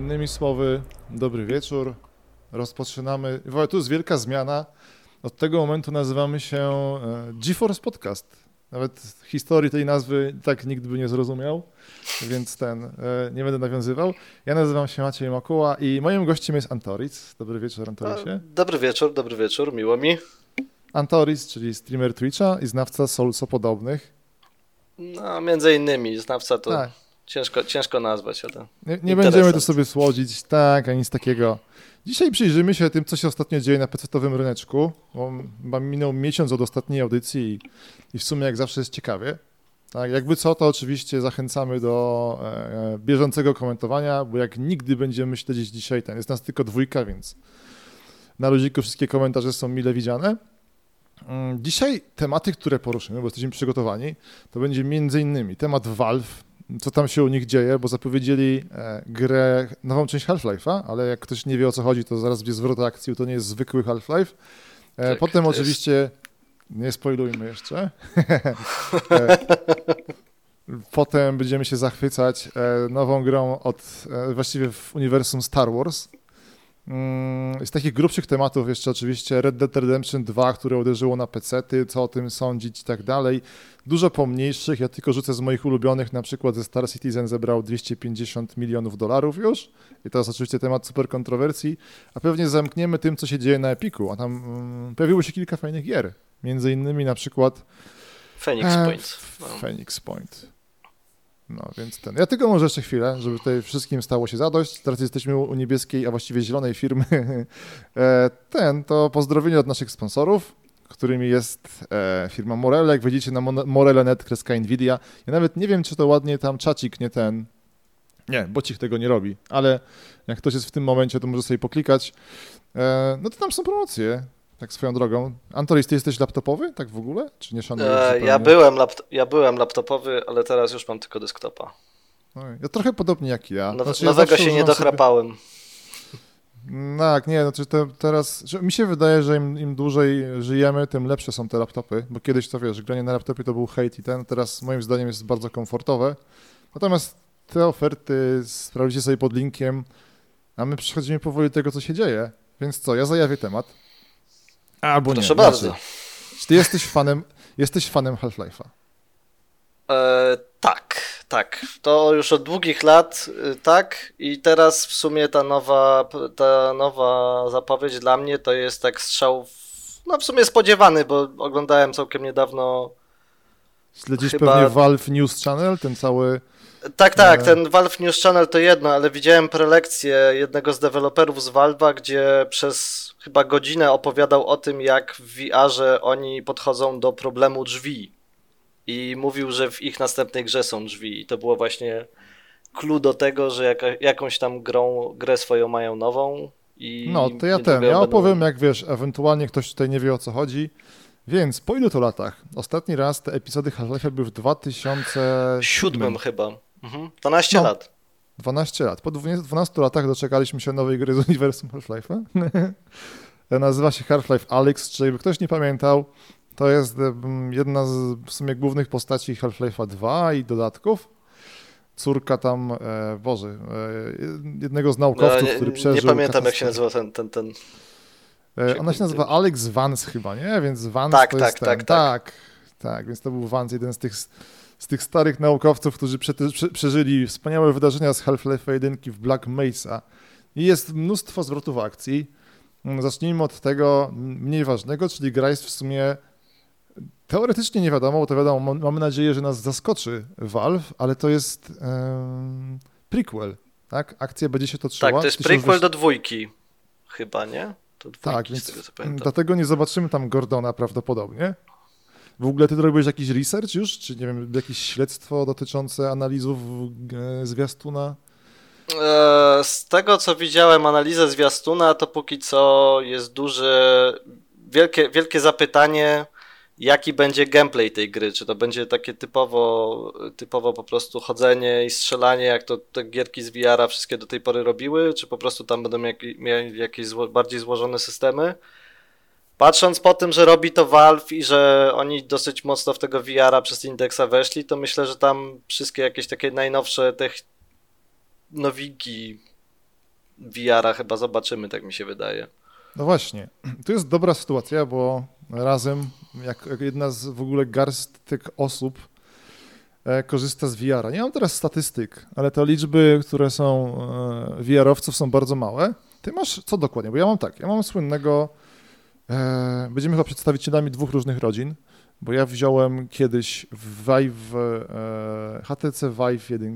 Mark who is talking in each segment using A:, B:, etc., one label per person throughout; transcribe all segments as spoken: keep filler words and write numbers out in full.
A: Innymi słowy, dobry wieczór. Rozpoczynamy. W ogóle tu jest wielka zmiana. Od tego momentu nazywamy się e, GeForce Podcast. Nawet historii tej nazwy tak nikt by nie zrozumiał, więc ten, e, nie będę nawiązywał. Ja nazywam się Maciej Mokuła i moim gościem jest Antoric. Dobry wieczór, Antoricie.
B: Dobry wieczór, dobry wieczór, miło mi.
A: Antoric, czyli streamer Twitcha i znawca Soulsopodobnych.
B: No, między innymi, znawca to
A: tak.
B: ciężko, ciężko nazwać, ale
A: Nie, nie będziemy tu sobie słodzić, tak, ani nic takiego. Dzisiaj przyjrzymy się tym, co się ostatnio dzieje na pecetowym ryneczku, bo minął miesiąc od ostatniej audycji i, i w sumie jak zawsze jest ciekawie. Tak, jakby co, to oczywiście zachęcamy do e, bieżącego komentowania, bo jak nigdy będziemy śledzić dzisiaj ten, jest nas tylko dwójka, więc na luziku wszystkie komentarze są mile widziane. Dzisiaj tematy, które poruszymy, bo jesteśmy przygotowani, to będzie między innymi temat Valve, co tam się u nich dzieje, bo zapowiedzieli e, grę, nową część Half-Life'a, ale jak ktoś nie wie, o co chodzi, to zaraz będzie zwrot akcji, to nie jest zwykły Half-Life. E, tak, potem oczywiście, jest... nie spoilujmy jeszcze, e, potem będziemy się zachwycać e, nową grą od, e, właściwie w uniwersum Star Wars. Z takich grubszych tematów jeszcze oczywiście Red Dead Redemption dwa, które uderzyło na pecety, co o tym sądzić i tak dalej. Dużo pomniejszych, ja tylko rzucę z moich ulubionych, na przykład ze Star Citizen zebrał dwieście pięćdziesiąt milionów dolarów już i to jest oczywiście temat super kontrowersji, a pewnie zamkniemy tym, co się dzieje na Epiku, a tam um, pojawiło się kilka fajnych gier, między innymi na przykład
B: Phoenix
A: e,
B: Point.
A: No. Phoenix Point. No, więc ten. Ja tylko może jeszcze chwilę, żeby tutaj wszystkim stało się zadość. Teraz jesteśmy u niebieskiej, a właściwie zielonej firmy. Ten, to pozdrowienie od naszych sponsorów, którymi jest e, firma Morele. Jak wejdziecie na morele kropka net kreska Nvidia. Ja nawet nie wiem, czy to ładnie tam czacik, nie ten. Nie, bocik tego nie robi, ale jak ktoś jest w tym momencie, to może sobie poklikać. E, no to tam są promocje. Tak swoją drogą. Antoris, ty jesteś laptopowy? Tak w ogóle? Czy nie szanujesz
B: e, ja, byłem laptop, ja byłem laptopowy, ale teraz już mam tylko desktopa.
A: Oj, ja trochę podobnie jak ja.
B: Now,
A: znaczy,
B: nowego
A: ja
B: się nie dochrapałem.
A: Sobie... Tak, nie, znaczy te, teraz... Mi się wydaje, że im, im dłużej żyjemy, tym lepsze są te laptopy, bo kiedyś to wiesz, granie na laptopie to był hejt i ten, teraz moim zdaniem jest bardzo komfortowe. Natomiast te oferty sprawdzicie sobie pod linkiem, a my przechodzimy powoli do tego, co się dzieje. Więc co, ja zajawię temat. Albo
B: Proszę
A: nie.
B: bardzo.
A: Znaczy, czy ty jesteś fanem, jesteś fanem Half-Life'a?
B: E, tak, tak. To już od długich lat y, tak i teraz w sumie ta nowa, ta nowa zapowiedź dla mnie to jest tak strzał, w, no w sumie spodziewany, bo oglądałem całkiem niedawno.
A: Śledzisz
B: chyba...
A: pewnie Valve News Channel, ten cały...
B: Tak, tak, ten Valve News Channel to jedno, ale widziałem prelekcję jednego z deweloperów z Valve'a, gdzie przez chyba godzinę opowiadał o tym, jak w V R-ze oni podchodzą do problemu drzwi i mówił, że w ich następnej grze są drzwi i to było właśnie clue do tego, że jaka, jakąś tam grą, grę swoją mają nową i...
A: No, to ja ten, ja opowiem, jak wiesz, ewentualnie ktoś tutaj nie wie, o co chodzi. Więc po ilu to latach? Ostatni raz te epizody Half-Life były w dwa tysiące siódmym
B: chyba. Mhm. dwanaście
A: no,
B: lat.
A: dwanaście lat. Po dwunastu latach doczekaliśmy się nowej gry z uniwersum Half-Life'a. Nazywa się Half-Life Alyx, czyli jakby ktoś nie pamiętał, to jest jedna z w sumie głównych postaci Half-Life'a dwa i dodatków. Córka tam, e, Boże, e, jednego z naukowców,
B: no, nie,
A: który przeżył...
B: Nie pamiętam, jak się nazywa ten... ten, ten...
A: Ona się nazywa Alex Vance chyba, nie? Więc Vance
B: tak,
A: to
B: tak,
A: jest ten,
B: tak,
A: tak, tak, tak, więc to był Vance, jeden z tych, z tych starych naukowców, którzy prze, prze, przeżyli wspaniałe wydarzenia z Half-Life jeden w Black Mesa. I jest mnóstwo zwrotów akcji. Zacznijmy od tego mniej ważnego, czyli gra jest w sumie teoretycznie nie wiadomo, bo to wiadomo, mamy nadzieję, że nas zaskoczy Valve, ale to jest um, prequel, tak? Akcja będzie się toczyła.
B: Tak, to jest prequel do dwójki chyba, nie?
A: Tak, więc tego, dlatego nie zobaczymy tam Gordona prawdopodobnie. W ogóle ty robiłeś jakiś research już? Czy nie wiem, jakieś śledztwo dotyczące analizów e, zwiastuna?
B: E, z tego, co widziałem analizę zwiastuna, to póki co jest duże, wielkie, wielkie zapytanie, jaki będzie gameplay tej gry. Czy to będzie takie typowo, typowo po prostu chodzenie i strzelanie, jak to te gierki z V R-a wszystkie do tej pory robiły, czy po prostu tam będą mieli jakieś zło, bardziej złożone systemy. Patrząc po tym, że robi to Valve i że oni dosyć mocno w tego V R-a przez Indexa weszli, to myślę, że tam wszystkie jakieś takie najnowsze te nowinki V R a chyba zobaczymy, tak mi się wydaje.
A: No właśnie, tu jest dobra sytuacja, bo razem, jak, jak jedna z w ogóle garstek osób e, korzysta z V R a. Nie mam teraz statystyk, ale te liczby, które są e, V R-owców są bardzo małe. Ty masz co dokładnie? Bo ja mam tak, ja mam słynnego, e, będziemy chyba przedstawicielami dwóch różnych rodzin, bo ja wziąłem kiedyś Vive, e, H T C Vive jeden,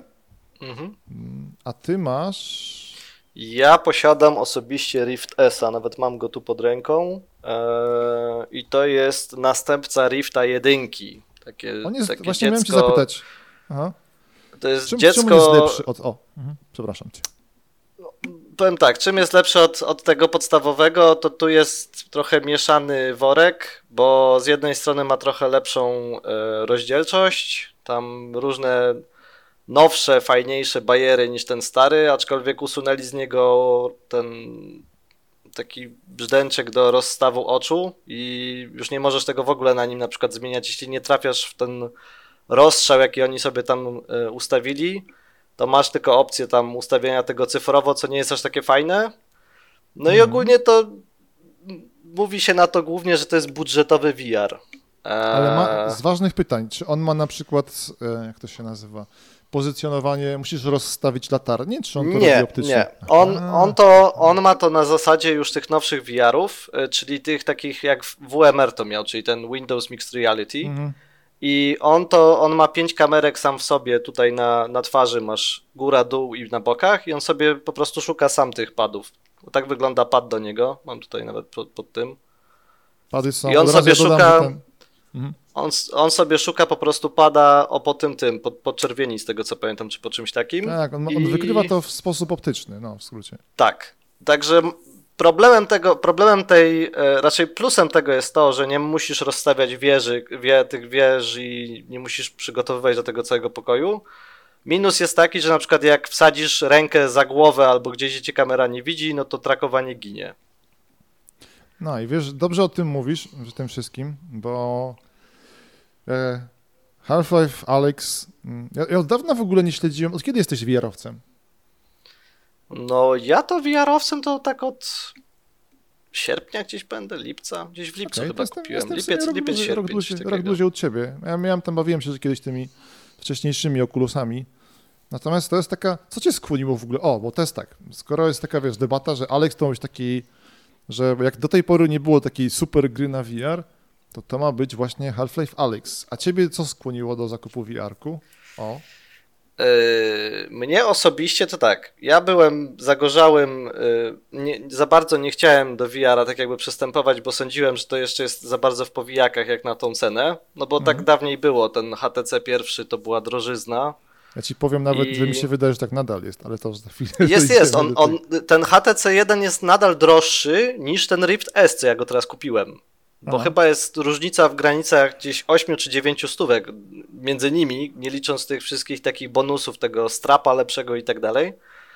A: mhm. a ty masz...
B: Ja posiadam osobiście Rift S a, nawet mam go tu pod ręką eee, i to jest następca Rifta jeden. Takie,
A: On jest,
B: takie
A: właśnie
B: dziecko...
A: miałem cię zapytać. Aha.
B: To jest
A: czym,
B: dziecko...
A: czym jest lepszy od... O, mhm. Przepraszam cię.
B: Powiem tak, czym jest lepszy od, od tego podstawowego, to tu jest trochę mieszany worek, bo z jednej strony ma trochę lepszą e, rozdzielczość, tam różne nowsze, fajniejsze bajery niż ten stary, aczkolwiek usunęli z niego ten taki brzdęczek do rozstawu oczu i już nie możesz tego w ogóle na nim na przykład zmieniać, jeśli nie trafiasz w ten rozstrzał, jaki oni sobie tam e, ustawili, to masz tylko opcję tam ustawienia tego cyfrowo, co nie jest aż takie fajne. No mm. i ogólnie to mówi się na to głównie, że to jest budżetowy V R.
A: Ale ma z ważnych pytań, czy on ma na przykład, jak to się nazywa, pozycjonowanie, musisz rozstawić latarnię, czy on to
B: nie,
A: robi optycznie?
B: Nie, on, on, to, on ma to na zasadzie już tych nowszych V R-ów, czyli tych takich jak W M R to miał, czyli ten Windows Mixed Reality. Mm. I on to, on ma pięć kamerek sam w sobie, tutaj na, na twarzy masz góra, dół i na bokach i on sobie po prostu szuka sam tych padów. Tak wygląda pad do niego, mam tutaj nawet pod, pod tym.
A: Pady są,
B: i on sobie
A: ja
B: szuka,
A: ten... mhm.
B: on, on sobie szuka po prostu pada o po tym tym, po, po czerwieni z tego co pamiętam, czy po czymś takim.
A: Tak, on,
B: I...
A: on wykrywa to w sposób optyczny, no w skrócie.
B: Tak, także... Problemem tego, problemem tej, raczej plusem tego jest to, że nie musisz rozstawiać wieży, wie, tych wież i nie musisz przygotowywać do tego całego pokoju. Minus jest taki, że na przykład jak wsadzisz rękę za głowę albo gdzieś cię kamera nie widzi, no to trakowanie ginie.
A: No i wiesz, dobrze o tym mówisz, o tym wszystkim, bo e, Half-Life Alyx, ja, ja od dawna w ogóle nie śledziłem, od kiedy jesteś V R-owcem?
B: No ja to V R-owcem to tak od sierpnia gdzieś będę, lipca, gdzieś w lipcu okay, chyba jestem, kupiłem.
A: Jestem
B: lipiec,
A: rok
B: lipiec,
A: dłużej,
B: sierpień.
A: Rok dłużej, rok dłużej od ciebie. Ja miałem tam, bawiłem się kiedyś tymi wcześniejszymi okulusami. Natomiast to jest taka, co cię skłoniło w ogóle? O, bo to jest tak, skoro jest taka, wiesz, debata, że Alyx to ma być taki, że jak do tej pory nie było takiej super gry na V R, to to ma być właśnie Half-Life Alyx. A ciebie co skłoniło do zakupu V R-ku? O.
B: Yy, mnie osobiście to tak, ja byłem zagorzałym, yy, nie, za bardzo nie chciałem do V R a tak jakby przystępować, bo sądziłem, że to jeszcze jest za bardzo w powijakach jak na tą cenę, no bo mhm. tak dawniej było, ten H T C pierwszy to była drożyzna.
A: Ja ci powiem nawet, I... że mi się wydaje, że tak nadal jest, ale to już za chwilę.
B: Jest, jest, on, on, ten H T C jeden jest nadal droższy niż ten Rift S, co ja go teraz kupiłem. Bo Aha. chyba jest różnica w granicach gdzieś osiem czy dziewięć stówek między nimi, nie licząc tych wszystkich takich bonusów, tego strapa lepszego i tak dalej.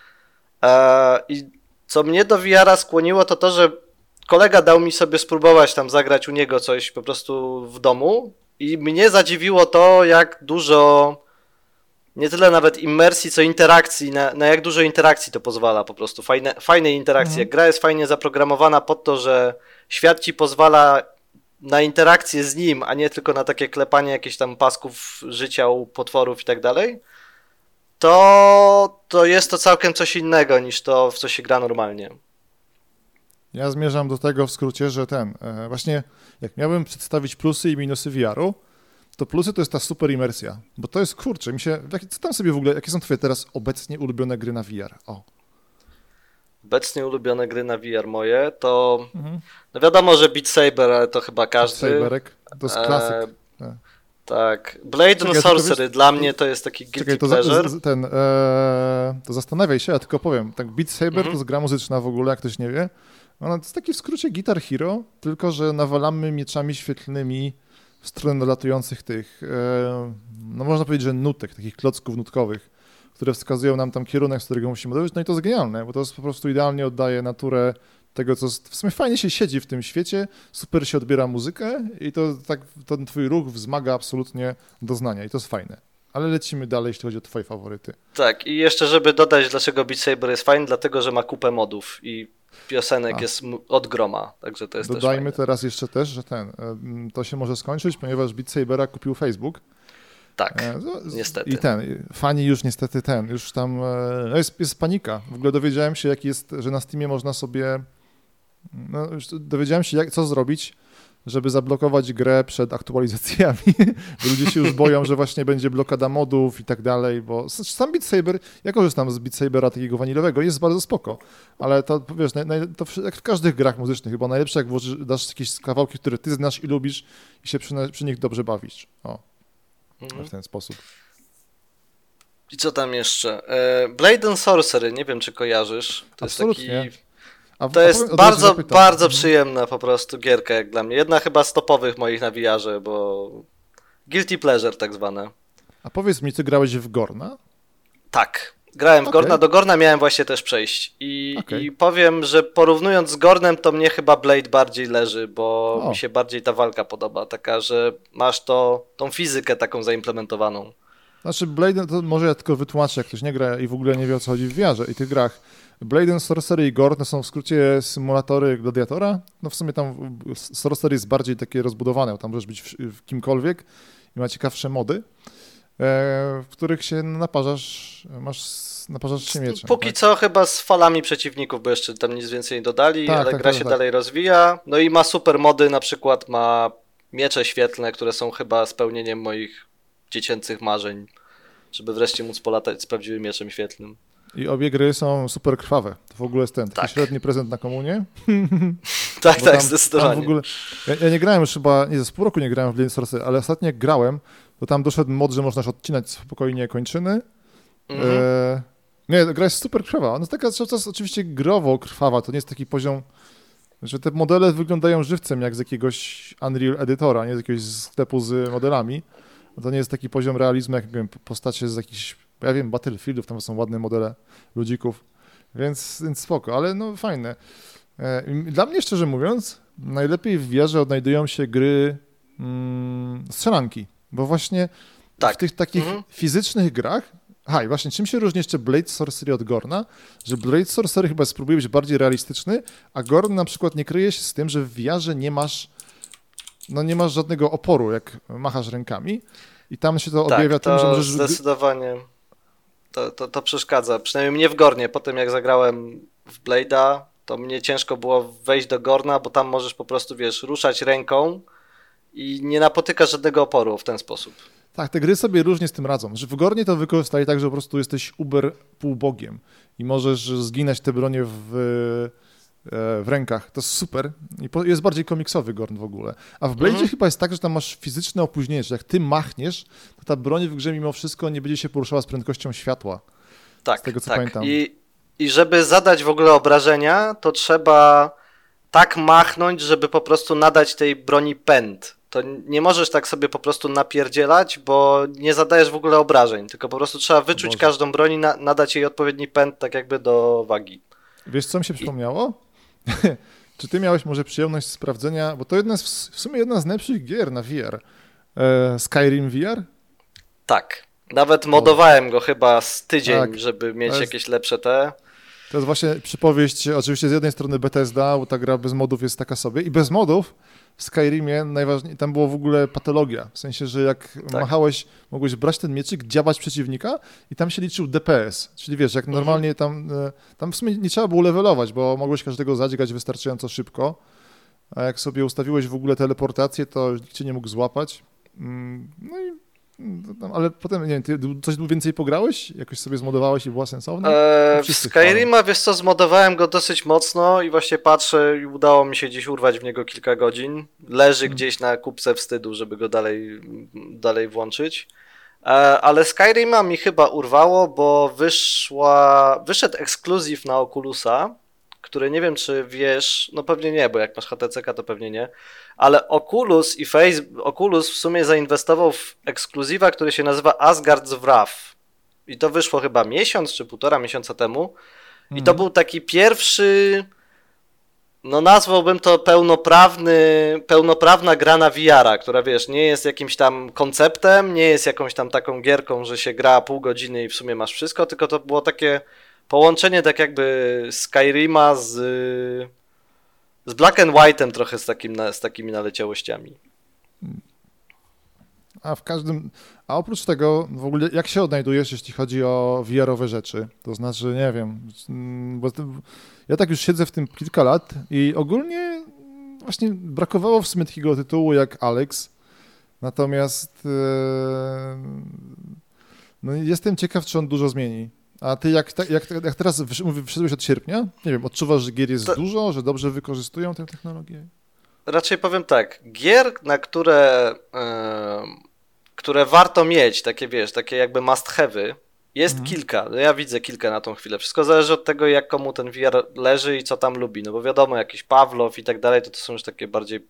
B: I co mnie do V R a skłoniło, to to, że kolega dał mi sobie spróbować tam zagrać u niego coś po prostu w domu i mnie zadziwiło to, jak dużo, nie tyle nawet immersji, co interakcji, na, na jak dużo interakcji to pozwala po prostu, fajne, fajnej interakcji. Mhm. Gra jest fajnie zaprogramowana pod to, że świat ci pozwala na interakcję z nim, a nie tylko na takie klepanie jakichś tam pasków życia u potworów i tak dalej, to, to jest to całkiem coś innego niż to, w co się gra normalnie.
A: Ja zmierzam do tego w skrócie, że ten, e, właśnie jak miałbym przedstawić plusy i minusy V R u, to plusy to jest ta super imersja, bo to jest, kurczę, mi się, co tam sobie w ogóle, jakie są twoje teraz obecnie ulubione gry na V R? O.
B: Obecnie ulubione gry na V R moje, to mhm. no wiadomo, że Beat Saber, ale to chyba każdy.
A: Beat Saberek, to jest klasyk. E,
B: tak. Blade Czekaj, and Sorcery wiesz, dla mnie to jest taki guilty Czekaj, to pleasure.
A: Za, ten, e, to zastanawiaj się, ja tylko powiem, tak Beat Saber mhm. to jest gra muzyczna w ogóle, jak ktoś nie wie. Ona to jest taki w skrócie Guitar Hero, tylko że nawalamy mieczami świetlnymi w stronę dolatujących tych, e, no można powiedzieć, że nutek, takich klocków nutkowych, które wskazują nam tam kierunek, z którego musimy dojść. No i to jest genialne, bo to jest po prostu idealnie oddaje naturę tego, co w sumie fajnie się siedzi w tym świecie, super się odbiera muzykę i to tak ten twój ruch wzmaga absolutnie doznania i to jest fajne. Ale lecimy dalej, jeśli chodzi o twoje faworyty.
B: Tak, i jeszcze żeby dodać, dlaczego Beat Saber jest fajny, dlatego, że ma kupę modów i piosenek A. jest od groma, także to jest
A: Dodajmy
B: też
A: teraz jeszcze też, że ten, to się może skończyć, ponieważ Beat Sabera kupił Facebook.
B: Tak, e, niestety.
A: I ten, fani już niestety ten, już tam no jest, jest panika. W ogóle dowiedziałem się, jak jest, że na Steamie można sobie, no już dowiedziałem się, jak, co zrobić, żeby zablokować grę przed aktualizacjami. Ludzie się już boją, że właśnie będzie blokada modów i tak dalej, bo sam Beat Saber, ja korzystam z Beat Sabera takiego wanilowego, jest bardzo spoko, ale to wiesz, to jak w każdych grach muzycznych, chyba najlepsze, jak włożysz, dasz jakieś kawałki, które ty znasz i lubisz i się przy, przy nich dobrze bawisz. O, mhm. w ten sposób.
B: I co tam jeszcze? Blade and Sorcery, nie wiem, czy kojarzysz. To
A: Absolutnie.
B: jest taki...
A: A,
B: to
A: a
B: jest bardzo,
A: zapytam.
B: bardzo
A: mhm.
B: przyjemna po prostu gierka jak dla mnie. Jedna chyba z topowych moich na V R-ze, bo guilty pleasure tak zwane.
A: A powiedz mi, ty grałeś w Gorna?
B: Tak, grałem w
A: okay.
B: Gorna, do Gorna miałem właśnie też przejść. I,
A: okay.
B: i powiem, że porównując z Gornem, to mnie chyba Blade bardziej leży, bo o. mi się bardziej ta walka podoba, taka, że masz to, tą fizykę taką zaimplementowaną.
A: Znaczy Blade, to może ja tylko wytłumaczę, jak ktoś nie gra i w ogóle nie wie, o co chodzi w V R-ze i tych grach. Blade and Sorcery i Gorn to są w skrócie symulatory gladiatora. No w sumie tam Sorcery jest bardziej takie rozbudowane, tam możesz być w, w kimkolwiek i ma ciekawsze mody, e, w których się naparzasz, masz, naparzasz się mieczem.
B: Póki tak? co chyba z falami przeciwników, bo jeszcze tam nic więcej nie dodali, tak, ale tak, gra tak, się tak. dalej rozwija. No i ma super mody, na przykład ma miecze świetlne, które są chyba spełnieniem moich dziecięcych marzeń, żeby wreszcie móc polatać z prawdziwym mieczem świetlnym.
A: I obie gry są super krwawe. To w ogóle jest ten, taki tak. średni prezent na komunię.
B: tak, tak, tam, zdecydowanie.
A: Tam w ogóle, ja, ja nie grałem już chyba, nie, ze pół roku nie grałem w Blade Sorcery, ale ostatnio jak grałem, to tam doszedł mod, że można odcinać spokojnie kończyny. Mm-hmm. E, nie, gra jest super krwawa. Ona jest taka cały czas oczywiście growo krwawa, to nie jest taki poziom, że te modele wyglądają żywcem jak z jakiegoś Unreal Editora, nie z jakiegoś sklepu z modelami. To nie jest taki poziom realizmu, jak wiem, postacie z jakichś, ja wiem, Battlefieldów, tam są ładne modele ludzików, więc, więc spoko, ale no fajne. Dla mnie, szczerze mówiąc, najlepiej w V R-ze odnajdują się gry mm, strzelanki, bo właśnie tak. w tych takich mhm. fizycznych grach, aha, i właśnie czym się różni jeszcze Blade Sorcery od Gorna, że Blade Sorcery chyba spróbuje być bardziej realistyczny, a Gorn na przykład nie kryje się z tym, że w V R-ze nie masz no nie masz żadnego oporu, jak machasz rękami i tam się to
B: tak,
A: objawia
B: to
A: tym, że możesz...
B: zdecydowanie to, to, to przeszkadza. Przynajmniej mnie w Gornie. Potem jak zagrałem w Blade'a, to mnie ciężko było wejść do Gorna, bo tam możesz po prostu, wiesz, ruszać ręką i nie napotykasz żadnego oporu w ten sposób.
A: Tak, te gry sobie różnie z tym radzą. Że w Gornie to wykorzystali tak, że po prostu jesteś uber półbogiem i możesz zginać te bronie w... w rękach, to jest super i jest bardziej komiksowy Gorn w ogóle. A w Blade'zie mhm. chyba jest tak, że tam masz fizyczne opóźnienie, że jak ty machniesz, to ta broń w grze mimo wszystko nie będzie się poruszała z prędkością światła.
B: Tak,
A: z tego co
B: tak.
A: pamiętam.
B: I, I żeby zadać w ogóle obrażenia, to trzeba tak machnąć, żeby po prostu nadać tej broni pęd. To nie możesz tak sobie po prostu napierdzielać, bo nie zadajesz w ogóle obrażeń, tylko po prostu trzeba wyczuć każdą broń i na, nadać jej odpowiedni pęd tak jakby do wagi.
A: Wiesz, co mi się przypomniało? I... Czy ty miałeś może przyjemność sprawdzenia, bo to jedna z, w sumie jedna z najlepszych gier na V R. E, Skyrim V R?
B: Tak. Nawet modowałem go chyba z tydzień, tak, żeby mieć
A: jest,
B: jakieś lepsze te.
A: To jest właśnie przypowieść, oczywiście z jednej strony Bethesda, bo ta gra bez modów jest taka sobie i bez modów w Skyrimie najważniej, tam było w ogóle patologia, w sensie, że jak tak. machałeś, mogłeś brać ten mieczyk, dziabać przeciwnika i tam się liczył D P S, czyli wiesz, jak mhm. normalnie tam, tam w sumie nie trzeba było levelować, bo mogłeś każdego zadźgać wystarczająco szybko, a jak sobie ustawiłeś w ogóle teleportację, to nikt cię nie mógł złapać, no i ale potem, nie wiem, ty coś więcej pograłeś? Jakoś sobie zmodowałeś i była sensowna?
B: Eee, w Skyrima, wiesz co, zmodowałem go dosyć mocno i właśnie patrzę i udało mi się gdzieś urwać w niego kilka godzin. Leży hmm. gdzieś na kubce wstydu, żeby go dalej, dalej włączyć. Eee, ale Skyrima mi chyba urwało, bo wyszła, wyszedł ekskluzyw na Oculusa, który nie wiem, czy wiesz, no pewnie nie, bo jak masz H T C K, to pewnie nie, ale Oculus i Face, Oculus w sumie zainwestował w ekskluzywa, który się nazywa Asgard's Wrath. I to wyszło chyba miesiąc czy półtora miesiąca temu. I mm. to był taki pierwszy no nazwałbym to pełnoprawny, pełnoprawna gra na V R-a, która wiesz, nie jest jakimś tam konceptem, nie jest jakąś tam taką gierką, że się gra pół godziny i w sumie masz wszystko, tylko to było takie połączenie tak jakby Skyrima z, z Black and White'em trochę z, takim, z takimi naleciałościami.
A: A w każdym, a oprócz tego w ogóle jak się odnajdujesz, jeśli chodzi o V R-owe rzeczy? To znaczy, nie wiem, bo ja tak już siedzę w tym kilka lat i ogólnie właśnie brakowało w sumie takiego tytułu jak Alex, natomiast no jestem ciekaw, czy on dużo zmieni. A ty jak, jak, jak teraz wszedłeś od sierpnia, nie wiem, odczuwasz, że gier jest to... dużo, że dobrze wykorzystują tę technologię?
B: Raczej powiem tak, gier, na które, yy, które warto mieć, takie wiesz, takie jakby must have'y, jest mhm. kilka. Ja widzę kilka na tą chwilę. Wszystko zależy od tego, jak komu ten V R leży i co tam lubi. No bo wiadomo, jakiś Pawlow i tak dalej, to to są już takie bardziej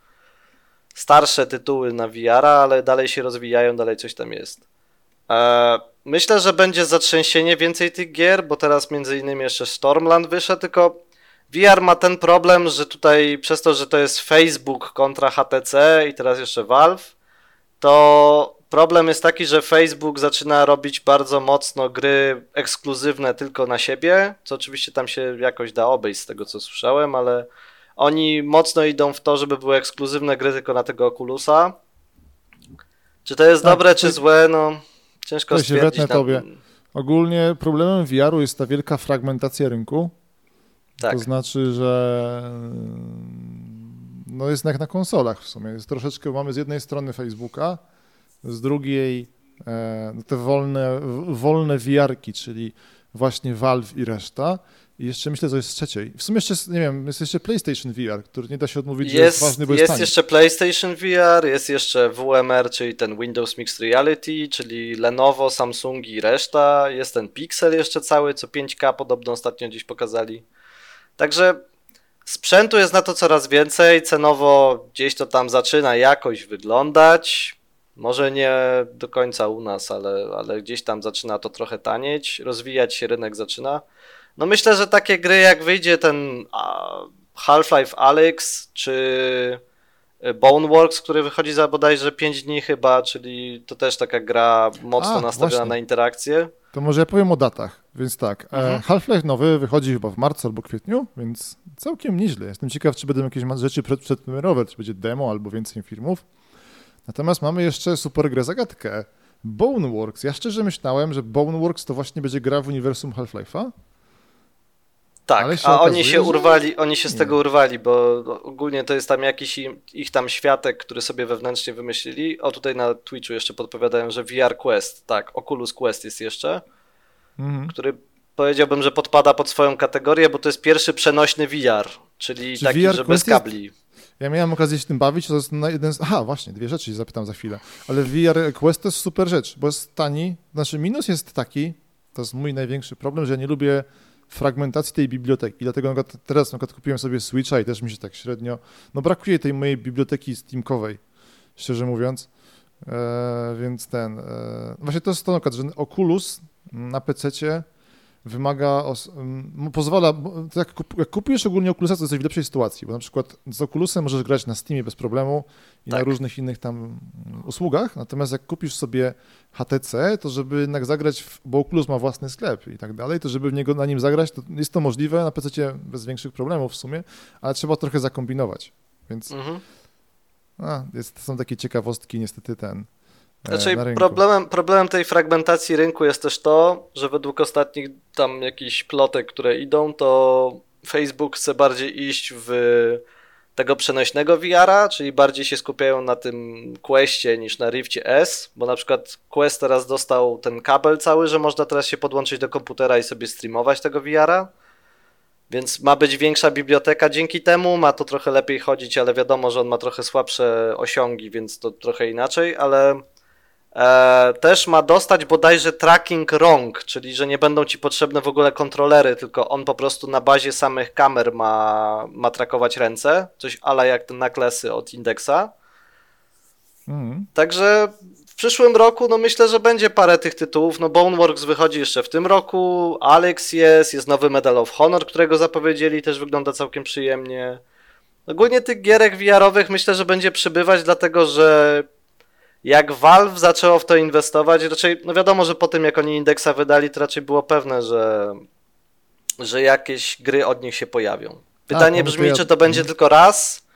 B: starsze tytuły na V R-a, ale dalej się rozwijają, dalej coś tam jest. Eee, myślę, że będzie zatrzęsienie więcej tych gier, bo teraz między innymi jeszcze Stormland wyszedł, tylko V R ma ten problem, że tutaj przez to, że to jest Facebook kontra H T C i teraz jeszcze Valve, to problem jest taki, że Facebook zaczyna robić bardzo mocno gry ekskluzywne tylko na siebie, co oczywiście tam się jakoś da obejść z tego, co słyszałem, ale oni mocno idą w to, żeby były ekskluzywne gry tylko na tego Oculusa. Czy to jest tak, dobre, to... czy złe? No ciężko
A: to
B: stwierdzić.
A: Się tobie. Ogólnie problemem V R-u jest ta wielka fragmentacja rynku. Tak. To znaczy, że no jest jak na konsolach w sumie. Jest troszeczkę, mamy z jednej strony Facebooka, z drugiej e, te wolne, wolne V R-ki, czyli właśnie Valve i reszta. I jeszcze myślę, że jest z trzeciej. W sumie jeszcze, nie wiem, jest jeszcze PlayStation V R, który nie da się odmówić, jest, że jest ważny, bo jest
B: Jest
A: tani.
B: jeszcze PlayStation V R, jest jeszcze W M R, czyli ten Windows Mixed Reality, czyli Lenovo, Samsung i reszta. Jest ten Pixel jeszcze cały, co pięć K podobno ostatnio gdzieś pokazali. Także sprzętu jest na to coraz więcej, cenowo gdzieś to tam zaczyna jakoś wyglądać. Może nie do końca u nas, ale, ale gdzieś tam zaczyna to trochę tanieć, rozwijać się rynek zaczyna. No myślę, że takie gry jak wyjdzie ten Half-Life Alyx czy Boneworks, który wychodzi za bodajże pięć dni chyba, czyli to też taka gra mocno A, nastawiona właśnie. na interakcję.
A: To może ja powiem o datach, więc tak, mhm. Half-Life nowy wychodzi chyba w marcu albo kwietniu, więc całkiem nieźle. Jestem ciekaw, czy będą jakieś rzeczy przedpremierowe, czy będzie demo albo więcej filmów. Natomiast mamy jeszcze super grę zagadkę. Boneworks. Ja szczerze myślałem, że Boneworks to właśnie będzie gra w uniwersum Half-Life'a.
B: Tak, a okazuje, oni się urwali, że... oni się z nie. tego urwali, bo ogólnie to jest tam jakiś ich tam światek, który sobie wewnętrznie wymyślili. O, tutaj na Twitchu jeszcze podpowiadają, że V R Quest, tak, Oculus Quest jest jeszcze, mhm. który powiedziałbym, że podpada pod swoją kategorię, bo to jest pierwszy przenośny V R, czyli Czy taki, V R że Quest bez kabli. Jest...
A: Ja miałem okazję się tym bawić, to jest jeden z... Aha, właśnie, dwie rzeczy się zapytam za chwilę. Ale V R Quest to jest super rzecz, bo jest tani. Znaczy minus jest taki, to jest mój największy problem, że ja nie lubię fragmentacji tej biblioteki. Dlatego teraz na przykład kupiłem sobie Switcha i też mi się tak średnio... No brakuje tej mojej biblioteki steamkowej, szczerze mówiąc. E, więc ten... E, właśnie to jest to, że Oculus na pececie wymaga, os, m, pozwala, to jak, kup, jak kupujesz ogólnie Oculusa, to jesteś w lepszej sytuacji, bo na przykład z Oculusem możesz grać na Steamie bez problemu i tak. na różnych innych tam usługach, natomiast jak kupisz sobie H T C, to żeby jednak zagrać, w, bo Oculus ma własny sklep i tak dalej, to żeby w niego, na nim zagrać, to jest to możliwe na pececie bez większych problemów w sumie, ale trzeba trochę zakombinować, więc mhm. a, jest, są takie ciekawostki niestety ten...
B: Znaczy problemem, problemem tej fragmentacji rynku jest też to, że według ostatnich tam jakichś plotek, które idą, to Facebook chce bardziej iść w tego przenośnego V R-a, czyli bardziej się skupiają na tym Questie niż na Rifcie S, bo na przykład Quest teraz dostał ten kabel cały, że można teraz się podłączyć do komputera i sobie streamować tego V R-a, więc ma być większa biblioteka dzięki temu, ma to trochę lepiej chodzić, ale wiadomo, że on ma trochę słabsze osiągi, więc to trochę inaczej, ale... E, też ma dostać bodajże tracking rąk, czyli że nie będą ci potrzebne w ogóle kontrolery, tylko on po prostu na bazie samych kamer ma, ma trackować ręce, coś ala jak te naklesy od Indexa. Mm. Także przyszłym roku, no myślę, że będzie parę tych tytułów, no Boneworks wychodzi jeszcze w tym roku, Alex jest, jest nowy Medal of Honor, którego zapowiedzieli, też wygląda całkiem przyjemnie. Ogólnie tych gierek V R-owych myślę, że będzie przybywać, dlatego że jak Valve zaczęło w to inwestować, raczej, no wiadomo, że po tym jak oni Indexa wydali, to raczej było pewne, że, że jakieś gry od nich się pojawią. Pytanie
A: tak,
B: brzmi,
A: ja...
B: czy to będzie hmm. tylko raz,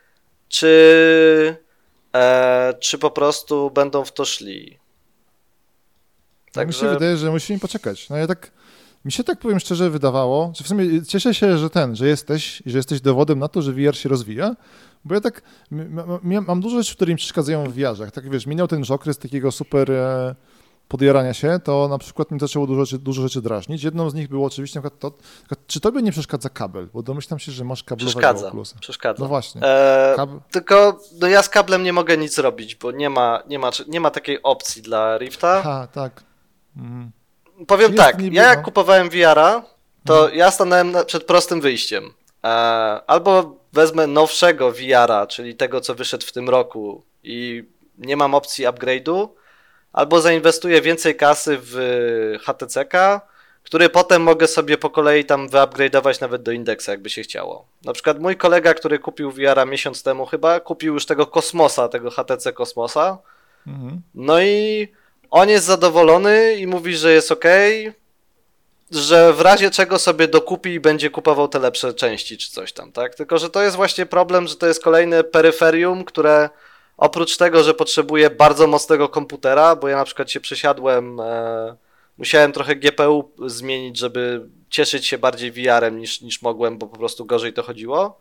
B: czy, e, czy po prostu będą w to szli.
A: Także... Mi się wydaje, że musimy poczekać. No ja tak, mi się tak powiem szczerze wydawało, że w sumie cieszę się, że ten, że jesteś, że jesteś dowodem na to, że V R się rozwija, bo ja tak, mam dużo rzeczy, które mi przeszkadzają w V R-ze. Tak wiesz, minął ten okres takiego super e, podjarania się, to na przykład mi zaczęło dużo rzeczy, dużo rzeczy drażnić. Jedną z nich było oczywiście na przykład to, czy tobie nie przeszkadza kabel? Bo domyślam się, że masz kablowego
B: Przeszkadza,
A: Oculusa.
B: przeszkadza.
A: No właśnie.
B: Eee,
A: Kab...
B: Tylko no ja z kablem nie mogę nic zrobić, bo nie ma, nie ma, nie ma takiej opcji dla Rifta.
A: Aha, tak. Mhm.
B: Powiem
A: Jest
B: tak,
A: niby,
B: ja jak
A: no.
B: kupowałem V R-a, to
A: mhm.
B: ja stanąłem przed prostym wyjściem. Eee, albo wezmę nowszego V R-a, czyli tego, co wyszedł w tym roku i nie mam opcji upgrade'u, albo zainwestuję więcej kasy w H T C ka, który potem mogę sobie po kolei tam wyupgrade'ować nawet do Indexa, jakby się chciało. Na przykład mój kolega, który kupił V R-a miesiąc temu chyba, kupił już tego Kosmosa, tego H T C Kosmosa. Mhm. No i on jest zadowolony i mówi, że jest okej, okay, że w razie czego sobie dokupi i będzie kupował te lepsze części czy coś tam, tak? Tylko że to jest właśnie problem, że to jest kolejne peryferium, które oprócz tego, że potrzebuje bardzo mocnego komputera, bo ja na przykład się przesiadłem, e, musiałem trochę G P U zmienić, żeby cieszyć się bardziej V R-em niż, niż mogłem, bo po prostu gorzej to chodziło.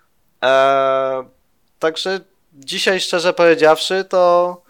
B: E, także dzisiaj szczerze powiedziawszy, to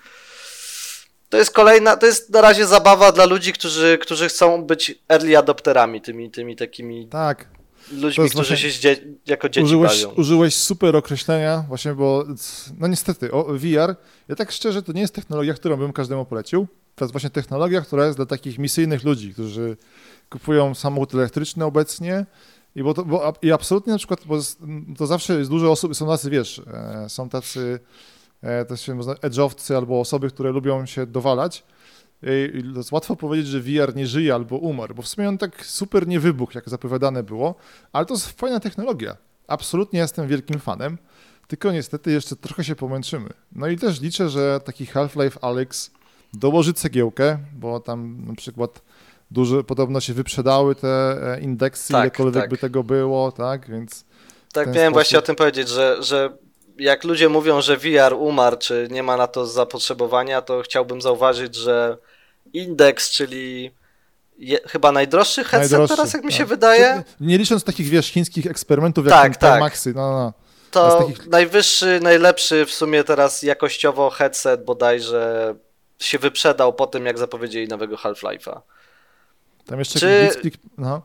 B: to jest kolejna, to jest na razie zabawa dla ludzi, którzy, którzy chcą być early adopterami, tymi, tymi takimi
A: tak.
B: ludźmi, którzy się dzie- jako dzieci
A: użyłeś,
B: bawią.
A: Użyłeś super określenia, właśnie, bo no niestety, o, V R, ja tak szczerze, to nie jest technologia, którą bym każdemu polecił. To jest właśnie technologia, która jest dla takich misyjnych ludzi, którzy kupują samochód elektryczny obecnie i, bo to, bo, i absolutnie na przykład, bo to zawsze jest dużo osób, są tacy, wiesz, są tacy też się można edge'owcy albo osoby, które lubią się dowalać. I to jest łatwo powiedzieć, że V R nie żyje albo umarł, bo w sumie on tak super nie wybuchł, jak zapowiadane było, ale to jest fajna technologia. Absolutnie jestem wielkim fanem, tylko niestety jeszcze trochę się pomęczymy. No i też liczę, że taki Half-Life Alyx dołoży cegiełkę, bo tam na przykład dużo, podobno się wyprzedały te indeksy, tak, ilekolwiek tak. by tego było, tak, więc...
B: Tak, miałem sposób... właśnie o tym powiedzieć, że, że jak ludzie mówią, że V R umarł, czy nie ma na to zapotrzebowania, to chciałbym zauważyć, że Index, czyli je, chyba najdroższy headset najdroższy, teraz, jak mi się tak. wydaje.
A: Nie licząc takich, wiesz, chińskich eksperymentów, jak
B: tak,
A: ten
B: tak.
A: Maxy, no, no.
B: To takich... najwyższy, najlepszy w sumie teraz jakościowo headset bodajże się wyprzedał po tym, jak zapowiedzieli nowego Half-Life'a.
A: Tam jeszcze czy... no.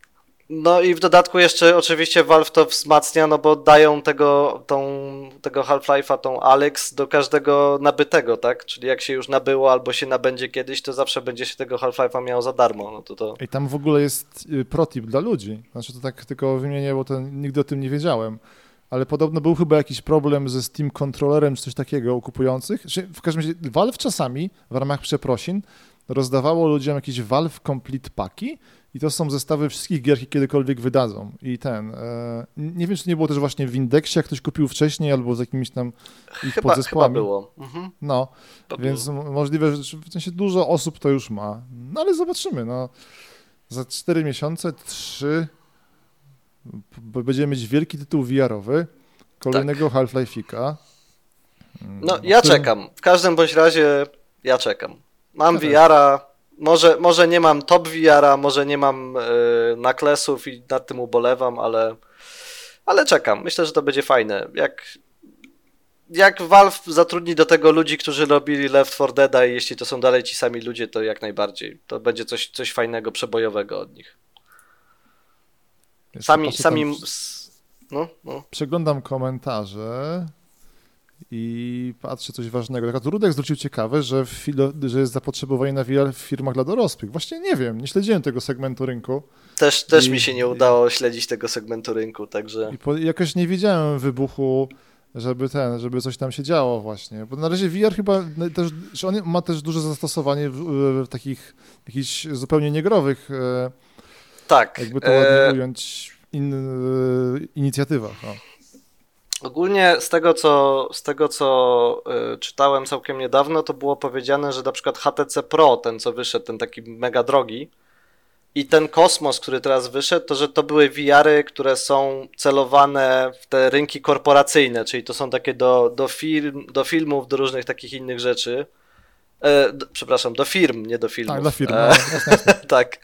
B: No i w dodatku jeszcze oczywiście Valve to wzmacnia, no bo dają tego, tą, tego Half-Life'a, tą Alyx do każdego nabytego, tak? Czyli jak się już nabyło albo się nabędzie kiedyś, to zawsze będzie się tego Half-Life'a miało za darmo. No to to...
A: I tam w ogóle jest protip dla ludzi. Znaczy to tak tylko wymienię, bo to nigdy o tym nie wiedziałem. Ale podobno był chyba jakiś problem ze Steam Controllerem czy coś takiego u kupujących. W każdym razie Valve czasami w ramach przeprosin rozdawało ludziom jakieś Valve Complete Paki i to są zestawy wszystkich gier, jakie kiedykolwiek wydadzą. I ten, e, nie wiem, czy nie było też właśnie w Indexie, jak ktoś kupił wcześniej, albo z jakimiś tam ich
B: chyba,
A: podzespołami.
B: Chyba było. Mhm.
A: No,
B: chyba
A: więc
B: było.
A: możliwe, że w sensie dużo osób to już ma. No ale zobaczymy, no. Za cztery miesiące, trzy, będziemy mieć wielki tytuł V R-owy, kolejnego tak. Half-Life'ika.
B: No, ja którym... czekam. W każdym bądź razie ja czekam. Mam V R-a, może, może nie mam top V R-a, może nie mam yy, naklesów i nad tym ubolewam, ale, ale czekam. Myślę, że to będzie fajne. Jak, jak Valve zatrudni do tego ludzi, którzy robili Left four Dead'a i jeśli to są dalej ci sami ludzie, to jak najbardziej. To będzie coś, coś fajnego, przebojowego od nich. Jeszcze sami, sami... No, no.
A: Przeglądam komentarze i patrzę coś ważnego. Tak, Rudek zwrócił ciekawe, że, filo, że jest zapotrzebowanie na V R w firmach dla dorosłych. Właśnie nie wiem, nie śledziłem tego segmentu rynku.
B: Też, też I, mi się nie udało śledzić tego segmentu rynku, także...
A: I po, jakoś nie widziałem wybuchu żeby ten, żeby coś tam się działo właśnie. Bo na razie V R chyba też, że on ma też duże zastosowanie w, w takich jakichś zupełnie niegrowych,
B: tak,
A: jakby to ładnie e... ująć, in, inicjatywach. No.
B: Ogólnie z tego, co, z tego, co y, czytałem całkiem niedawno, to było powiedziane, że na przykład H T C Pro, ten co wyszedł, ten taki mega drogi, i ten Kosmos, który teraz wyszedł, to że to były V R-y, które są celowane w te rynki korporacyjne, czyli to są takie do, do, film, do filmów, do różnych takich innych rzeczy. E, do, przepraszam, do firm, nie do filmów.
A: Tak, do firm.
B: E,
A: no, jasne, jasne.
B: tak.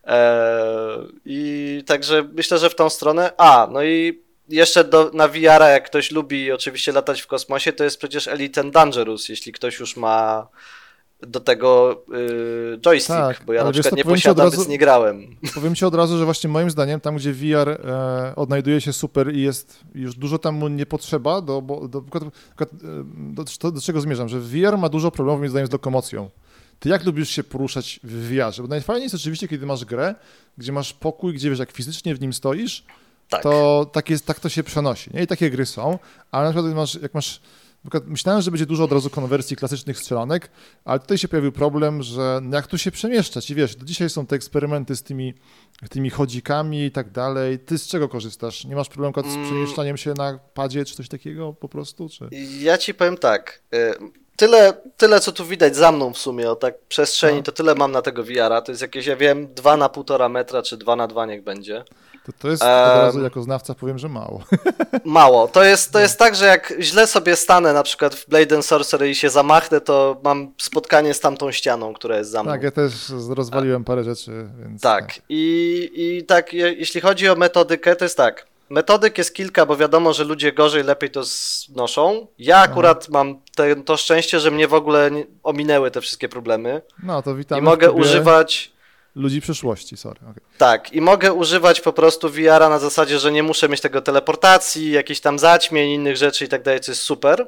B: E, I także myślę, że w tą stronę. A, no i jeszcze do, na V R-a, jak ktoś lubi oczywiście latać w kosmosie, to jest przecież Elite and Dangerous, jeśli ktoś już ma do tego yy, joystick, tak, bo ja na przykład nie posiadam, razu, więc nie grałem.
A: Powiem ci od razu, że właśnie moim zdaniem tam, gdzie V R e, odnajduje się super i jest już dużo tam mu nie potrzeba, do, bo, do, do, do, do, do czego zmierzam, że V R ma dużo problemów moim zdaniem z lokomocją. Ty jak lubisz się poruszać w V R-ze? Bo najfajniej jest oczywiście, kiedy masz grę, gdzie masz pokój, gdzie wiesz, jak fizycznie w nim stoisz, tak. to tak, jest, tak to się przenosi. Nie? I takie gry są, ale na przykład masz, jak masz myślałem, że będzie dużo od razu konwersji klasycznych strzelanek, ale tutaj się pojawił problem, że jak tu się przemieszczać i wiesz, do dzisiaj są te eksperymenty z tymi, tymi chodzikami i tak dalej. Ty z czego korzystasz? Nie masz problemu z przemieszczaniem się na padzie czy coś takiego po prostu? Czy...
B: Ja ci powiem tak, tyle, tyle co tu widać za mną w sumie o tak przestrzeni, no. to tyle mam na tego V R-a, to jest jakieś, ja wiem, dwa na półtora metra czy dwa na dwa niech będzie.
A: To, to jest, od razu jako znawca powiem, że mało.
B: Mało. To jest, to jest tak, że jak źle sobie stanę na przykład w Blade and Sorcery i się zamachnę, to mam spotkanie z tamtą ścianą, która jest za mną.
A: Tak, ja też rozwaliłem parę rzeczy, więc...
B: Tak. tak. I, I tak, jeśli chodzi o metodykę, to jest tak. Metodyk jest kilka, bo wiadomo, że ludzie gorzej, lepiej to znoszą. Ja akurat Aha. mam te, to szczęście, że mnie w ogóle nie, ominęły te wszystkie problemy.
A: No, to witamy.
B: I mogę używać...
A: Ludzi przyszłości, sorry. Okay.
B: Tak, i mogę używać po prostu V R-a na zasadzie, że nie muszę mieć tego teleportacji, jakichś tam zaćmień, innych rzeczy i tak dalej, co jest super.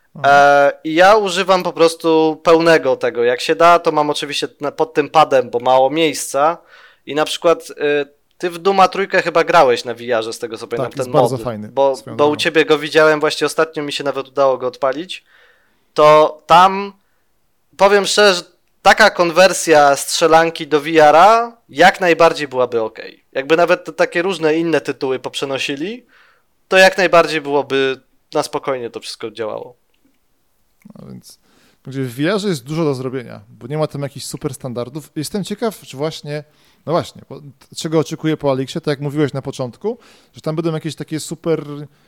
B: E, I ja używam po prostu pełnego tego. Jak się da, to mam oczywiście pod tym padem, bo mało miejsca. I na przykład y, ty w Duma trójkę chyba grałeś na V R-ze, z tego co pamiętam,
A: ten
B: mod.
A: bardzo fajny.
B: Bo, bo u ciebie go widziałem, właśnie ostatnio mi się nawet udało go odpalić. To tam, powiem szczerze, taka konwersja strzelanki do V R-a jak najbardziej byłaby ok. Jakby nawet te takie różne inne tytuły poprzenosili, to jak najbardziej byłoby na spokojnie to wszystko działało.
A: No więc w V R-ze jest dużo do zrobienia, bo nie ma tam jakichś super standardów. Jestem ciekaw, czy właśnie, no właśnie, bo, czego oczekuję po Alixie, tak jak mówiłeś na początku, że tam będą jakieś takie super...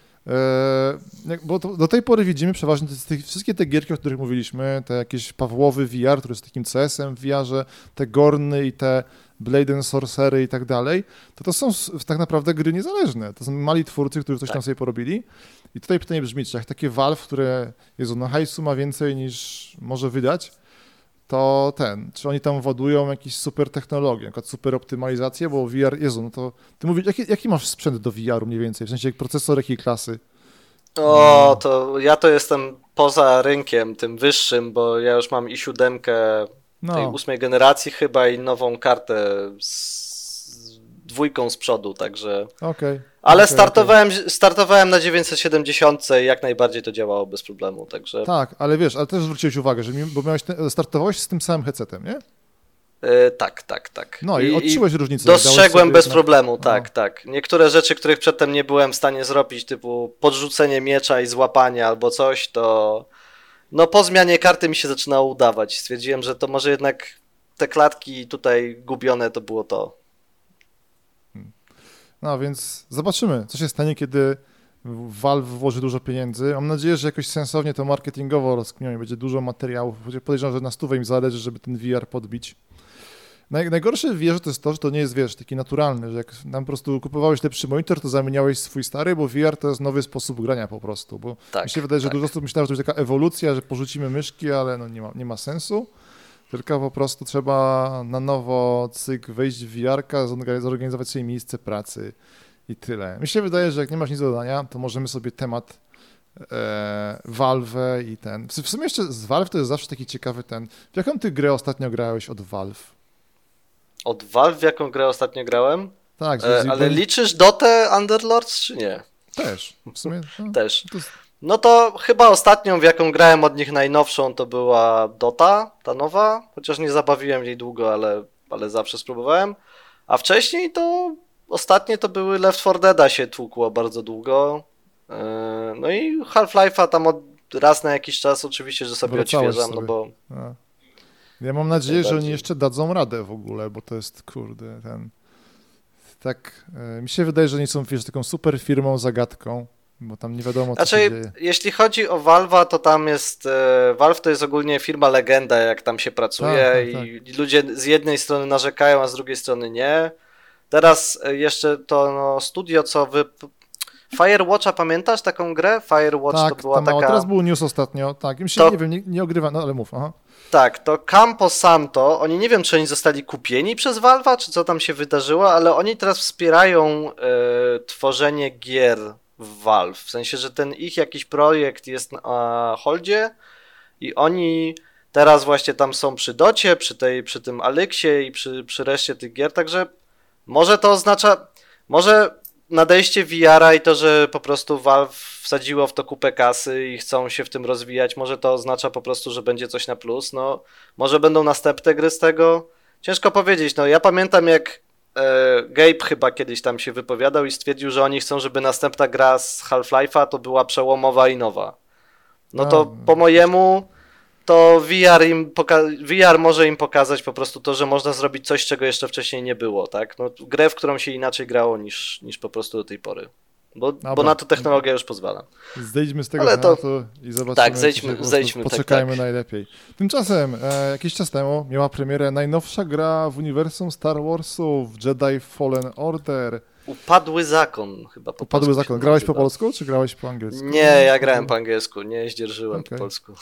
A: Bo to, do tej pory widzimy przeważnie te, te, wszystkie te gierki, o których mówiliśmy, te jakieś Pawłowy V R, który jest takim C S em w V R-ze, te Gorny i te Blade and Sorcery i tak dalej, to to są tak naprawdę gry niezależne. To są mali twórcy, którzy coś tak. tam sobie porobili. I tutaj pytanie brzmi, czy jak takie Valve, które Jezu, na hajsu ma więcej niż może wydać, to ten, czy oni tam władują jakieś super technologie, na przykład super optymalizację, bo V R, Jezu, no to ty mówisz, jaki, jaki masz sprzęt do V R-u mniej więcej, w sensie jak procesor jakiej klasy?
B: O, to ja to jestem poza rynkiem tym wyższym, bo ja już mam i siódemkę no. tej ósmej generacji chyba i nową kartę z dwójką z przodu, także...
A: Okay.
B: Ale
A: okay,
B: startowałem,
A: okay.
B: startowałem na dziewięćset siedemdziesiąt i jak najbardziej to działało bez problemu, także...
A: Tak, ale wiesz, ale też zwróciłeś uwagę, że mi, bo miałeś ten, startowałeś z tym samym headsetem, nie?
B: Yy, tak, tak, tak.
A: No i, i odczułeś różnicę.
B: Dostrzegłem bez problemu, tak, no. tak. Niektóre rzeczy, których przedtem nie byłem w stanie zrobić, typu podrzucenie miecza i złapanie albo coś, to no po zmianie karty mi się zaczynało udawać. Stwierdziłem, że to może jednak te klatki tutaj gubione to było to.
A: No więc zobaczymy, co się stanie, kiedy Valve włoży dużo pieniędzy. Mam nadzieję, że jakoś sensownie to marketingowo rozkminią i będzie dużo materiałów. Podejrzewam, że na stówę im zależy, żeby ten V R podbić. Naj, najgorsze w V R to jest to, że to nie jest, wiesz, taki naturalny, że jak nam po prostu kupowałeś lepszy monitor, to zamieniałeś swój stary, bo V R to jest nowy sposób grania po prostu, bo tak, mi się wydaje, tak. że dużo osób myślało, że to jest taka ewolucja, że porzucimy myszki, ale no nie ma, nie ma sensu, tylko po prostu trzeba na nowo cyk wejść w V R-ka, zorganizować sobie miejsce pracy i tyle. Mi się wydaje, że jak nie masz nic do dodania, to możemy sobie temat e, Valve i ten... W sumie jeszcze z Valve to jest zawsze taki ciekawy ten... W jaką ty grę ostatnio grałeś od Valve?
B: Od Valve w jaką grę ostatnio grałem?
A: Tak.
B: E, ale liczysz Dotę Underlords czy nie?
A: Też. W sumie, no,
B: Też.
A: To jest...
B: No to chyba ostatnią, w jaką grałem od nich najnowszą, to była Dota, ta nowa, chociaż nie zabawiłem jej długo, ale, ale zawsze spróbowałem. A wcześniej to ostatnie to były Left four Deada się tłukło bardzo długo. No i Half-Life'a tam od, raz na jakiś czas oczywiście, że sobie
A: Wracałeś
B: odświeżam,
A: sobie.
B: no bo...
A: A. Ja mam nadzieję, że oni jeszcze dadzą radę w ogóle, bo to jest, kurde, ten... Tak, mi się wydaje, że oni są, wiesz, taką super firmą, zagadką, bo tam nie wiadomo, co
B: znaczy,
A: się dzieje.
B: Jeśli chodzi o Valve'a, to tam jest... Valve to jest ogólnie firma legenda, jak tam się pracuje tak, tak, i tak. Ludzie z jednej strony narzekają, a z drugiej strony nie. Teraz jeszcze to no, studio, co wy... Firewatcha, pamiętasz taką grę? Firewatch
A: tak,
B: to była taka...
A: teraz był news ostatnio, tak, im się,
B: to...
A: nie wiem, nie, nie ogrywa, no ale mów, aha.
B: Tak, to Campo Santo, oni nie wiem, czy oni zostali kupieni przez Valve'a, czy co tam się wydarzyło, ale oni teraz wspierają y, tworzenie gier w Valve, w sensie, że ten ich jakiś projekt jest na holdzie i oni teraz właśnie tam są przy Docie, przy, tej, przy tym Alyxie i przy, przy reszcie tych gier, także może to oznacza, może nadejście V R-a i to, że po prostu Valve wsadziło w to kupę kasy i chcą się w tym rozwijać, może to oznacza po prostu, że będzie coś na plus, no może będą następne gry z tego, ciężko powiedzieć, no ja pamiętam jak e, Gabe chyba kiedyś tam się wypowiadał i stwierdził, że oni chcą, żeby następna gra z Half-Life'a to była przełomowa i nowa, no to no. po mojemu to V R, im poka- V R może im pokazać po prostu to, że można zrobić coś, czego jeszcze wcześniej nie było, tak? No, grę, w którą się inaczej grało niż, niż po prostu do tej pory. Bo, bo na to technologia już pozwala.
A: Zejdźmy z tego Ale to... tematu i zobaczymy,
B: tak, zejdźmy,
A: się,
B: zejdźmy,
A: poczekajmy
B: tak, tak.
A: najlepiej. Tymczasem, e, jakiś czas temu miała premierę najnowsza gra w uniwersum Star Warsów, Jedi Fallen Order.
B: Upadły zakon chyba po
A: Upadły zakon. Grałeś po polsku, czy grałeś po angielsku?
B: Nie, ja grałem po angielsku, nie zdzierżyłem okay. po polsku.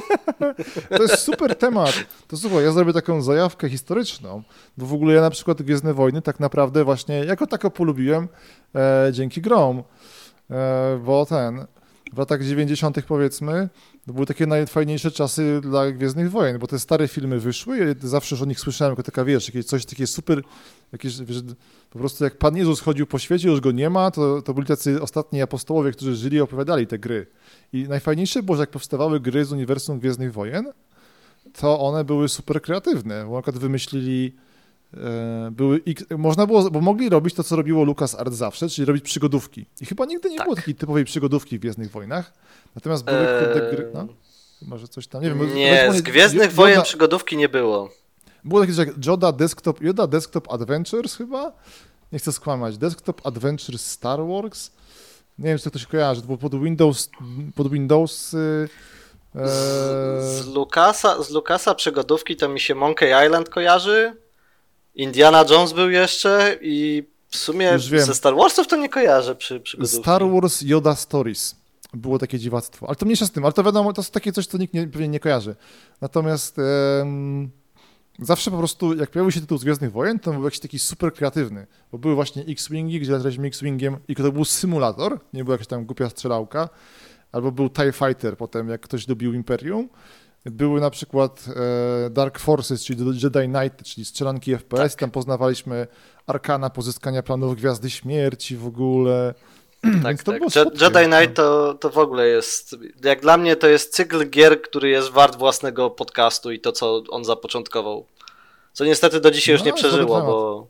A: To jest super temat. To słuchaj, ja zrobię taką zajawkę historyczną, bo w ogóle ja na przykład Gwiezdne Wojny tak naprawdę właśnie jako tako polubiłem e, dzięki grom, e, bo ten, w latach dziewięćdziesiątych powiedzmy, to były takie najfajniejsze czasy dla Gwiezdnych Wojen, bo te stare filmy wyszły i zawsze już o nich słyszałem, jako taka, wiesz, jakieś coś takie super, jakieś, wiesz, po prostu jak Pan Jezus chodził po świecie, już go nie ma, to, to byli tacy ostatni apostołowie, którzy żyli i opowiadali te gry. I najfajniejsze było, że jak powstawały gry z uniwersum Gwiezdnych Wojen, to one były super kreatywne, bo na przykład wymyślili, e, były, X, można było, bo mogli robić to, co robiło LucasArts zawsze, czyli robić przygodówki. I chyba nigdy nie tak. było takiej typowej przygodówki w Gwiezdnych Wojnach, natomiast były eee... te gry, no, może coś tam, nie wiem.
B: Nie, z Gwiezdnych Joda, Wojen przygodówki nie było.
A: Było takie, że Yoda Desktop, Yoda Desktop Adventures chyba? Nie chcę skłamać. Desktop Adventures Star Wars? Nie wiem, czy to ktoś kojarzy, to było pod Windows, pod Windows...
B: E... Z, z, Lucasa, z Lucasa przygodówki to mi się Monkey Island kojarzy, Indiana Jones był jeszcze i w sumie ze Star Warsów to nie kojarzę przy przygodówki.
A: Star Wars Yoda Stories. Było takie dziwactwo. Ale to mniejsza z tym, ale to wiadomo, to jest takie coś, co nikt nie, pewnie nie kojarzy. Natomiast em, zawsze po prostu, jak pojawił się tytuł z Gwiezdnych Wojen, to był jakiś taki super kreatywny, bo były właśnie X-Wingi, gdzie lataliśmy X-Wingiem i to był symulator, nie była jakaś tam głupia strzelałka, albo był TIE Fighter potem, jak ktoś lubił Imperium. Były na przykład e, Dark Forces, czyli Jedi Knight, czyli strzelanki F P S, tak. Tam poznawaliśmy arkana pozyskania planów Gwiazdy Śmierci w ogóle.
B: Tak, tak. Jedi Knight to, to w ogóle jest, jak dla mnie to jest cykl gier, który jest wart własnego podcastu i to, co on zapoczątkował. Co niestety do dzisiaj już no, nie przeżyło, bo...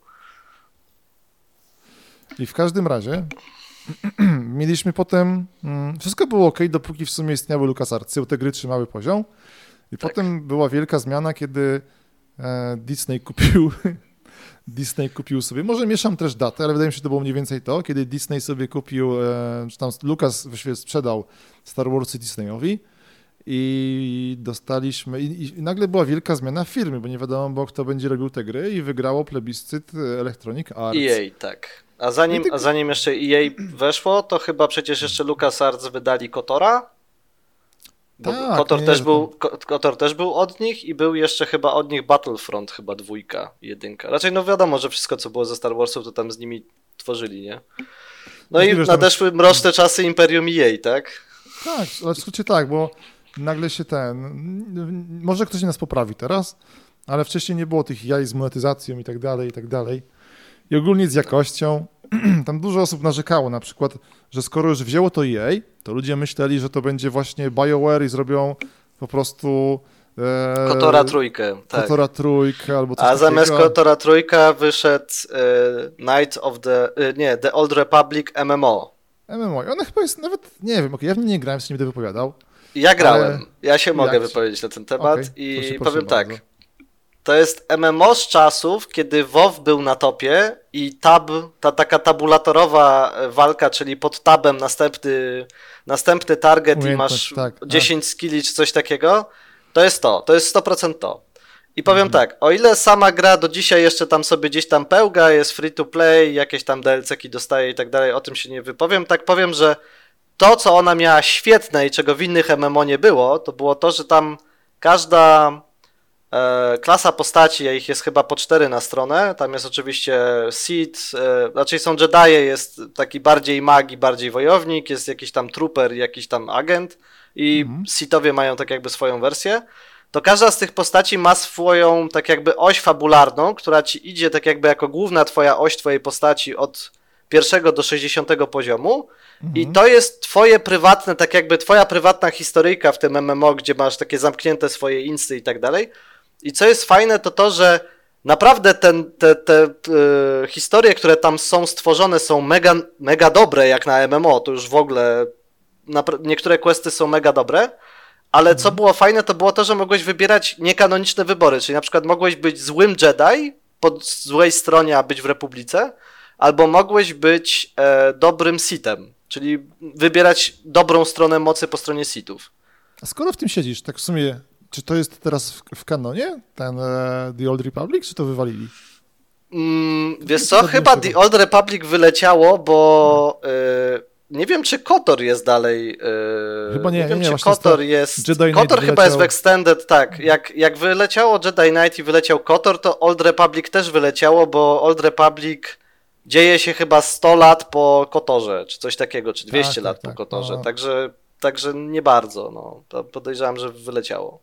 A: I w każdym razie mieliśmy potem, mm, wszystko było ok, dopóki w sumie istniały LucasArtsy, te gry trzymały poziom. I tak. Potem była wielka zmiana, kiedy e, Disney kupił Disney kupił sobie, może mieszam też datę, ale wydaje mi się, że to było mniej więcej to, kiedy Disney sobie kupił, e, czy tam Lucas właściwie sprzedał Star Warsy Disneyowi i dostaliśmy, i, i nagle była wielka zmiana firmy, bo nie wiadomo było, kto będzie robił te gry i wygrało plebiscyt Electronic Arts.
B: E A, tak. A zanim, a zanim jeszcze E A weszło, to chyba przecież jeszcze LucasArts wydali KOTORa? Bo tak, Kotor, nie, też był, Kotor też był od nich i był jeszcze chyba od nich Battlefront, chyba dwójka, jedynka. Raczej no wiadomo, że wszystko co było ze Star Warsów to tam z nimi tworzyli, nie? No, no i wiesz, nadeszły mroczne czasy Imperium E A, tak?
A: Tak, ale w skrócie tak, bo nagle się ten, może ktoś nas poprawi teraz, ale wcześniej nie było tych jaj z monetyzacją i tak dalej, i tak dalej. I ogólnie z jakością. tam dużo osób narzekało na przykład, że skoro już wzięło to E A, to ludzie myśleli, że to będzie właśnie BioWare i zrobią po prostu e,
B: Kotora trójkę, tak.
A: Kotora trójkę albo coś
B: A
A: takiego.
B: zamiast Kotora trójka wyszedł e, Knights of the, e, nie, The Old Republic M M O.
A: M M O. Ona chyba jest nawet, nie wiem, okay, ja w niej nie grałem, w nie będę wypowiadał.
B: Ja grałem,
A: ale...
B: ja się mogę
A: Jak
B: wypowiedzieć na ten temat
A: okay,
B: i
A: proszę,
B: powiem
A: proszę
B: tak. To jest M M O z czasów, kiedy WoW był na topie i tab, ta taka tabulatorowa walka, czyli pod tabem następny, następny target i masz
A: tak,
B: dziesięć
A: tak.
B: skilli czy coś takiego, to jest to, to jest sto procent to. I powiem
A: Mhm.
B: tak, o ile sama gra do dzisiaj jeszcze tam sobie gdzieś tam pełga, jest free to play, jakieś tam D L C-ki dostaje i tak dalej, o tym się nie wypowiem, tak powiem, że to, co ona miała świetne i czego w innych M M O nie było, to było to, że tam każda e, klasa postaci, a ich jest chyba po cztery na stronę, tam jest oczywiście Sith, e, raczej są Jedi, jest taki bardziej mag i bardziej wojownik, jest jakiś tam trooper, jakiś tam agent i
A: Mhm.
B: Sithowie mają tak jakby swoją wersję, to każda z tych postaci ma swoją tak jakby oś fabularną, która ci idzie tak jakby jako główna twoja oś twojej postaci od pierwszego do sześćdziesiątego poziomu. I to jest twoje prywatne, tak jakby twoja prywatna historyjka w tym M M O, gdzie masz takie zamknięte swoje insty i tak dalej. I co jest fajne, to to, że naprawdę ten, te, te e, historie, które tam są stworzone, są mega, mega dobre jak na M M O. To już w ogóle napra- niektóre questy są mega dobre. Ale co było fajne, to było to, że mogłeś wybierać niekanoniczne wybory. Czyli na przykład mogłeś być złym Jedi po złej stronie, a być w Republice, albo mogłeś być e, dobrym Sithem. Czyli wybierać dobrą stronę mocy po stronie Sithów.
A: A skoro w tym siedzisz, tak w sumie, czy to jest teraz w, w kanonie, ten e, The Old Republic, czy to wywalili?
B: Mm, wiesz co, chyba The Old Republic wyleciało, bo e, nie wiem, czy KOTOR jest dalej. E,
A: chyba nie,
B: nie wiem,
A: nie, nie,
B: czy KOTOR jest.
A: Jedi
B: KOTOR
A: Knight
B: chyba jest w
A: wyleciał...
B: Extended, tak. Jak, jak wyleciało Jedi Knight i wyleciał KOTOR, to Old Republic też wyleciało, bo Old Republic dzieje się chyba sto lat po KOTORze, czy coś takiego, czy dwieście
A: tak,
B: lat
A: tak,
B: po
A: tak.
B: KOTORze.
A: No.
B: Także, także nie bardzo. No. To podejrzewam, że wyleciało.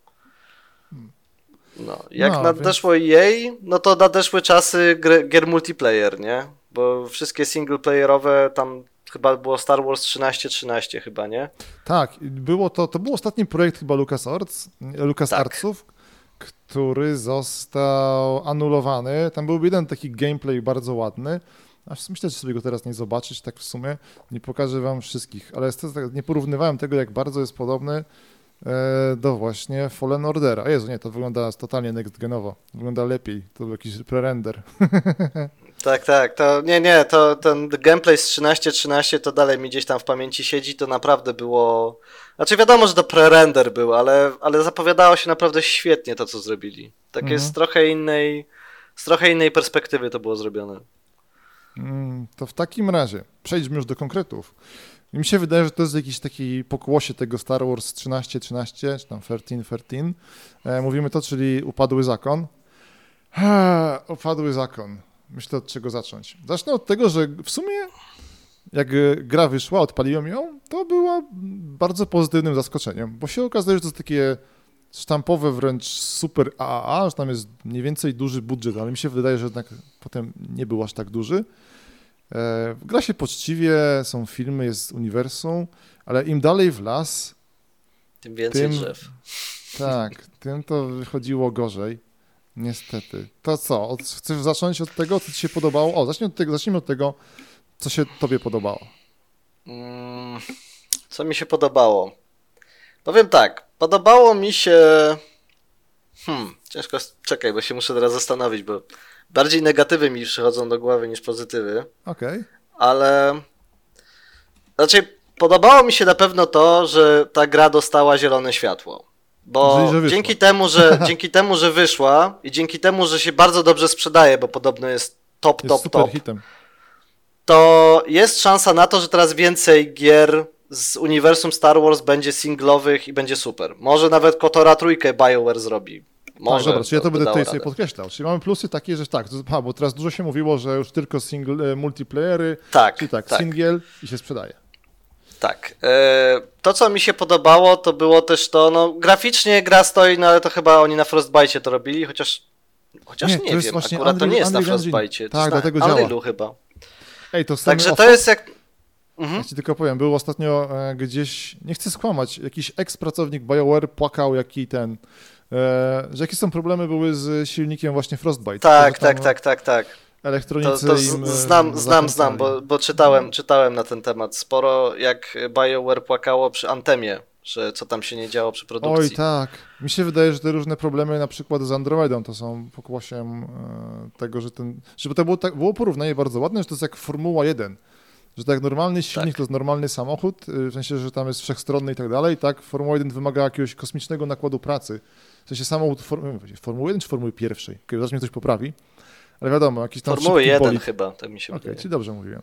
B: No. Jak
A: No,
B: nadeszło więc... E A, no to nadeszły czasy gr- gier multiplayer, nie? Bo wszystkie singleplayerowe tam chyba było Star Wars trzynaście trzynaście chyba, nie?
A: Tak, było to, to był ostatni projekt chyba LucasArts, LucasArtsów, tak. który został anulowany. Tam był jeden taki gameplay bardzo ładny, aż myślę, że sobie go teraz nie zobaczyć, tak w sumie nie pokażę wam wszystkich, ale jest to, nie porównywałem tego, jak bardzo jest podobny do właśnie Fallen Ordera. Jezu, nie, to wygląda totalnie next-genowo. Wygląda lepiej. To był jakiś pre-render.
B: Tak, tak. To nie, nie, to ten gameplay z trzynaście trzynaście to dalej mi gdzieś tam w pamięci siedzi. To naprawdę było... Znaczy wiadomo, że to pre-render był, ale, ale zapowiadało się naprawdę świetnie to, co zrobili. Takie
A: Mhm.
B: z trochę innej, z trochę innej perspektywy to było zrobione.
A: Mm, to w takim razie przejdźmy już do konkretów. Mi się wydaje, że to jest jakiś taki pokłosie tego Star Wars trzynaście trzynaście, czy tam trzynaście trzynaście. E, mówimy to, czyli upadły zakon. Ha, upadły zakon. Myślę, od czego zacząć. Zacznę od tego, że w sumie jak gra wyszła, odpaliłem ją, to była bardzo pozytywnym zaskoczeniem, bo się okazuje, że to jest takie sztampowe wręcz super A A A, że tam jest mniej więcej duży budżet, ale mi się wydaje, że jednak potem nie był aż tak duży. E, gra się poczciwie, są filmy, jest uniwersum, ale im dalej w las,
B: Tym więcej
A: tym,
B: drzew.
A: Tak, tym to wychodziło gorzej. Niestety. To co? Od, chcesz zacząć od tego, co ci się podobało? O, zacznijmy od tego, zacznijmy od tego, co się tobie podobało.
B: Mm, co mi się podobało? Powiem tak, podobało mi się... Hmm, ciężko... Czekaj, bo się muszę teraz zastanowić, bo bardziej negatywy mi przychodzą do głowy niż pozytywy.
A: Okej. Okay.
B: Ale... Znaczy, podobało mi się na pewno to, że ta gra dostała zielone światło. Bo
A: Czyli,
B: dzięki temu, że dzięki temu, że wyszła i dzięki temu, że się bardzo dobrze sprzedaje, bo podobno jest top,
A: jest
B: top,
A: super
B: top,
A: hitem.
B: To jest szansa na to, że teraz więcej gier z uniwersum Star Wars będzie singlowych i będzie super. Może nawet Kotora trójkę BioWare zrobi. Może.
A: Tak, dobra, czyli ja to będę tutaj
B: radę.
A: sobie podkreślał. Czyli mamy plusy takie, że tak, to, bo teraz dużo się mówiło, że już tylko single, multiplayery,
B: tak,
A: czyli tak,
B: tak.
A: singiel i się sprzedaje.
B: Tak. To, co mi się podobało, to było też to, no graficznie gra stoi, no ale to chyba oni na Frostbite to robili, chociaż chociaż nie,
A: nie to
B: wiem, akurat
A: Unreal,
B: to nie jest
A: Unreal
B: na Frostbite.
A: Tak,
B: to
A: dlatego
B: na
A: działa.
B: Unrealu chyba.
A: Ej, to
B: Także to jest jak...
A: Mhm. Ja ci tylko powiem, był ostatnio e, gdzieś, nie chcę skłamać, jakiś eks-pracownik BioWare płakał, jaki ten, e, że jakie są problemy były z silnikiem właśnie Frostbite.
B: Tak, tak, tak, tak, tak.
A: Elektronicy
B: to, to
A: im,
B: znam, znam, znam, bo, bo czytałem, czytałem na ten temat sporo, jak BioWare płakało przy Anthemie, że co tam się nie działo przy produkcji.
A: Oj, tak. Mi się wydaje, że te różne problemy na przykład z Andromedą to są pokłosiem e, tego, że ten, żeby to było, tak, było porównanie bardzo ładne, że to jest jak Formuła jeden. Że tak normalny silnik tak. to jest normalny samochód, w sensie, że tam jest wszechstronny i tak dalej, tak? Formuła jeden wymaga jakiegoś kosmicznego nakładu pracy. W sensie samochód Formuły Formuły jeden czy Formuły pierwszej? Okay, zaraz mnie ktoś poprawi, ale wiadomo, jakiś tam
B: Formuły jeden
A: bolid.
B: chyba, tak mi się
A: okay,
B: wydaje.
A: Czyli dobrze mówiłem.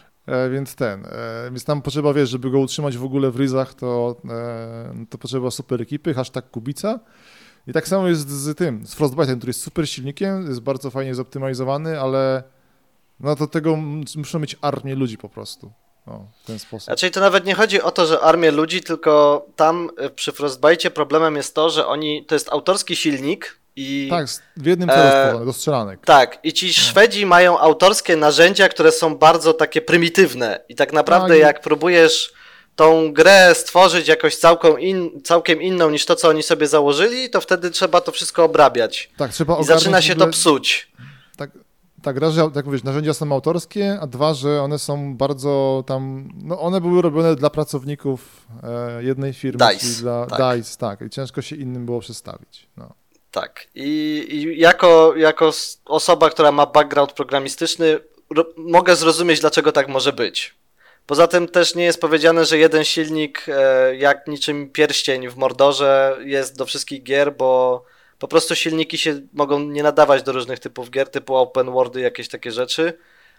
A: E, więc ten, e, więc tam potrzeba, wiesz, żeby go utrzymać w ogóle w ryzach, to, e, to potrzeba super ekipy, hashtag Kubica. I tak samo jest z tym, z Frostbite'em, który jest super silnikiem, jest bardzo fajnie zoptymalizowany, ale no to tego muszą mieć armię ludzi po prostu. No, w ten sposób.
B: Znaczy to nawet nie chodzi o to, że armię ludzi, tylko tam przy Frostbite'cie problemem jest to, że oni, to jest autorski silnik i...
A: Tak, w jednym celu e, do strzelanek.
B: Tak, i ci Szwedzi no. mają autorskie narzędzia, które są bardzo takie prymitywne i tak naprawdę tak. jak próbujesz tą grę stworzyć jakoś całkiem, in, całkiem inną niż to, co oni sobie założyli, to wtedy trzeba to wszystko obrabiać.
A: Tak, trzeba
B: I zaczyna się ogóle... to psuć.
A: Tak. Tak, raz, że, jak mówisz, narzędzia są autorskie, a dwa, że one są bardzo tam, no one były robione dla pracowników e, jednej firmy,
B: DICE,
A: czyli dla
B: tak.
A: DICE, tak, i ciężko się innym było przestawić. No.
B: Tak, i, i jako, jako osoba, która ma background programistyczny, ro, mogę zrozumieć, dlaczego tak może być. Poza tym też nie jest powiedziane, że jeden silnik, e, jak niczym pierścień w Mordorze, jest do wszystkich gier, bo po prostu silniki się mogą nie nadawać do różnych typów gier, typu open worldy, jakieś takie rzeczy,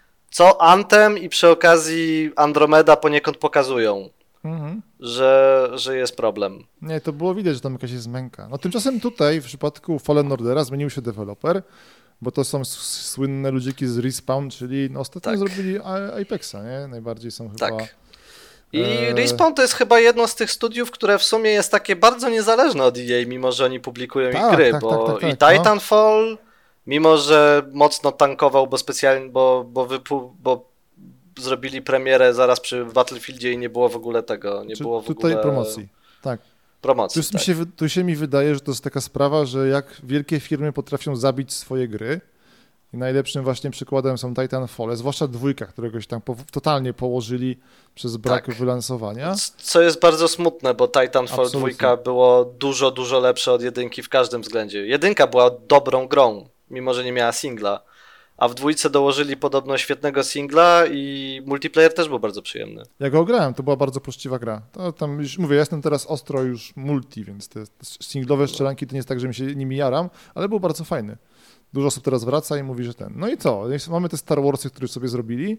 B: co Anthem i przy okazji Andromeda poniekąd pokazują, mhm. że, że jest problem.
A: Nie, to było widać, że tam jakaś jest męka. No tymczasem tutaj w przypadku Fallen Ordera zmienił się deweloper, bo to są słynne ludziki z Respawn, czyli no, ostatnio tak. zrobili Apexa, nie? Najbardziej są chyba...
B: Tak. I Respawn to jest chyba jedno z tych studiów, które w sumie jest takie bardzo niezależne od E A, mimo że oni publikują tak, ich gry, tak, bo tak, tak, tak, i Titanfall, no. mimo że mocno tankował, bo specjalnie, bo, bo, wypu, bo zrobili premierę zaraz przy Battlefieldzie i nie było w ogóle tego, nie
A: Czy
B: było w
A: tutaj
B: ogóle...
A: promocji, tak.
B: Promocji,
A: tu,
B: tak.
A: się, tu się mi wydaje, że to jest taka sprawa, że jak wielkie firmy potrafią zabić swoje gry, i najlepszym właśnie przykładem są Titanfall, zwłaszcza dwójka, któregoś tam po, totalnie położyli przez brak tak. wylansowania.
B: Co jest bardzo smutne, bo Titanfall dwa było dużo, dużo lepsze od jedynki w każdym względzie. Jedynka była dobrą grą, mimo że nie miała singla, a w dwójce dołożyli podobno świetnego singla i multiplayer też był bardzo przyjemny.
A: Ja go grałem, to była bardzo poczciwa gra. To tam już mówię, ja jestem teraz ostro już multi, więc te singlowe strzelanki to nie jest tak, że mi się nimi jaram, ale był bardzo fajny. Dużo osób teraz wraca i mówi, że ten. No i co? Mamy te Star Warsy, które sobie zrobili.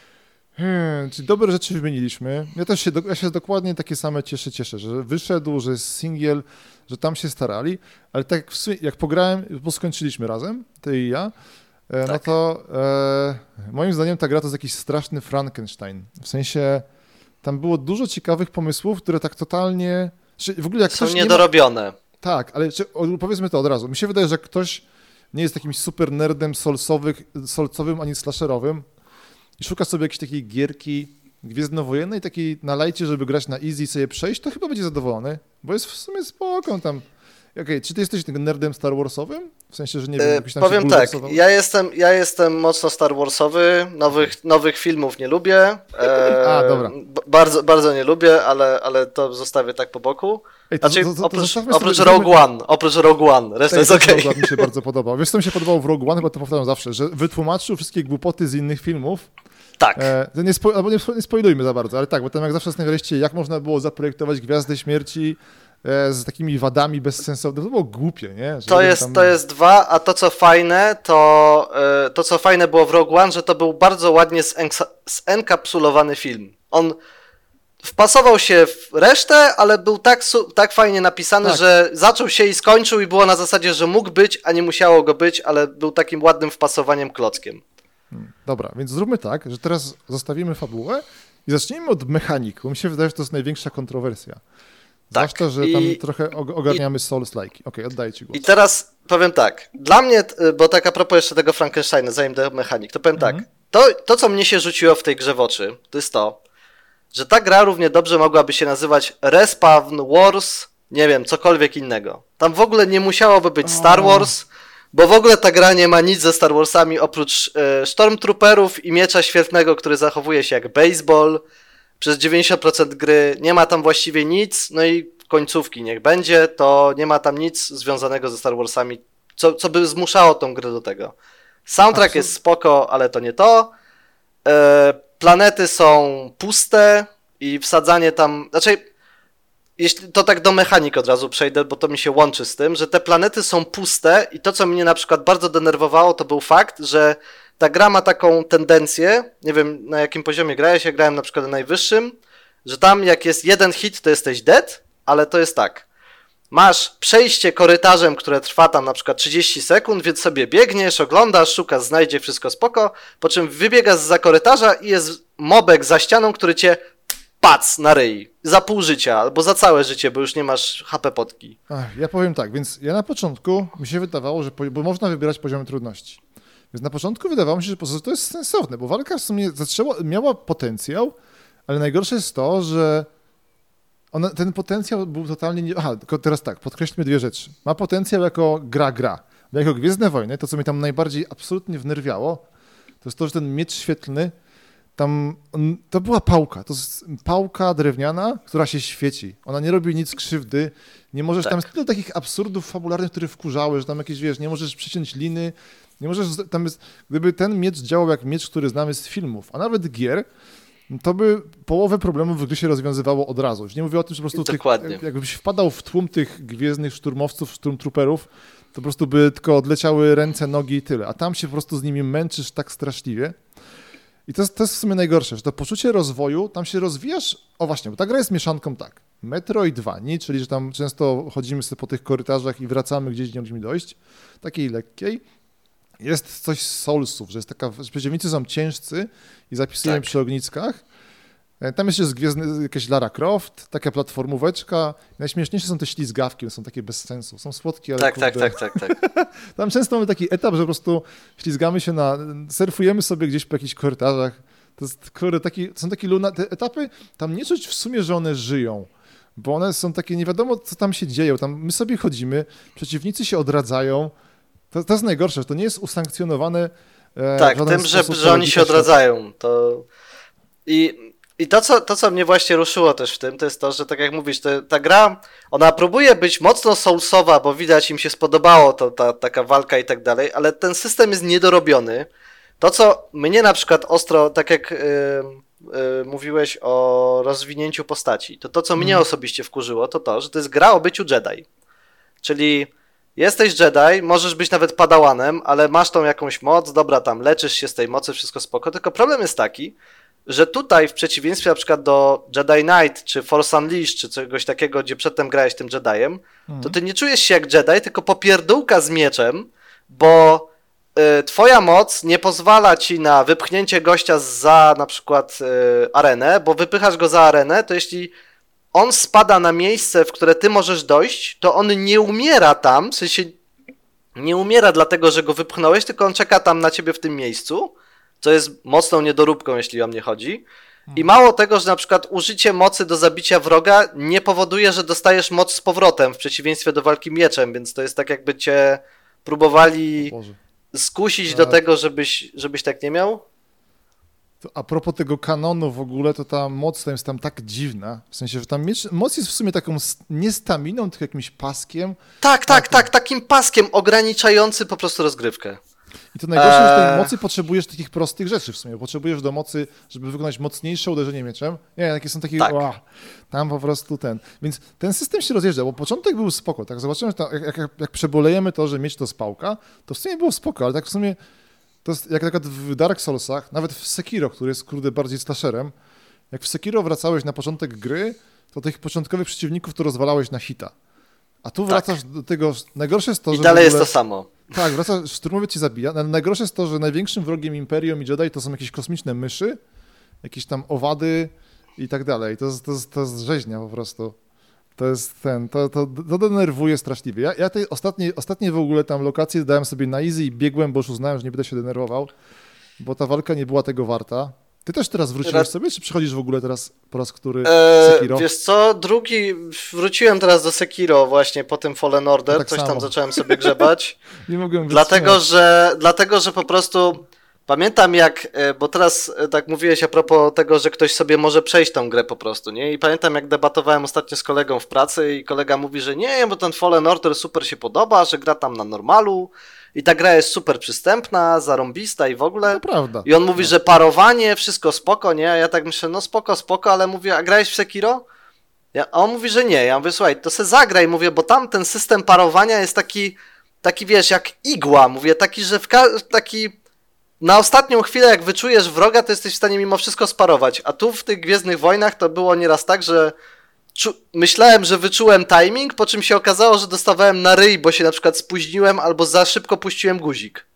A: Hmm, czyli dobre rzeczy wymieniliśmy. Ja też się, do, ja się dokładnie takie same cieszę, cieszę, że wyszedł, że jest singiel, że tam się starali, ale tak w sumie, jak pograłem, bo skończyliśmy razem, ty i ja, e, tak. no to e, moim zdaniem ta gra to jest jakiś straszny Frankenstein. W sensie tam było dużo ciekawych pomysłów, które tak totalnie... W ogóle jak
B: są niedorobione.
A: Nie ma, tak, ale czy, powiedzmy to od razu. Mi się wydaje, że ktoś nie jest jakimś super nerdem solcowym ani slasherowym i szuka sobie jakiejś takiej gierki gwiezdnowojennej, takiej na lajcie, żeby grać na easy i sobie przejść, to chyba będzie zadowolony, bo jest w sumie spoko tam. Okay, czy ty jesteś tym nerdem Star Warsowym? W sensie, że nie wiem, jakiś tam
B: Powiem się tak, ja jestem, ja jestem mocno Star Warsowy, nowych, nowych filmów nie lubię. E, A, dobra. B- bardzo, bardzo nie lubię, ale, ale to zostawię tak po boku. Ej, to, znaczy, to, to, to oprócz, oprócz sobie, Rogue One, oprócz Rogue One, reszta jest okej.
A: Okay. Mi się bardzo podobał. Wiesz, co mi się podobało w Rogue One, chyba to powtarzam zawsze, że wytłumaczył wszystkie głupoty z innych filmów.
B: Tak.
A: E, nie, spo, albo nie, nie spoilujmy za bardzo, ale tak, bo tam jak zawsze zastanawialiście, jak można było zaprojektować Gwiazdę Śmierci e, z takimi wadami bezsensownymi. To było głupie, nie? Że
B: to, jest, tam... to jest dwa, a to co fajne, to e, to co fajne było w Rogue One, że to był bardzo ładnie zenka- zenkapsulowany film. On wpasował się w resztę, ale był tak, su- tak fajnie napisany, tak. że zaczął się i skończył i było na zasadzie, że mógł być, a nie musiało go być, ale był takim ładnym wpasowaniem klockiem.
A: Hmm, dobra, więc zróbmy tak, że teraz zostawimy fabułę i zacznijmy od mechanik, bo mi się wydaje, że to jest największa kontrowersja.
B: Tak.
A: Zwłaszcza, że
B: I,
A: tam trochę ogarniamy Souls-like. Okej, okay, oddaję ci głos.
B: I teraz powiem tak, dla mnie, bo tak a propos jeszcze tego Frankensteina, zanim do mechanik, to powiem mhm. tak, to, to, co mnie się rzuciło w tej grze w oczy, to jest to, że ta gra równie dobrze mogłaby się nazywać Respawn Wars, nie wiem, cokolwiek innego. Tam w ogóle nie musiałoby być Star Wars, bo w ogóle ta gra nie ma nic ze Star Warsami oprócz e, Stormtrooperów i miecza świetlnego, który zachowuje się jak baseball. Przez dziewięćdziesiąt procent gry nie ma tam właściwie nic, no i końcówki niech będzie, to nie ma tam nic związanego ze Star Warsami, co, co by zmuszało tą grę do tego. Soundtrack Absolut. Jest spoko, ale to nie to. E, planety są puste i wsadzanie tam... Znaczy, jeśli to tak do mechanik od razu przejdę, bo to mi się łączy z tym, że te planety są puste i to, co mnie na przykład bardzo denerwowało, to był fakt, że ta gra ma taką tendencję, nie wiem na jakim poziomie grałeś, ja grałem na przykład na najwyższym, że tam jak jest jeden hit, to jesteś dead, ale to jest tak. Masz przejście korytarzem, które trwa tam na przykład trzydzieści sekund, więc sobie biegniesz, oglądasz, szukasz, znajdzie wszystko spoko, po czym wybiegasz za korytarza i jest mobek za ścianą, który cię pac na ryj. Za pół życia, albo za całe życie, bo już nie masz H P potki.
A: Ach, ja powiem tak, więc ja na początku mi się wydawało, że po, bo można wybierać poziomy trudności. Więc na początku wydawało mi się, że to jest sensowne, bo walka w sumie zaczęła, miała potencjał, ale najgorsze jest to, że ona, ten potencjał był totalnie... Nie... Aha, tylko teraz tak, podkreślmy dwie rzeczy. Ma potencjał jako gra-gra. Bo jako Gwiezdne Wojny, to co mnie tam najbardziej absolutnie wnerwiało, to jest to, że ten miecz świetlny, tam, on, to była pałka, to jest pałka drewniana, która się świeci. Ona nie robi nic krzywdy, nie możesz, tak. Tam jest tyle takich absurdów fabularnych, które wkurzały, że tam jakieś, wiesz, nie możesz przyciąć liny, nie możesz, tam jest, gdyby ten miecz działał jak miecz, który znamy z filmów, a nawet gier, to by połowę problemów w gry się rozwiązywało od razu. Już nie mówię o tym, że po prostu tych, jakbyś wpadał w tłum tych gwiezdnych szturmowców, szturmtrooperów, to po prostu by tylko odleciały ręce, nogi i tyle. A tam się po prostu z nimi męczysz tak straszliwie. I to jest, to jest w sumie najgorsze, że to poczucie rozwoju, tam się rozwijasz, o właśnie, bo ta gra jest mieszanką tak, Metroidvanii, czyli że tam często chodzimy sobie po tych korytarzach i wracamy gdzieś, gdzie mogliśmy dojść, takiej lekkiej. Jest coś z Soulsów, że jest taka, że przeciwnicy są ciężcy i zapisują tak. przy ogniskach. Tam jest jeszcze gwiezdny, jakaś Lara Croft, taka platformóweczka. Najśmieszniejsze są te ślizgawki, one są takie bez sensu. Są słodkie, ale
B: tak,
A: kurde...
B: tak, tak, tak, tak.
A: Tam często mamy taki etap, że po prostu ślizgamy się na... surfujemy sobie gdzieś po jakichś korytarzach. To jest, kurde, taki, są takie luna... Te etapy, tam nie czuć w sumie, że one żyją. Bo one są takie, nie wiadomo, co tam się dzieje. Tam my sobie chodzimy, przeciwnicy się odradzają. To, to jest najgorsze, że to nie jest usankcjonowane. E,
B: tak, tym, że, że oni się odradzają. To... I... I to co, to, co mnie właśnie ruszyło też w tym, to jest to, że tak jak mówisz, to, ta gra, ona próbuje być mocno soulsowa, bo widać im się spodobało to, ta taka walka i tak dalej, ale ten system jest niedorobiony. To, co mnie na przykład ostro, tak jak yy, yy, mówiłeś o rozwinięciu postaci, to to, co mnie osobiście wkurzyło, to to, że to jest gra o byciu Jedi. Czyli jesteś Jedi, możesz być nawet padałanem, ale masz tą jakąś moc, dobra, tam leczysz się z tej mocy, wszystko spoko, tylko problem jest taki, że tutaj w przeciwieństwie na przykład do Jedi Knight, czy Force Unleashed, czy czegoś takiego, gdzie przedtem grałeś tym Jediem, mhm. to ty nie czujesz się jak Jedi, tylko popierdółka z mieczem, bo y, twoja moc nie pozwala ci na wypchnięcie gościa za na przykład y, arenę, bo wypychasz go za arenę, to jeśli on spada na miejsce, w które ty możesz dojść, to on nie umiera tam, w sensie nie umiera dlatego, że go wypchnąłeś, tylko on czeka tam na ciebie w tym miejscu, co jest mocną niedoróbką, jeśli o mnie chodzi. I mało tego, że na przykład użycie mocy do zabicia wroga nie powoduje, że dostajesz moc z powrotem, w przeciwieństwie do walki mieczem, więc to jest tak, jakby cię próbowali skusić tak. do tego, żebyś, żebyś tak nie miał.
A: To a propos tego kanonu w ogóle, to ta moc tam jest tam tak dziwna, w sensie, że tam miecz, moc jest w sumie taką nie staminą, tylko jakimś paskiem.
B: Tak, tak, tak, takim paskiem ograniczający po prostu rozgrywkę.
A: I to najgorsze, eee. że tej mocy potrzebujesz takich prostych rzeczy w sumie. Potrzebujesz do mocy, żeby wykonać mocniejsze uderzenie mieczem. Nie, jakie są takie,
B: tak.
A: Wow, tam po prostu ten. Więc ten system się rozjeżdża, bo początek był spoko. Tak zobaczyłem, że to, jak, jak, jak przebolejemy to, że miecz to spałka, to w sumie było spoko, ale tak w sumie to jest jak nawet w Dark Soulsach, nawet w Sekiro, który jest kurde bardziej slasherem, jak w Sekiro wracałeś na początek gry, to tych początkowych przeciwników to rozwalałeś na hita. A tu wracasz tak. do tego, najgorsze jest to,
B: I
A: że...
B: I dalej
A: ogóle,
B: jest to samo.
A: Tak, wracasz, szturmowiec cię zabija, ale najgorsze jest to, że największym wrogiem Imperium i Jedi to są jakieś kosmiczne myszy, jakieś tam owady i tak dalej. To jest, to jest, to jest rzeźnia po prostu. To jest ten, to, to, to denerwuje straszliwie. Ja, ja tej ostatniej, ostatniej w ogóle tam lokacje dałem sobie na easy i biegłem, bo już uznałem, że nie będę się denerwował. bo ta walka nie była tego warta. Ty też teraz wróciłeś
B: Raz...
A: sobie, czy przychodzisz w ogóle teraz po raz który
B: eee,
A: Sekiro?
B: Wiesz co, drugi, wróciłem teraz do Sekiro właśnie po tym Fallen Order,
A: no tak
B: coś
A: samo.
B: tam zacząłem sobie grzebać.
A: Nie mogłem
B: dlatego, że, dlatego, że po prostu pamiętam jak, bo teraz tak mówiłeś a propos tego, że ktoś sobie może przejść tą grę po prostu, nie? I pamiętam jak debatowałem ostatnio z kolegą w pracy i kolega mówi, że nie, bo ten Fallen Order super się podoba, że gra tam na normalu i ta gra jest super przystępna, zarąbista i w ogóle.
A: To prawda.
B: I on mówi,
A: no.
B: że parowanie, wszystko spoko, nie? A ja tak myślę, no spoko, spoko, ale mówię, a grałeś w Sekiro? Ja, a on mówi, że nie. Ja mówię, słuchaj, to se zagraj, mówię, bo tam ten system parowania jest taki, taki wiesz, jak igła, mówię, taki, że w ka- taki na ostatnią chwilę, jak wyczujesz wroga, to jesteś w stanie mimo wszystko sparować. A tu w tych Gwiezdnych Wojnach to było nieraz tak, że czu- myślałem, że wyczułem timing, po czym się okazało, że dostawałem na ryj, bo się na przykład spóźniłem albo za szybko puściłem guzik.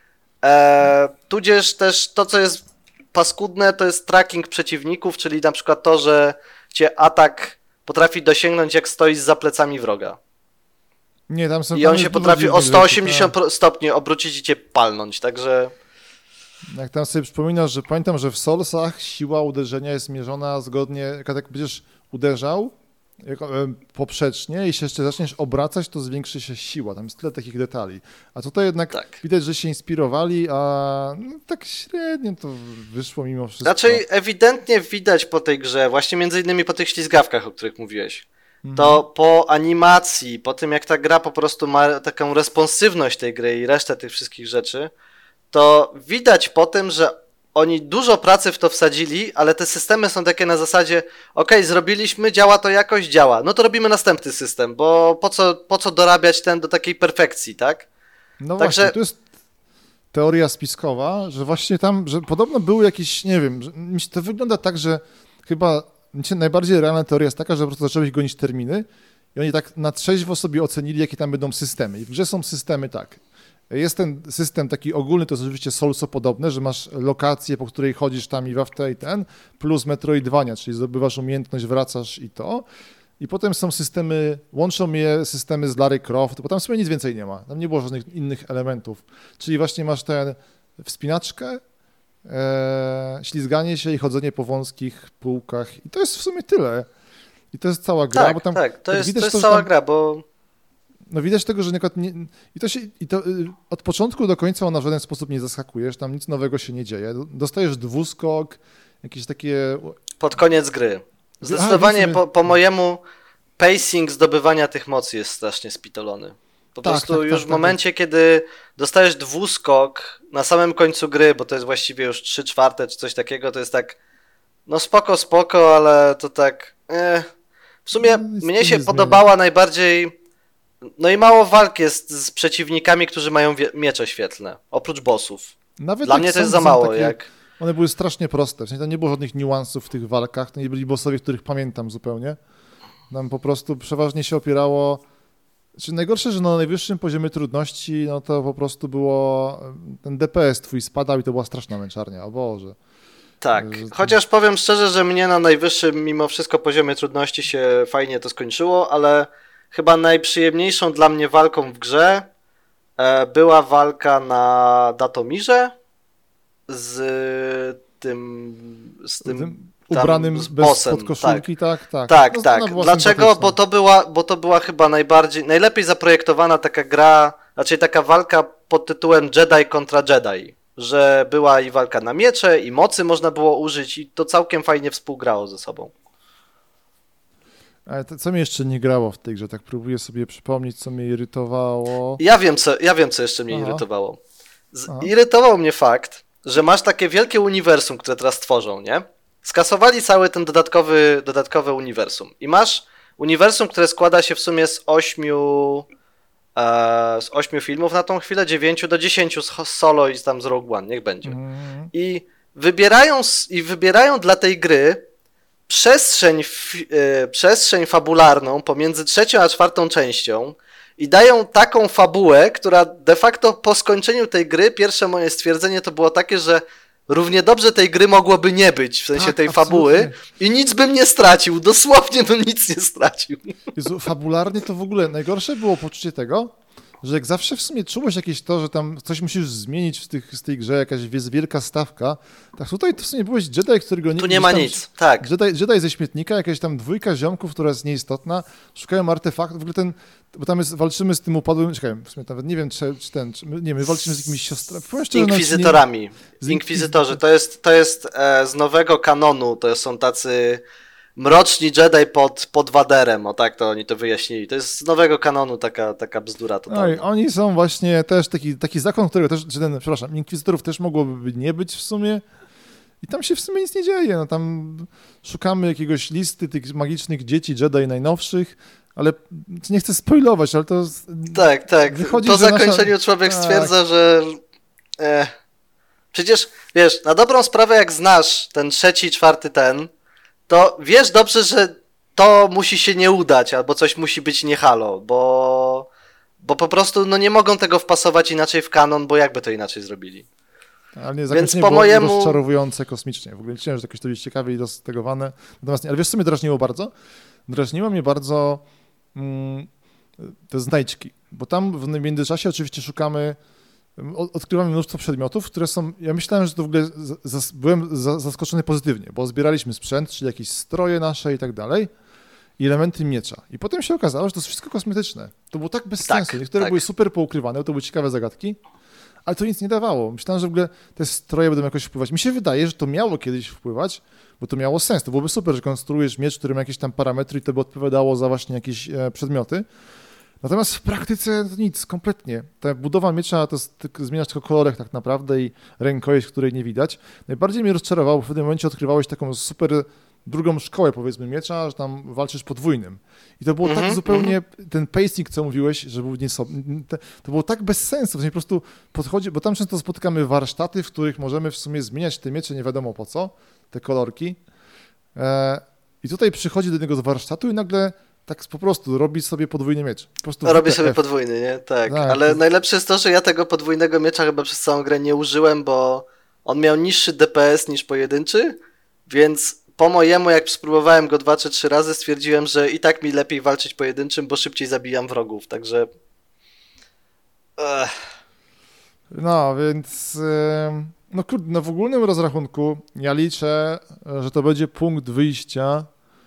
B: Eee, tudzież też to, co jest paskudne, to jest tracking przeciwników, czyli na przykład to, że cię atak potrafi dosięgnąć, jak stoisz za plecami wroga.
A: Nie, tam są,
B: I
A: tam
B: on się potrafi o sto osiemdziesiąt stopni obrócić i cię palnąć, także...
A: Jak tam sobie przypominasz, że pamiętam, że w Soulsach siła uderzenia jest mierzona zgodnie, jak tak będziesz uderzał jako, e, poprzecznie i się jeszcze zaczniesz obracać, to zwiększy się siła. Tam jest tyle takich detali. A tutaj jednak
B: tak.
A: widać, że się inspirowali, a no, tak średnio to wyszło mimo wszystko.
B: Raczej ewidentnie widać po tej grze, właśnie między innymi po tych ślizgawkach, o których mówiłeś,
A: mhm.
B: to po animacji, po tym jak ta gra po prostu ma taką responsywność tej gry i resztę tych wszystkich rzeczy, to widać po tym, że oni dużo pracy w to wsadzili, ale te systemy są takie na zasadzie okej, okay, zrobiliśmy, działa to jakoś, działa, no to robimy następny system, bo po co, po co dorabiać ten do takiej perfekcji, tak?
A: No
B: Także...
A: właśnie, to jest teoria spiskowa, że właśnie tam, że podobno były jakieś, nie wiem, że mi się to wygląda tak, że chyba najbardziej realna teoria jest taka, że po prostu zaczęłeś gonić terminy i oni tak na trzeźwo sobie ocenili, jakie tam będą systemy. I w grze są systemy tak. Jest ten system taki ogólny, to jest oczywiście Soulso-podobne, że masz lokację, po której chodzisz tam i w te i ten, plus Metroidvania, czyli zdobywasz umiejętność, wracasz i to. I potem są systemy, łączą je systemy z Lara Croft, bo tam sobie nic więcej nie ma. Tam nie było żadnych innych elementów. Czyli właśnie masz tę wspinaczkę, e, ślizganie się i chodzenie po wąskich półkach. I to jest w sumie tyle. I to jest cała gra.
B: Tak,
A: bo tam,
B: tak, to jest,
A: widać
B: to jest
A: to,
B: cała
A: tam,
B: gra, bo...
A: No widać tego, że nie, i to się i to od początku do końca ona w żaden sposób nie zaskakujesz, tam nic nowego się nie dzieje. Dostajesz dwuskok, jakieś takie...
B: Pod koniec gry. Zdecydowanie po, po mojemu pacing zdobywania tych mocy jest strasznie spitolony. Po
A: tak,
B: prostu
A: tak,
B: już
A: tak,
B: w
A: tak,
B: momencie,
A: tak.
B: kiedy dostajesz dwuskok na samym końcu gry, bo to jest właściwie już trzy czwarte czy coś takiego, to jest tak no spoko, spoko, ale to tak eh. W sumie
A: no,
B: mnie się podobała zmienia. najbardziej no i mało walk jest z przeciwnikami, którzy mają wie- miecze świetlne, oprócz bossów.
A: Nawet
B: Dla mnie to jest za mało.
A: Takie,
B: jak...
A: One były strasznie proste, w sensie tam nie było żadnych niuansów w tych walkach, to nie byli bossowie, których pamiętam zupełnie. Tam po prostu przeważnie się opierało... Znaczy najgorsze, że na najwyższym poziomie trudności, no to po prostu było... Ten D P S twój spadał i to była straszna męczarnia, o Boże.
B: Tak, chociaż powiem szczerze, że mnie na najwyższym mimo wszystko poziomie trudności się fajnie to skończyło, ale chyba najprzyjemniejszą dla mnie walką w grze e, była walka na Datomirze z tym z tym tam,
A: ubranym
B: z
A: bez
B: bossem.
A: podkoszulki, tak, tak.
B: Tak,
A: no,
B: tak. Dlaczego? Bo to była, bo to była chyba najbardziej, najlepiej zaprojektowana taka gra, raczej taka walka pod tytułem Jedi kontra Jedi. Że była i walka na miecze, i mocy można było użyć i to całkiem fajnie współgrało ze sobą.
A: Ale to, co mnie jeszcze nie grało w tej grze? Tak próbuję sobie przypomnieć, co mnie irytowało.
B: Ja wiem, co, ja wiem, co jeszcze mnie Aha. irytowało. Z, irytował mnie fakt, że masz takie wielkie uniwersum, które teraz tworzą, nie? Skasowali cały ten dodatkowy, dodatkowe uniwersum. I masz uniwersum, które składa się w sumie z ośmiu... z ośmiu filmów na tą chwilę, dziewięciu do dziesięciu z Solo i tam z Rogue One, niech będzie. Mm. I wybierają, i wybierają dla tej gry przestrzeń, yy, przestrzeń fabularną pomiędzy trzecią a czwartą częścią i dają taką fabułę, która de facto po skończeniu tej gry, pierwsze moje stwierdzenie to było takie, że równie dobrze tej gry mogłoby nie być, w sensie tak, tej absolutnie. fabuły i nic bym nie stracił, dosłownie bym nic nie stracił.
A: Jezu, fabularnie to w ogóle najgorsze było poczucie tego, że jak zawsze w sumie czułeś jakieś to, że tam coś musisz zmienić w, tych, w tej grze, jakaś jest wielka stawka, tak tutaj to w sumie byłeś Jedi, którego nie...
B: Tu nie ma
A: tam,
B: nic, tak.
A: Jedi, Jedi ze śmietnika, jakaś tam dwójka ziomków, która jest nieistotna, szukają artefaktów, w ogóle ten, bo tam jest, walczymy z tym upadłym, czekaj, w sumie nawet nie wiem, czy, czy ten, czy, nie, my walczymy z jakimiś siostrami.
B: Z inkwizytorami. Z inkwizytorzy, to jest, to jest e, z nowego kanonu, to są tacy... Mroczni Jedi pod, pod Waderem, o tak to oni to wyjaśnili. To jest z nowego kanonu taka, taka bzdura totalna.
A: No i oni są właśnie też taki, taki zakon, którego też, czy ten, przepraszam, inkwizytorów też mogłoby nie być w sumie i tam się w sumie nic nie dzieje. No tam szukamy jakiegoś listy tych magicznych dzieci Jedi najnowszych, ale nie chcę spoilować, ale to...
B: Tak, tak.
A: Wychodzi,
B: po zakończeniu
A: nasza...
B: człowiek
A: tak.
B: stwierdza, że... E, przecież, wiesz, na dobrą sprawę jak znasz ten trzeci, czwarty ten, to wiesz dobrze, że to musi się nie udać, albo coś musi być nie halo, bo, bo po prostu no nie mogą tego wpasować inaczej w kanon, bo jakby to inaczej zrobili.
A: Ale nie,
B: Więc po
A: było
B: mojemu...
A: rozczarowujące kosmicznie. W ogóle myślałem, że jakoś to jest ciekawe i roztegowane. Natomiast nie, ale wiesz, co mnie drażniło bardzo? Drażniło mnie bardzo mm, te znajdźki, bo tam w międzyczasie oczywiście szukamy, odkrywamy mnóstwo przedmiotów, które są, ja myślałem, że to w ogóle, z, z, byłem z, zaskoczony pozytywnie, bo zbieraliśmy sprzęt, czyli jakieś stroje nasze i tak dalej, i elementy miecza. I potem się okazało, że to jest wszystko kosmetyczne. To było tak bez
B: tak,
A: sensu. Niektóre
B: tak.
A: były super poukrywane, to były ciekawe zagadki, ale to nic nie dawało. Myślałem, że w ogóle te stroje będą jakoś wpływać. Mi się wydaje, że to miało kiedyś wpływać, bo to miało sens. To byłoby super, że konstruujesz miecz, który ma jakieś tam parametry i to by odpowiadało za właśnie jakieś e, przedmioty. Natomiast w praktyce to nic, kompletnie. Ta budowa miecza to jest, tylko, zmieniasz tylko kolorek tak naprawdę i rękojeść, której nie widać. Najbardziej mnie rozczarowało, bo w pewnym momencie odkrywałeś taką super drugą szkołę, powiedzmy, miecza, że tam walczysz podwójnym. I to było mm-hmm, tak zupełnie, mm-hmm. ten pacing, co mówiłeś, że był niesobny, to było tak bez sensu, że po prostu podchodzi, bo tam często spotykamy warsztaty, w których możemy w sumie zmieniać te miecze nie wiadomo po co, te kolorki. E, I tutaj przychodzi do niego z warsztatu i nagle tak po prostu robi sobie podwójny miecz. Po prostu
B: robi sobie podwójny, nie? Tak. tak. Ale to... najlepsze jest to, że ja tego podwójnego miecza chyba przez całą grę nie użyłem, bo on miał niższy D P S niż pojedynczy, więc po mojemu, jak spróbowałem go dwa czy trzy razy, stwierdziłem, że i tak mi lepiej walczyć pojedynczym, bo szybciej zabijam wrogów, także... Ech.
A: No, więc... No kurde, no w ogólnym rozrachunku ja liczę, że to będzie punkt wyjścia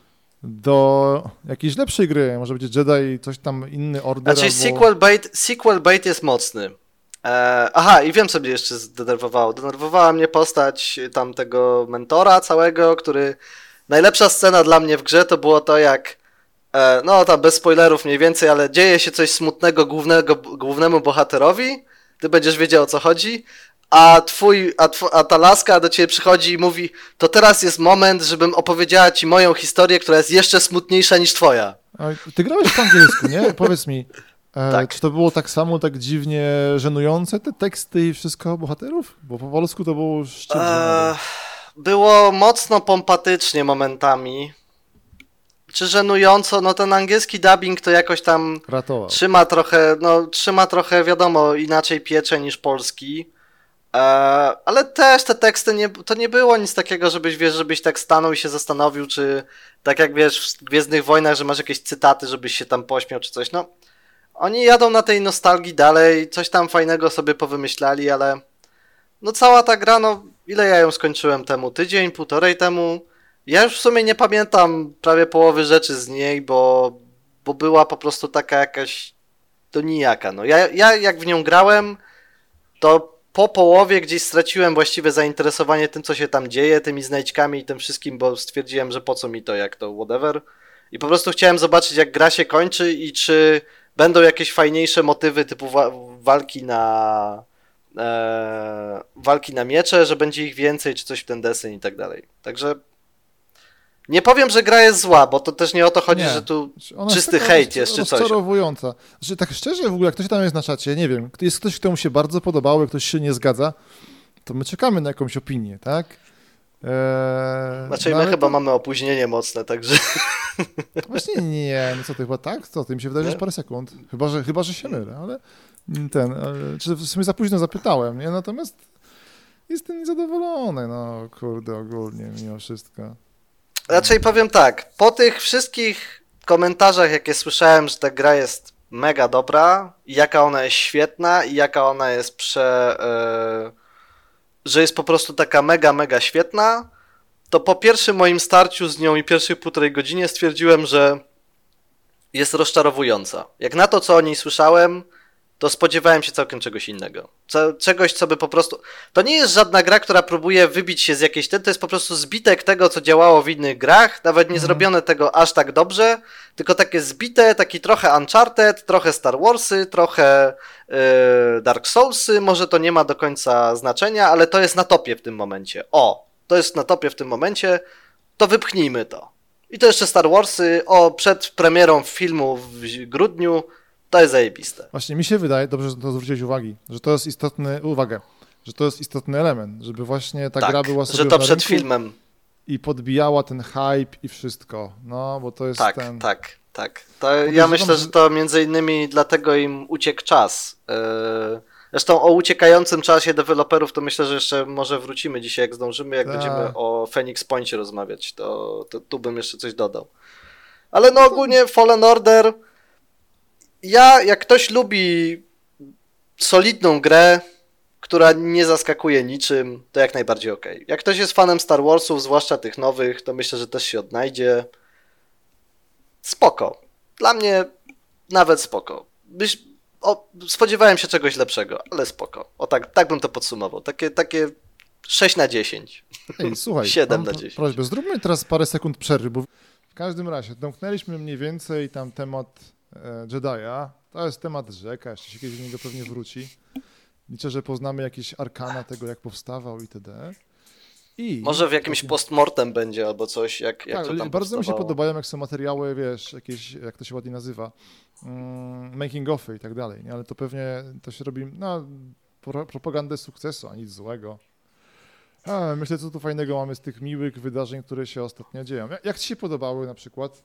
A: do jakiejś lepszej gry. Może będzie Jedi, coś tam, inny order.
B: Znaczy
A: albo...
B: sequel, bait, sequel bait jest mocny. E, aha, i wiem, co mnie jeszcze zdenerwowało. Denerwowała mnie postać tamtego mentora całego, który... Najlepsza scena dla mnie w grze to było to, jak... E, no, tam bez spoilerów mniej więcej, ale dzieje się coś smutnego głównego, głównemu bohaterowi. Ty będziesz wiedział, o co chodzi. A twój, a, tw- a ta laska do ciebie przychodzi i mówi, to teraz jest moment, żebym opowiedziała ci moją historię, która jest jeszcze smutniejsza niż twoja.
A: A ty grałeś po angielsku, nie? Powiedz mi, e,
B: tak.
A: czy to było tak samo, tak dziwnie żenujące, te teksty i wszystko bohaterów? Bo po polsku to było szczyt eee,
B: Było mocno pompatycznie momentami. Czy żenująco? No ten angielski dubbing to jakoś tam
A: ratował.
B: trzyma trochę, no trzyma trochę, wiadomo, inaczej pieczę niż polski. Ale też te teksty, nie, to nie było nic takiego, żebyś, wiesz, żebyś tak stanął i się zastanowił, czy tak jak wiesz w Gwiezdnych Wojnach, że masz jakieś cytaty, żebyś się tam pośmiał czy coś, no oni jadą na tej nostalgii dalej, coś tam fajnego sobie powymyślali, ale no cała ta gra, no ile ja ją skończyłem temu, tydzień, półtorej temu, ja już w sumie nie pamiętam prawie połowy rzeczy z niej, bo, bo była po prostu taka jakaś do nijaka, no ja, ja jak w nią grałem, to po połowie gdzieś straciłem właściwie zainteresowanie tym, co się tam dzieje, tymi znajdźkami i tym wszystkim, bo stwierdziłem, że po co mi to, jak to, whatever. I po prostu chciałem zobaczyć, jak gra się kończy i czy będą jakieś fajniejsze motywy typu wa- walki na e, walki na miecze, że będzie ich więcej, czy coś w ten deseń i tak dalej. Także nie powiem, że gra jest zła, bo to też nie o to chodzi,
A: nie.
B: że tu
A: Ona
B: czysty
A: jest
B: hejt jest, czy coś.
A: Rozczarowująca. Znaczy, tak szczerze, w ogóle, jak ktoś tam jest na czacie, nie wiem, jest ktoś, kto mu się bardzo podobało, ktoś się nie zgadza, to my czekamy na jakąś opinię, tak? Eee,
B: znaczy,
A: no
B: my chyba
A: to...
B: mamy opóźnienie mocne, także...
A: Właśnie nie, no co ty, chyba tak? Co ty, mi się wydaje, że jest parę sekund. Chyba, że, chyba, że się mylę, ale ten, ale, czy w sumie za późno zapytałem, nie? Natomiast jestem niezadowolony, no kurde, ogólnie, mimo wszystko.
B: Raczej powiem tak, po tych wszystkich komentarzach, jakie słyszałem, że ta gra jest mega dobra, i jaka ona jest świetna i jaka ona jest prze... Yy, że jest po prostu taka mega, mega świetna, to po pierwszym moim starciu z nią i pierwszej półtorej godzinie stwierdziłem, że jest rozczarowująca. Jak na to, co o niej słyszałem, to spodziewałem się całkiem czegoś innego. Co, czegoś, co by po prostu... To nie jest żadna gra, która próbuje wybić się z jakiejś... To jest po prostu zbitek tego, co działało w innych grach, nawet nie mm. zrobione tego aż tak dobrze, tylko takie zbite, taki trochę Uncharted, trochę Star Warsy, trochę yy, Dark Soulsy, może to nie ma do końca znaczenia, ale to jest na topie w tym momencie. O, to jest na topie w tym momencie, to wypchnijmy to. I to jeszcze Star Warsy, o, przed premierą filmu w grudniu, to jest zajebiste.
A: Właśnie mi się wydaje, dobrze, że to zwróciłeś uwagi, że to jest istotny, uwagę, że to jest istotny element, żeby właśnie ta
B: tak,
A: gra była sobie
B: że to
A: na
B: przed
A: rynku
B: filmem.
A: I podbijała ten hype i wszystko, no, bo to jest
B: tak,
A: ten...
B: Tak, tak, tak. To ja myślę, że to między innymi dlatego im uciekł czas. Zresztą o uciekającym czasie deweloperów to myślę, że jeszcze może wrócimy dzisiaj, jak zdążymy, jak Ta. będziemy o Phoenix Poincie rozmawiać, to, to tu bym jeszcze coś dodał. Ale no ogólnie Fallen Order, ja, jak ktoś lubi solidną grę, która nie zaskakuje niczym, to jak najbardziej okej. Jak ktoś jest fanem Star Warsów, zwłaszcza tych nowych, to myślę, że też się odnajdzie. Spoko. Dla mnie nawet spoko. Byś, o, spodziewałem się czegoś lepszego, ale spoko. O tak, tak bym to podsumował. Takie, takie sześć na dziesięć.
A: Ej, słuchaj,
B: siedem na dziesięć.
A: Prośbę, zróbmy teraz parę sekund przerwy, bo w każdym razie domknęliśmy mniej więcej tam temat e, Jedi'a. To jest temat rzeka, jeszcze się kiedyś do niego pewnie wróci. Liczę, że poznamy jakieś arkana tego, jak powstawał itd. I
B: może w jakimś taki... postmortem będzie albo coś, jak, jak
A: tak,
B: to tam
A: bardzo
B: powstawało.
A: mi się podobają, jak są materiały, wiesz, jakieś, jak to się ładnie nazywa, um, making offy i tak dalej, nie? Ale to pewnie to się robi, no, pro, propagandę sukcesu, a nic złego. A, myślę, co tu fajnego mamy z tych miłych wydarzeń, które się ostatnio dzieją. Jak, jak ci się podobały na przykład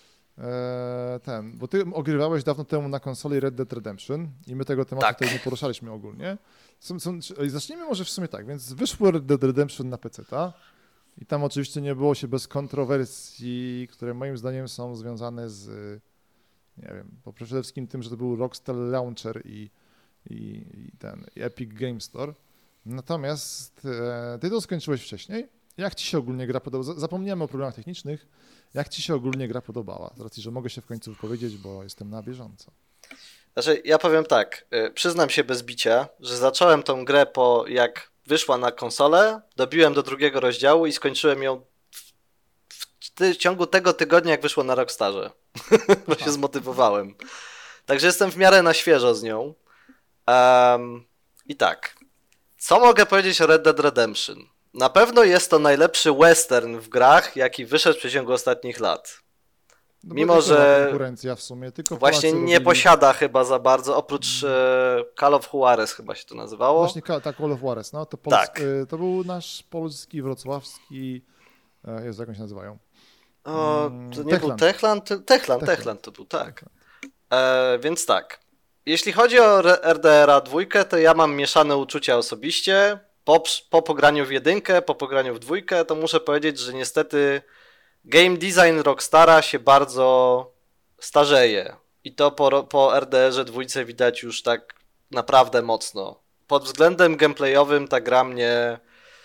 A: e, ten, bo ty ogrywałeś dawno temu na konsoli Red Dead Redemption i my tego tematu
B: tak.
A: tutaj nie poruszaliśmy ogólnie. Są, są, zacznijmy może w sumie tak, więc wyszło Red Dead Redemption na peceta i tam oczywiście nie było się bez kontrowersji, które moim zdaniem są związane z, nie wiem, bo przede wszystkim tym, że to był Rockstar Launcher i, i, i ten i Epic Game Store. Natomiast e, ty to skończyłeś wcześniej. Jak ci się ogólnie gra podobała? Zapomniałem o problemach technicznych. Jak ci się ogólnie gra podobała? Z racji, że mogę się w końcu wypowiedzieć, bo jestem na bieżąco.
B: Znaczy, ja powiem tak, przyznam się bez bicia, że zacząłem tą grę po jak wyszła na konsolę, dobiłem do drugiego rozdziału i skończyłem ją w, w, w ciągu tego tygodnia, jak wyszło na Rockstarze, bo się zmotywowałem. Także jestem w miarę na świeżo z nią. Um, I tak, co mogę powiedzieć o Red Dead Redemption? Na pewno jest to najlepszy western w grach, jaki wyszedł w przeciągu ostatnich lat.
A: No
B: mimo że
A: konkurencja w sumie, tylko
B: właśnie nie
A: robili...
B: posiada chyba za bardzo, oprócz e, Call of Juarez chyba się to nazywało.
A: Właśnie tak, Call of Juarez, no to, Pols...
B: tak.
A: y, to był nasz polski, wrocławski, y, Jezu, jak oni się nazywają?
B: O, to nie
A: Techland.
B: był Techland? Techland, Techland to był, tak. E, więc tak, jeśli chodzi o R D R dwa, to ja mam mieszane uczucia osobiście. Po, po pograniu w jedynkę, po pograniu w dwójkę, to muszę powiedzieć, że niestety game design Rockstara się bardzo starzeje. I to po, po R D R dwa widać już tak naprawdę mocno. Pod względem gameplayowym ta gra mnie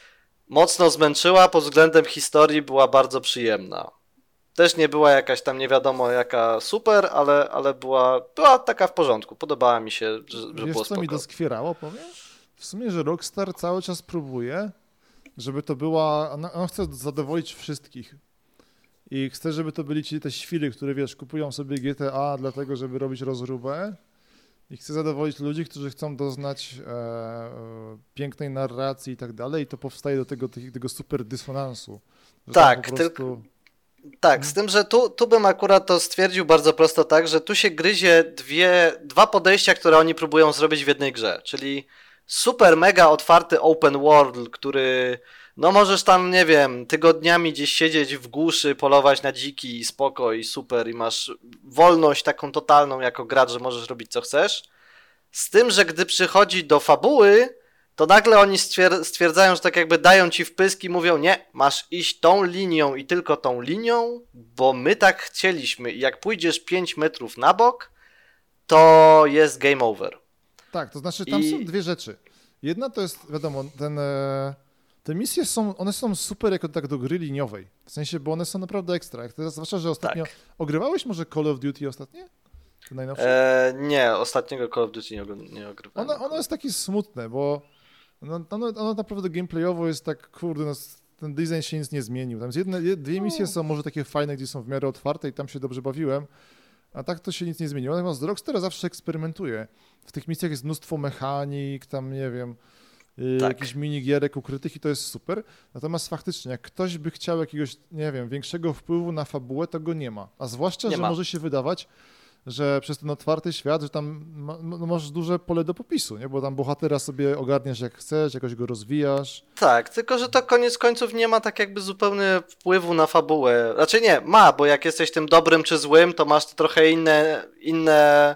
B: mocno zmęczyła, pod względem historii była bardzo przyjemna. Też nie była jakaś tam nie wiadomo jaka super, ale, ale była, była taka w porządku. Podobała mi się, że, że
A: Wiesz,
B: było spoko.
A: co mi doskwierało, powiem? W sumie, że Rockstar cały czas próbuje, żeby to była... On, on chce zadowolić wszystkich. I chce, żeby to byli ci te świry, które, wiesz, kupują sobie G T A dlatego, żeby robić rozróbę. I chce zadowolić ludzi, którzy chcą doznać e, e, pięknej narracji i tak dalej. I to powstaje do tego, tego super dysonansu.
B: Tak,
A: po prostu...
B: tylko... Tak, z tym, że tu, tu bym akurat to stwierdził bardzo prosto tak, że tu się gryzie dwie, dwa podejścia, które oni próbują zrobić w jednej grze, czyli super mega otwarty open world, który no możesz tam, nie wiem, tygodniami gdzieś siedzieć w głuszy, polować na dziki i spoko i super i masz wolność taką totalną jako gracz, że możesz robić co chcesz. Z tym, że gdy przychodzi do fabuły, to nagle oni stwier- stwierdzają, że tak jakby dają ci wpysk i mówią, nie, masz iść tą linią i tylko tą linią, bo my tak chcieliśmy i jak pójdziesz pięć metrów na bok, to jest game over.
A: Tak, to znaczy tam
B: I...
A: są dwie rzeczy. Jedna to jest, wiadomo, ten, e, te misje są, one są super jako tak do gry liniowej. W sensie, bo one są naprawdę ekstra. Jak teraz, zwłaszcza, że ostatnio...
B: Tak.
A: Ogrywałeś może Call of Duty ostatnie?
B: E, nie, ostatniego Call of Duty nie, nie ogrywałem.
A: Ono, ono jest takie smutne, bo ono, ono, ono naprawdę gameplayowo jest tak, kurde, no, ten design się nic nie zmienił. Tam jest jedne, dwie misje są może takie fajne, gdzie są w miarę otwarte i tam się dobrze bawiłem, a tak to się nic nie zmieniło. Natomiast Rockstar zawsze eksperymentuje. W tych misjach jest mnóstwo mechanik, tam nie wiem, tak. jakichś minigierek ukrytych i to jest super. Natomiast faktycznie, jak ktoś by chciał jakiegoś, nie wiem, większego wpływu na fabułę, to go nie ma. A zwłaszcza, nie że ma. Może się wydawać, że przez ten otwarty świat, że tam ma, no masz duże pole do popisu, nie? Bo tam bohatera sobie ogarniasz jak chcesz, jakoś go rozwijasz.
B: Tak, tylko że to koniec końców nie ma tak jakby zupełnie wpływu na fabułę. Znaczy nie, ma, bo jak jesteś tym dobrym czy złym, to masz trochę inne, inne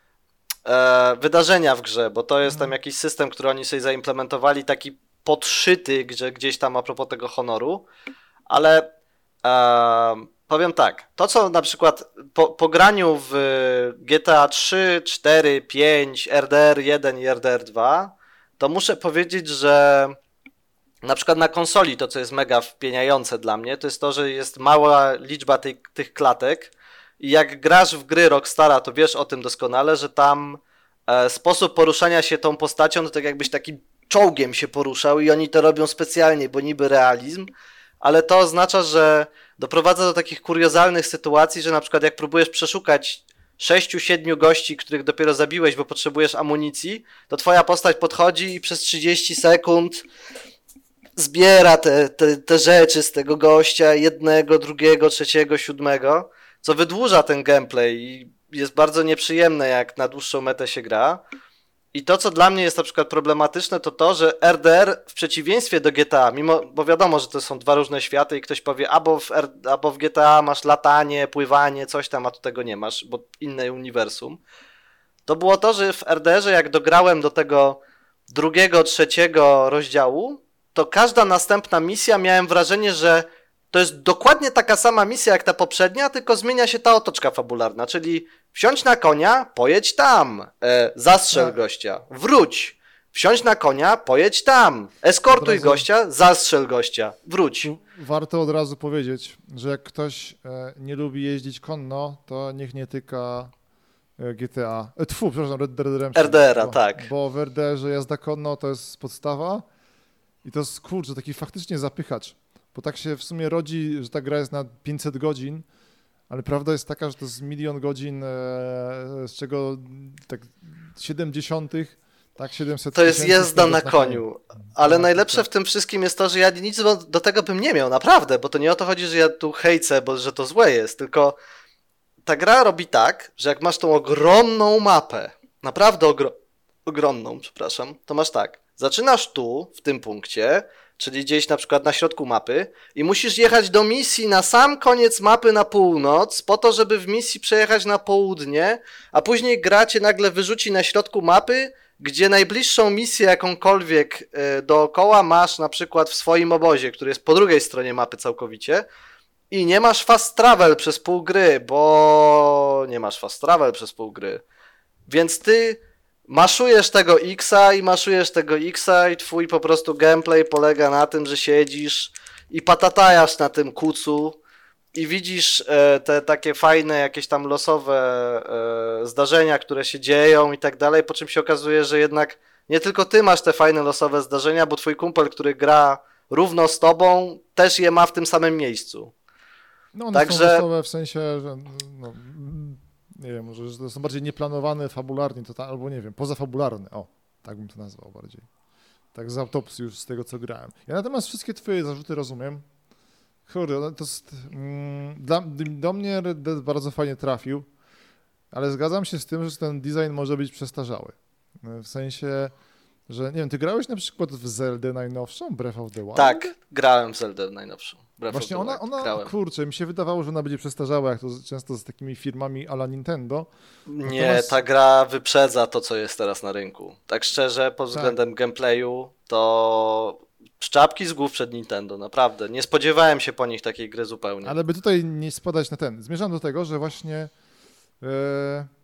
B: e, wydarzenia w grze, bo to jest tam jakiś system, który oni sobie zaimplementowali, taki podszyty gdzie, gdzieś tam a propos tego honoru, ale e, powiem tak, to co na przykład po, po graniu w G T A trzy, cztery, pięć, R D R jeden i R D R dwa, to muszę powiedzieć, że na przykład na konsoli to, co jest mega wpieniające dla mnie, to jest to, że jest mała liczba tej, tych klatek i jak grasz w gry Rockstara, to wiesz o tym doskonale, że tam e, sposób poruszania się tą postacią to tak jakbyś takim czołgiem się poruszał i oni to robią specjalnie, bo niby realizm, ale to oznacza, że doprowadza do takich kuriozalnych sytuacji, że na przykład jak próbujesz przeszukać sześciu, siedmiu gości, których dopiero zabiłeś, bo potrzebujesz amunicji, to twoja postać podchodzi i przez trzydzieści sekund zbiera te, te, te rzeczy z tego gościa, jednego, drugiego, trzeciego, siódmego, co wydłuża ten gameplay i jest bardzo nieprzyjemne, jak na dłuższą metę się gra. I to, co dla mnie jest na przykład problematyczne, to to, że R D R w przeciwieństwie do G T A, mimo, bo wiadomo, że to są dwa różne światy i ktoś powie, albo w, R, albo w G T A masz latanie, pływanie, coś tam, a tu tego nie masz, bo inne uniwersum. To było to, że w R D R-ze jak dograłem do tego drugiego, trzeciego rozdziału, to każda następna misja miałem wrażenie, że to jest dokładnie taka sama misja jak ta poprzednia, tylko zmienia się ta otoczka fabularna, czyli wsiądź na konia, pojedź tam, e, zastrzel tak. gościa, wróć, wsiądź na konia, pojedź tam, eskortuj razu... gościa, zastrzel gościa, wróć.
A: Warto od razu powiedzieć, że jak ktoś e, nie lubi jeździć konno, to niech nie tyka e, G T A, e, tfu, przepraszam, Red Dead Redemption.
B: R D R-a,
A: bo,
B: tak.
A: Bo w R D R-ze jazda konno to jest podstawa i to jest, kurczę, taki faktycznie zapychacz. Bo tak się w sumie rodzi, że ta gra jest na pięćset godzin, ale prawda jest taka, że to jest milion godzin, e, z czego tak siedemdziesiąt, tak siedemset
B: to jest jazda na koniu, koniu. Ale
A: no,
B: najlepsze w tym wszystkim jest to, że ja nic do, do tego bym nie miał, naprawdę, bo to nie o to chodzi, że ja tu hejcę, bo że to złe jest, tylko ta gra robi tak, że jak masz tą ogromną mapę, naprawdę ogro, ogromną, przepraszam, to masz tak, zaczynasz tu, w tym punkcie, czyli gdzieś na przykład na środku mapy i musisz jechać do misji na sam koniec mapy na północ po to, żeby w misji przejechać na południe, a później gra cię nagle wyrzuci na środku mapy, gdzie najbliższą misję jakąkolwiek yy, dookoła masz na przykład w swoim obozie, który jest po drugiej stronie mapy całkowicie i nie masz fast travel przez pół gry, bo nie masz fast travel przez pół gry. Więc ty maszujesz tego X-a i maszujesz tego X-a i twój po prostu gameplay polega na tym, że siedzisz i patatajasz na tym kucu i widzisz e, te takie fajne jakieś tam losowe e, zdarzenia, które się dzieją i tak dalej, po czym się okazuje, że jednak nie tylko ty masz te fajne losowe zdarzenia, bo twój kumpel, który gra równo z tobą, też je ma w tym samym miejscu.
A: No one Także... są losowe w sensie, że no, nie wiem, może że to są bardziej nieplanowane fabularnie, to ta, albo nie wiem, pozafabularne, o, tak bym to nazwał bardziej. Tak z autopsji już z tego, co grałem. Ja natomiast wszystkie twoje zarzuty rozumiem. Kurde, to jest, mm, dla, do mnie Red Dead bardzo fajnie trafił, ale zgadzam się z tym, że ten design może być przestarzały. W sensie, że nie wiem, ty grałeś na przykład w Zeldę najnowszą, Breath of the Wild?
B: Tak, grałem w Zeldę najnowszą. Breath
A: Właśnie ona, ona
B: grałem.
A: kurczę, mi się wydawało, że ona będzie przestarzała, jak to często z takimi firmami a la Nintendo.
B: Nie,
A: Natomiast...
B: ta gra wyprzedza to, co jest teraz na rynku. Tak szczerze, pod względem tak. gameplayu, to szczapki z głów przed Nintendo, naprawdę. Nie spodziewałem się po nich takiej gry zupełnie.
A: Ale by tutaj nie spadać na ten. Zmierzam do tego, że właśnie e...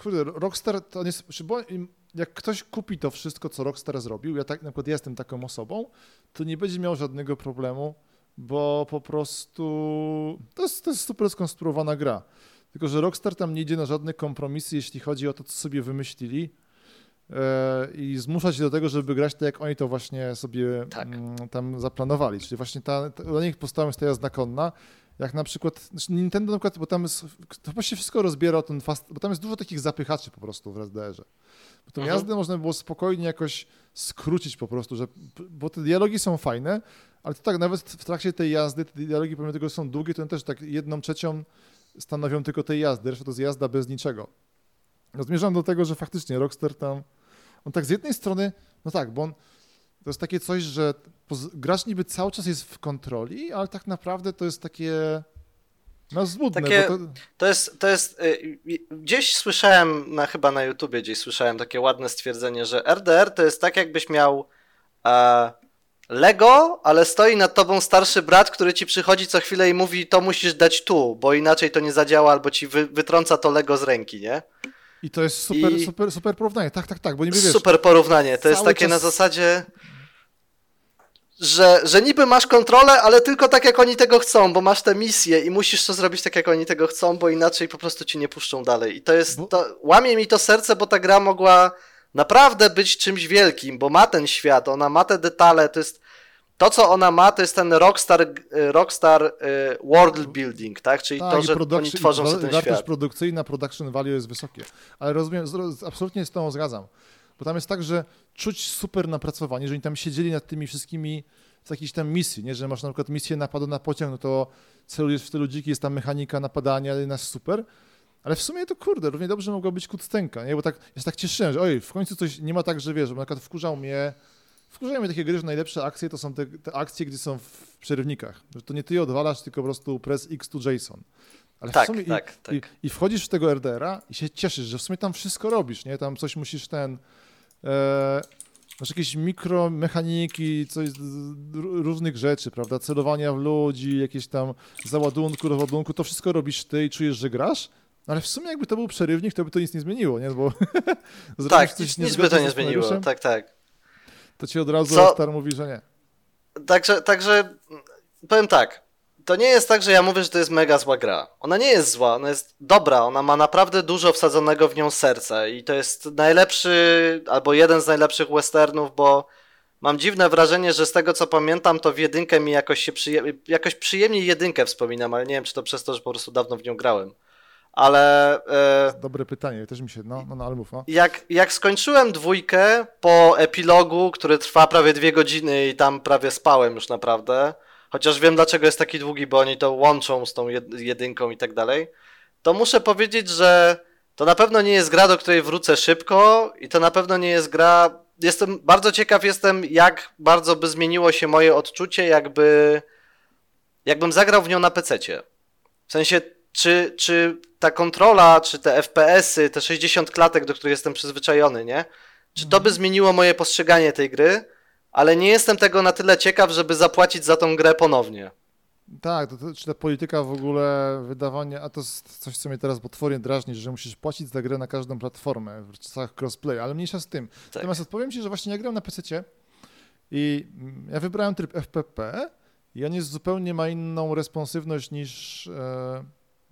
A: kurde, Rockstar to jest, bo jak ktoś kupi to wszystko, co Rockstar zrobił, ja tak, na przykład ja jestem taką osobą, to nie będzie miał żadnego problemu, bo po prostu to jest, to jest super skonstruowana gra. Tylko że Rockstar tam nie idzie na żadne kompromisy, jeśli chodzi o to, co sobie wymyślili yy, i zmusza się do tego, żeby grać tak, jak oni to właśnie sobie
B: tak.
A: mm, tam zaplanowali. Czyli właśnie ta, ta, dla nich postawą jest ta jazda konna, jak na przykład znaczy Nintendo, na przykład, bo tam jest, to właściwie wszystko rozbiera ten fast, bo tam jest dużo takich zapychaczy po prostu w R D R-ze. Bo tą mhm. jazdę można by było spokojnie jakoś skrócić po prostu, że, bo te dialogi są fajne, ale to tak nawet w trakcie tej jazdy, te dialogi pomimo tego, że są długie, to one też tak jedną trzecią stanowią tylko tej jazdy, reszta to jest jazda bez niczego. No, zmierzam do tego, że faktycznie Rockstar tam, on tak z jednej strony, no tak, bo on, to jest takie coś, że gracz niby cały czas jest w kontroli, ale tak naprawdę to jest takie no złudne.
B: Takie,
A: bo to...
B: to jest, to jest y, gdzieś słyszałem, na, chyba na YouTubie gdzieś słyszałem takie ładne stwierdzenie, że R D R to jest tak jakbyś miał e, Lego, ale stoi nad tobą starszy brat, który ci przychodzi co chwilę i mówi, to musisz dać tu, bo inaczej to nie zadziała, albo ci wy, wytrąca to Lego z ręki, nie?
A: I to jest super,
B: I...
A: super, super porównanie, tak, tak, tak, bo niby wiesz...
B: Super porównanie, to jest takie czas... na zasadzie... Że, że niby masz kontrolę, ale tylko tak, jak oni tego chcą, bo masz te misje i musisz to zrobić tak, jak oni tego chcą, bo inaczej po prostu ci nie puszczą dalej. I to jest, bo... to, łamie mi to serce, bo ta gra mogła naprawdę być czymś wielkim, bo ma ten świat, ona ma te detale, to jest, to co ona ma, to jest ten Rockstar, Rockstar world building, tak? Czyli tak, to, że oni tworzą sobie ten świat.
A: Wartość produkcyjna, production value jest wysokie, ale rozumiem, absolutnie z tą zgadzam. Bo tam jest tak, że czuć super napracowanie, że oni tam siedzieli nad tymi wszystkimi z jakichś tam misji, nie? Że masz na przykład misję napadu na pociąg, no to celujesz w te ludziki, jest tam mechanika napadania, jest super, ale w sumie to kurde, równie dobrze mogła być kuctenka, nie? Bo tak, ja się tak cieszyłem, że oj, w końcu coś, nie ma tak, że wiesz, że na przykład wkurzał mnie, wkurzają mnie takie gry, że najlepsze akcje to są te, te akcje, gdzie są w przerywnikach, że to nie ty je odwalasz, tylko po prostu press X to JSON. Ale
B: tak,
A: w sumie
B: tak,
A: i,
B: tak.
A: I, i wchodzisz w tego R D R-a i się cieszysz, że w sumie tam wszystko robisz, nie? Tam coś musisz ten... E, masz jakieś mikromechaniki, coś z, z, różnych rzeczy, prawda? Celowania w ludzi, jakieś tam załadunku, rozładunku, to wszystko robisz ty i czujesz, że grasz, ale w sumie jakby to był przerywnik, to by to nic nie zmieniło, nie? Bo
B: tak, nic, nic by to nie zmieniło, tak, tak.
A: To ci od razu Rockstar mówi, że nie.
B: Także, także powiem tak, to nie jest tak, że ja mówię, że to jest mega zła gra. Ona nie jest zła, ona jest dobra, ona ma naprawdę dużo wsadzonego w nią serca i to jest najlepszy, albo jeden z najlepszych westernów, bo mam dziwne wrażenie, że z tego co pamiętam, to w jedynkę mi jakoś się przyje... jakoś przyjemniej jedynkę wspominam, ale nie wiem, czy to przez to, że po prostu dawno w nią grałem. Ale... E...
A: Dobre pytanie, też mi się, no, no, no ale mów, no.
B: Jak, jak skończyłem dwójkę po epilogu, który trwa prawie dwie godziny i tam prawie spałem już naprawdę, chociaż wiem dlaczego jest taki długi, bo oni to łączą z tą jedynką i tak dalej, to muszę powiedzieć, że to na pewno nie jest gra, do której wrócę szybko i to na pewno nie jest gra... Jestem bardzo ciekaw jestem, jak bardzo by zmieniło się moje odczucie, jakby jakbym zagrał w nią na pececie. W sensie, czy, czy ta kontrola, czy te F P S-y, te sześćdziesiąt klatek, do których jestem przyzwyczajony, nie? Czy to by zmieniło moje postrzeganie tej gry? Ale nie jestem tego na tyle ciekaw, żeby zapłacić za tą grę ponownie.
A: Tak, to, to, czy ta polityka w ogóle wydawania, a to jest coś, co mnie teraz potwornie drażni, że musisz płacić za grę na każdą platformę w czasach crossplay, ale mniejsza z tym. Tak. Natomiast odpowiem ci, że właśnie ja grałem na pececie i ja wybrałem tryb F P P i on jest zupełnie ma inną responsywność niż e,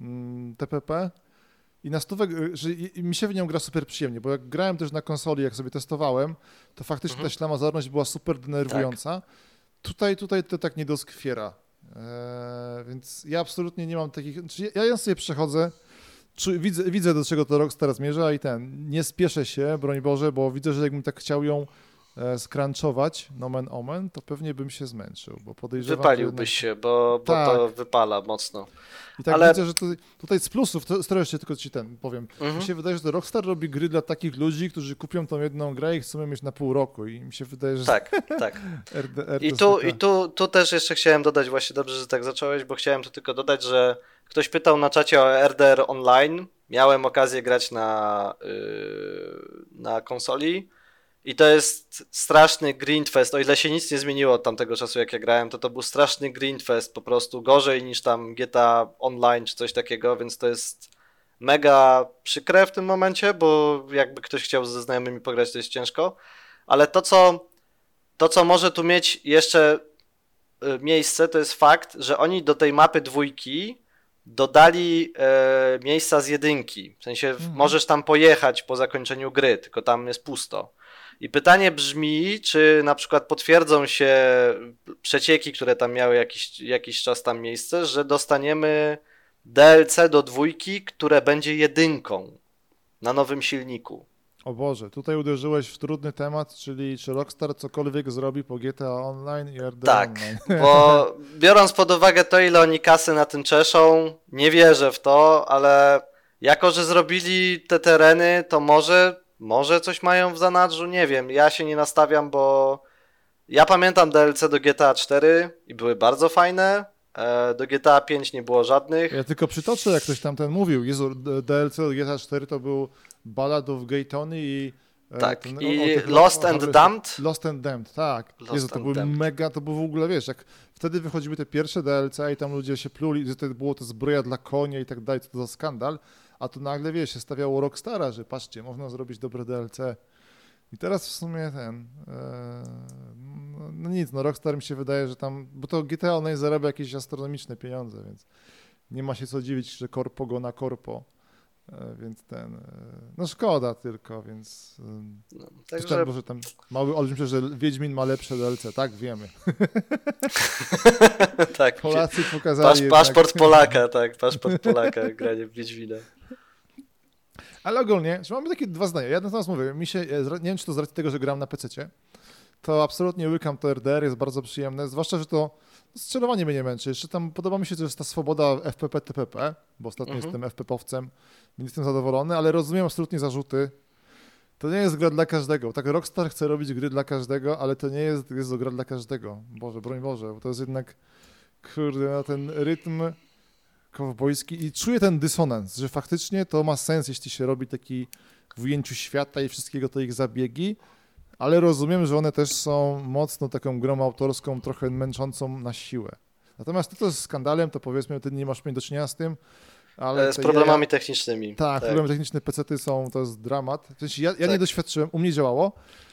A: T P P i na stówek, że i mi się w nią gra super przyjemnie, bo jak grałem też na konsoli, jak sobie testowałem, to faktycznie mhm. ta ślamazarność była super denerwująca. Tak. Tutaj, tutaj to tak nie doskwiera. Eee, więc ja absolutnie nie mam takich... Znaczy ja ją sobie przechodzę, czu, widzę, widzę do czego to Rockstar zmierza i ten, nie spieszę się, broń Boże, bo widzę, że jakbym tak chciał ją e, scrunchować, nomen omen, to pewnie bym się zmęczył, bo podejrzewam...
B: Wypaliłbyś się, bo, bo tak. to wypala mocno.
A: I tak Ale... widzę, że tutaj, tutaj z plusów, to teraz tylko ci ten powiem, mhm. mi się wydaje, że to Rockstar robi gry dla takich ludzi, którzy kupią tą jedną grę i chcą ją mieć na pół roku i mi się wydaje, że...
B: Tak, tak.
A: R D R
B: I, tu, taka... i tu, tu też jeszcze chciałem dodać, właśnie dobrze, że tak zacząłeś, bo chciałem tu tylko dodać, że ktoś pytał na czacie o R D R Online, miałem okazję grać na, yy, na konsoli i to jest straszny grindfest, o ile się nic nie zmieniło od tamtego czasu, jak ja grałem, to to był straszny grindfest, po prostu gorzej niż tam G T A Online czy coś takiego, więc to jest mega przykre w tym momencie, bo jakby ktoś chciał ze znajomymi pograć, to jest ciężko, ale to, co, to, co może tu mieć jeszcze miejsce, to jest fakt, że oni do tej mapy dwójki dodali e, miejsca z jedynki. W sensie mhm. możesz tam pojechać po zakończeniu gry, tylko tam jest pusto. I pytanie brzmi, czy na przykład potwierdzą się przecieki, które tam miały jakiś, jakiś czas tam miejsce, że dostaniemy D L C do dwójki, które będzie jedynką na nowym silniku.
A: O Boże, tutaj uderzyłeś w trudny temat, czyli czy Rockstar cokolwiek zrobi po G T A Online i R D
B: Tak,
A: Online.
B: bo biorąc pod uwagę to, ile oni kasy na tym czeszą, nie wierzę w to, ale jako, że zrobili te tereny, to może, może coś mają w zanadrzu, nie wiem. Ja się nie nastawiam, bo ja pamiętam D L C do G T A cztery i były bardzo fajne, do G T A pięć nie było żadnych.
A: Ja tylko przytoczę, jak ktoś tam ten mówił. Jezu, D L C do G T A cztery to był Ballad of Gay Tony i...
B: Tak,
A: ten,
B: i
A: o, o tych,
B: Lost
A: o,
B: and
A: o,
B: Damned.
A: Lost and Damned, tak.
B: Lost
A: Jezu, to był
B: Damned.
A: mega, to był w ogóle, wiesz, jak wtedy wychodziły te pierwsze D L C i tam ludzie się pluli, że to było to zbroja dla konia i tak dalej, co to za skandal, a tu nagle, wiesz, się stawiało Rockstara, że patrzcie, można zrobić dobre D L C. I teraz w sumie ten, e, no, no nic, no Rockstar mi się wydaje, że tam, bo to G T A Online zarabia jakieś astronomiczne pieniądze, więc nie ma się co dziwić, że korpo go na korpo, e, więc ten, e, no szkoda tylko, więc e,
B: No,
A: także...
B: także...
A: tam, że tam mały olbrzym, że Wiedźmin ma lepsze D L C, tak, wiemy.
B: tak,
A: Polacy pokazali...
B: Pasz, paszport jednak... Polaka, tak, paszport Polaka, granie w Wiedźmina.
A: Ale ogólnie, że mamy takie dwa zdania. Ja natomiast mówię, mi się, nie wiem, czy to z racji tego, że gram na pececie, to absolutnie łykam to R D R, jest bardzo przyjemne, zwłaszcza, że to strzelowanie mnie nie męczy. Jeszcze tam podoba mi się, że jest ta swoboda F P P, T P P, bo ostatnio mhm. jestem F P P-owcem, więc jestem zadowolony, ale rozumiem absolutnie zarzuty. To nie jest gra dla każdego. Tak, Rockstar chce robić gry dla każdego, ale to nie jest, jest to gra dla każdego. Boże, broń Boże, bo to jest jednak, kurde, no ten rytm kowbojski i czuję ten dysonans, że faktycznie to ma sens, jeśli się robi taki w ujęciu świata i wszystkiego to ich zabiegi, ale rozumiem, że one też są mocno taką grą autorską, trochę męczącą na siłę. Natomiast to, co jest skandalem, to powiedzmy, ty nie masz mieć do czynienia z tym, ale...
B: Z problemami ja... technicznymi.
A: Tak, tak, problemy techniczne, pecety są, to jest dramat. W sensie ja, ja tak. nie doświadczyłem, u mnie działało,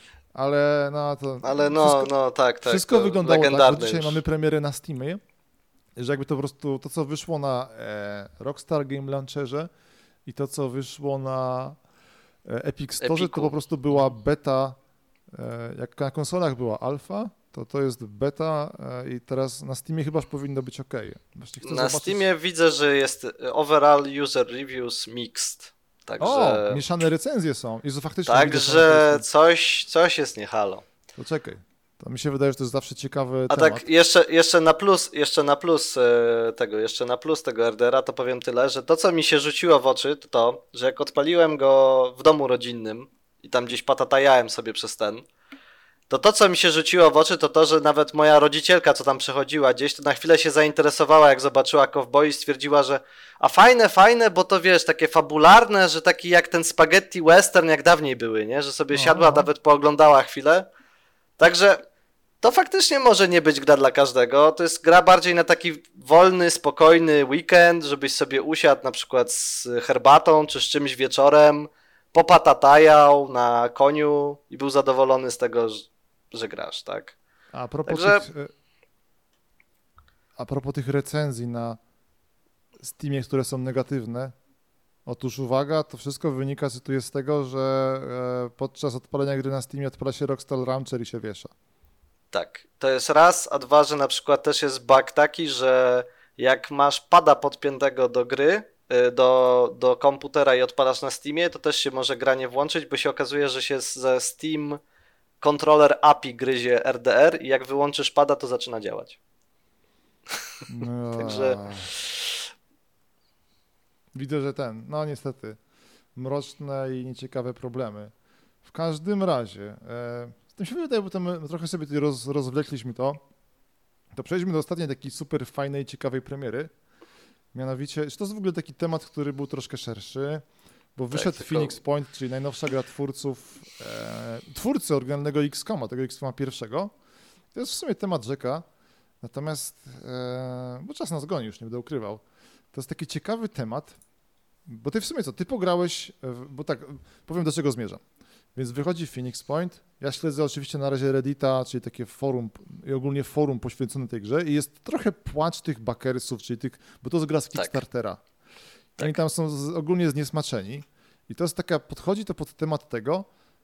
A: ale no to...
B: Ale no,
A: wszystko,
B: no tak, tak.
A: Wszystko wyglądało tak, bo dzisiaj
B: już.
A: mamy premierę na Steamie, że jakby to po prostu, to co wyszło na e, Rockstar Game Launcherze i to co wyszło na e, Epic Store, Epiku. To po prostu była beta, e, jak na konsolach była alfa, to to jest beta e, i teraz na Steamie chyba już powinno być ok. Właśnie chcę
B: na
A: zobaczyć...
B: Steamie widzę, że jest overall user reviews mixed. Także...
A: O, mieszane recenzje są. Jezu, faktycznie
B: Także coś, coś jest nie halo.
A: To czekaj. To mi się wydaje, że to jest zawsze ciekawy
B: A
A: temat.
B: tak jeszcze, jeszcze na plus, jeszcze na plus e, tego, jeszcze na plus tego R D R-a to powiem tyle, że to co mi się rzuciło w oczy to to, że jak odpaliłem go w domu rodzinnym i tam gdzieś patatajałem sobie przez ten, to to co mi się rzuciło w oczy to to, że nawet moja rodzicielka co tam przechodziła gdzieś, to na chwilę się zainteresowała jak zobaczyła Cowboy i stwierdziła, że a fajne, fajne, bo to wiesz, takie fabularne, że taki jak ten spaghetti western jak dawniej były, nie? Że sobie siadła, Aha. nawet pooglądała chwilę. Także to faktycznie może nie być gra dla każdego. To jest gra bardziej na taki wolny, spokojny weekend, żebyś sobie usiadł na przykład z herbatą czy z czymś wieczorem, popatatajał na koniu i był zadowolony z tego, że grasz, tak?
A: A propos, Także... tych, a propos tych recenzji na Steamie, które są negatywne, otóż uwaga, to wszystko wynika, cytuję, z tego, że podczas odpalenia gry na Steamie odpala się Rockstar Launcher i się wiesza.
B: Tak, to jest raz, a dwa, że na przykład też jest bug taki, że jak masz pada podpiętego do gry, do, do komputera i odpalasz na Steamie, to też się może gra nie włączyć, bo się okazuje, że się ze Steam controller A P I gryzie R D R i jak wyłączysz pada, to zaczyna działać.
A: No.
B: Także...
A: Widzę, że ten, no niestety, mroczne i nieciekawe problemy. W każdym razie, e, z tym się wydaje, bo tam trochę sobie tutaj roz, rozwlekliśmy to, to przejdźmy do ostatniej takiej super fajnej, ciekawej premiery. Mianowicie, czy to jest w ogóle taki temat, który był troszkę szerszy, bo wyszedł tak, Phoenix tylko... Point, czyli najnowsza gra twórców, e, twórcy oryginalnego X COMa, tego X COMa pierwszego. To jest w sumie temat rzeka, natomiast, e, bo czas nas goni, już nie będę ukrywał. To jest taki ciekawy temat, bo ty w sumie co, ty pograłeś, w- bo tak, powiem do czego zmierzam. Więc wychodzi Phoenix Point, ja śledzę oczywiście na razie Reddita, czyli takie forum i ogólnie forum poświęcone tej grze i jest trochę płacz tych backersów, czyli tych, bo to jest gra z
B: Tak.
A: Kickstartera. Oni
B: Tak.
A: tam są z, ogólnie zniesmaczeni i to jest taka, podchodzi to pod temat tego,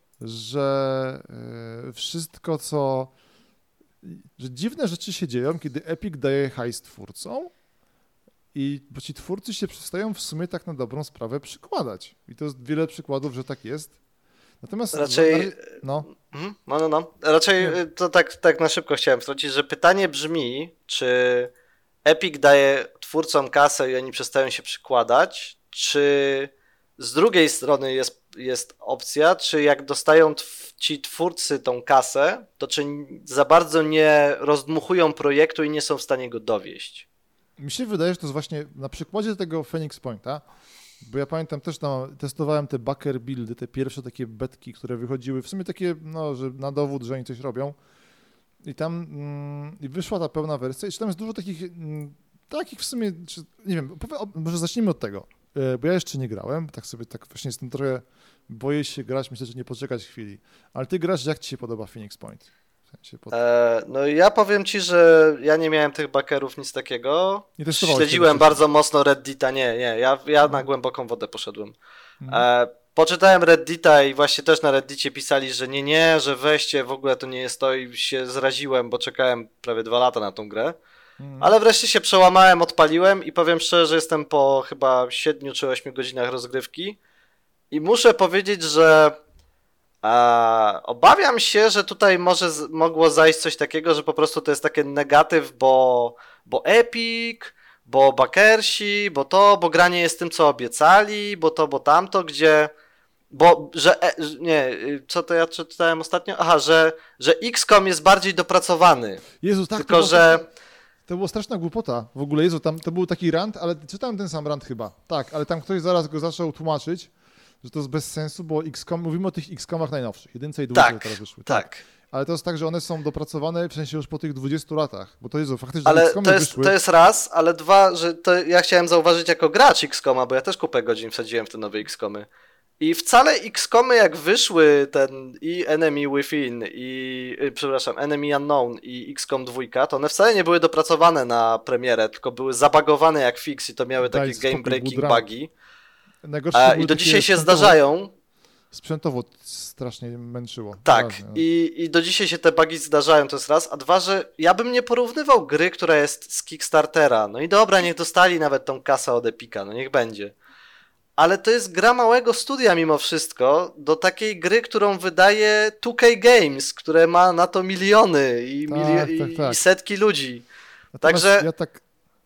A: że e, wszystko co, że dziwne rzeczy się dzieją, kiedy Epic daje hajs twórcom i bo ci twórcy się przestają w sumie tak na dobrą sprawę przykładać. I to jest wiele przykładów, że tak jest. Natomiast
B: Raczej,
A: no,
B: mhm, no, no, no. Raczej
A: Nie.
B: y, to tak, tak na szybko chciałem wtrącić, że pytanie brzmi, czy Epic daje twórcom kasę i oni przestają się przykładać, czy z drugiej strony jest, jest opcja, czy jak dostają tw- ci twórcy tą kasę, to czy za bardzo nie rozdmuchują projektu i nie są w stanie go dowieść.
A: mi się wydaje, że to jest właśnie na przykładzie tego Phoenix Pointa, bo ja pamiętam też tam, testowałem te backer buildy, te pierwsze takie betki, które wychodziły, w sumie takie, no, że na dowód, że oni coś robią. I tam mm, i wyszła ta pełna wersja i tam jest dużo takich, mm, takich w sumie, czy, nie wiem, powie, o, może zacznijmy od tego, e, bo ja jeszcze nie grałem, tak sobie tak właśnie jestem trochę, boję się grać, myślę, że nie poczekać chwili. Ale ty grasz, jak ci się podoba Phoenix Point? W sensie pod...
B: E, no ja powiem ci, że ja nie miałem tych backerów, nic takiego.
A: Nie testowałeś
B: Śledziłem
A: tego
B: bardzo mocno Reddita, nie, nie, ja, ja na głęboką wodę poszedłem. E, poczytałem Reddita i właśnie też na Reddicie pisali, że nie, nie, że weźcie, w ogóle to nie jest to i się zraziłem, bo czekałem prawie dwa lata na tą grę.
A: Mhm.
B: Ale wreszcie się przełamałem, odpaliłem i powiem szczerze, że jestem po chyba siedmiu czy ośmiu godzinach rozgrywki i muszę powiedzieć, że a, obawiam się, że tutaj może z, mogło zajść coś takiego, że po prostu to jest takie negatyw, bo, bo Epic, bo backersi, bo to, bo granie jest tym, co obiecali, bo to, bo tamto, gdzie... Bo, że, e, że- nie, y, co to ja czytałem ostatnio? Aha, że, że X COM jest bardziej dopracowany.
A: Jezu, tak, to
B: Tylko,
A: było,
B: że...
A: to było straszna głupota. W ogóle, Jezu, tam to był taki rant, ale czytałem ten sam rant chyba. Tak, ale tam ktoś zaraz go zaczął tłumaczyć, że to jest bez sensu, bo X COM, mówimy o tych X COMach najnowszych, jedynce i dwójce, które
B: Tak,
A: teraz wyszły.
B: tak.
A: Ale to jest tak, że one są dopracowane w sensie już po tych dwudziestu latach, bo to jest faktycznie
B: Ale
A: X COMy
B: to jest,
A: wyszły.
B: to jest raz, ale dwa, że to ja chciałem zauważyć jako gracz X COMa, bo ja też kupę godzin wsadziłem w te nowe X COMy. I wcale X COMy jak wyszły ten i Enemy Within i, y, przepraszam, Enemy Unknown i X COM dwa, to one wcale nie były dopracowane na premierę, tylko były zabagowane jak fix i to miały
A: Daj
B: takie
A: spokój,
B: game breaking
A: Budrama.
B: bugi.
A: Najgorsze
B: A,
A: były
B: I do
A: takie
B: dzisiaj się
A: sprzętowo-
B: zdarzają.
A: Sprzętowo strasznie męczyło.
B: Tak,
A: Ważne, no.
B: i, i do dzisiaj się te bugi zdarzają, to jest raz, a dwa, że ja bym nie porównywał gry, która jest z Kickstartera. No i dobra, niech dostali nawet tą kasę od Epica, no niech będzie. Ale to jest gra małego studia mimo wszystko, do takiej gry, którą wydaje two K Games, które ma na to miliony i,
A: Tak,
B: milio-
A: tak,
B: i,
A: tak.
B: i setki ludzi.
A: Natomiast
B: Także-
A: ja tak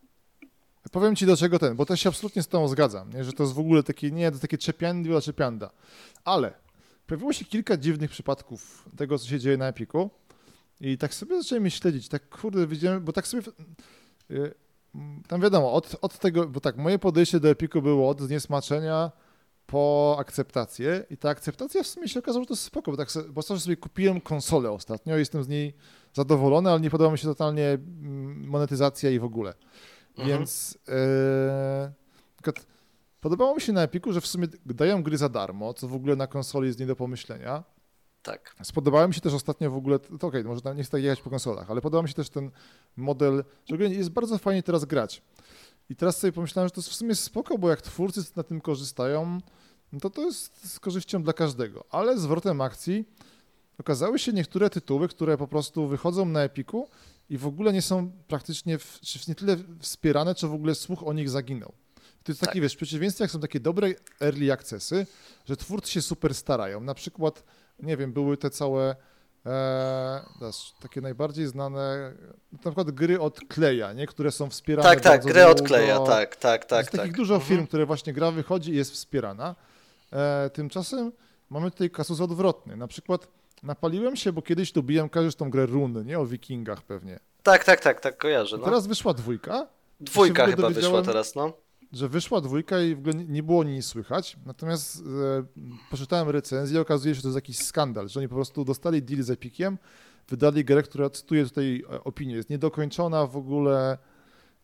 A: powiem ci do czego ten, bo też się absolutnie z tobą zgadzam, nie? Że to jest w ogóle takie, nie, to takie czepiandy, czepianda. Ale pojawiło się kilka dziwnych przypadków tego, co się dzieje na Epiku i tak sobie zacząłem śledzić, tak kurde, widziałem, bo tak sobie... y, Tam wiadomo, od, od tego, bo tak, moje podejście do Epiku było od zniesmaczenia po akceptację i ta akceptacja w sumie się okazało, że to jest spoko, bo tak sobie, bo też sobie kupiłem konsolę ostatnio, jestem z niej zadowolony, ale nie podoba mi się totalnie mm, monetyzacja i w ogóle.
B: Mhm.
A: Więc e, tylko podobało mi się na Epiku, że w sumie dają gry za darmo, co w ogóle na konsoli jest nie do pomyślenia.
B: Tak.
A: Spodobała mi się też ostatnio w ogóle, to okej, może tam nie chcę tak jechać po konsolach, ale podoba mi się też ten model, że ogólnie jest bardzo fajnie teraz grać. I teraz sobie pomyślałem, że to jest w sumie spoko, bo jak twórcy na tym korzystają, no to to jest z korzyścią dla każdego. Ale zwrotem akcji okazały się niektóre tytuły, które po prostu wychodzą na Epiku i w ogóle nie są praktycznie, w, czy nie tyle wspierane, czy w ogóle słuch o nich zaginął. To jest taki,
B: Tak.
A: wiesz, w przeciwieństwie jak są takie dobre early accessy, że twórcy się super starają. Na przykład, nie wiem, były te całe e, dasz, takie najbardziej znane, na przykład gry od Kleja, nie? Które są wspierane
B: Tak, tak,
A: bardzo
B: grę od
A: długo.
B: Kleja, tak, tak, tak.
A: Jest takich
B: tak.
A: dużo
B: Mhm.
A: firm, które właśnie gra wychodzi i jest wspierana. E, tymczasem mamy tutaj kasus odwrotny. Na przykład napaliłem się, bo kiedyś lubiłem, każesz tą grę Run, nie? O wikingach pewnie.
B: Tak, tak, tak, tak, kojarzę.
A: I
B: No.
A: teraz wyszła dwójka,
B: Dwójka
A: się w ogóle
B: chyba wyszła
A: dowiedziałem-
B: teraz, no.
A: że wyszła dwójka i w ogóle nie było nic słychać. Natomiast e, poczytałem recenzję i okazuje się, że to jest jakiś skandal, że oni po prostu dostali deal z Epiciem, wydali grę, która, cytuję tutaj e, opinię, jest niedokończona w ogóle,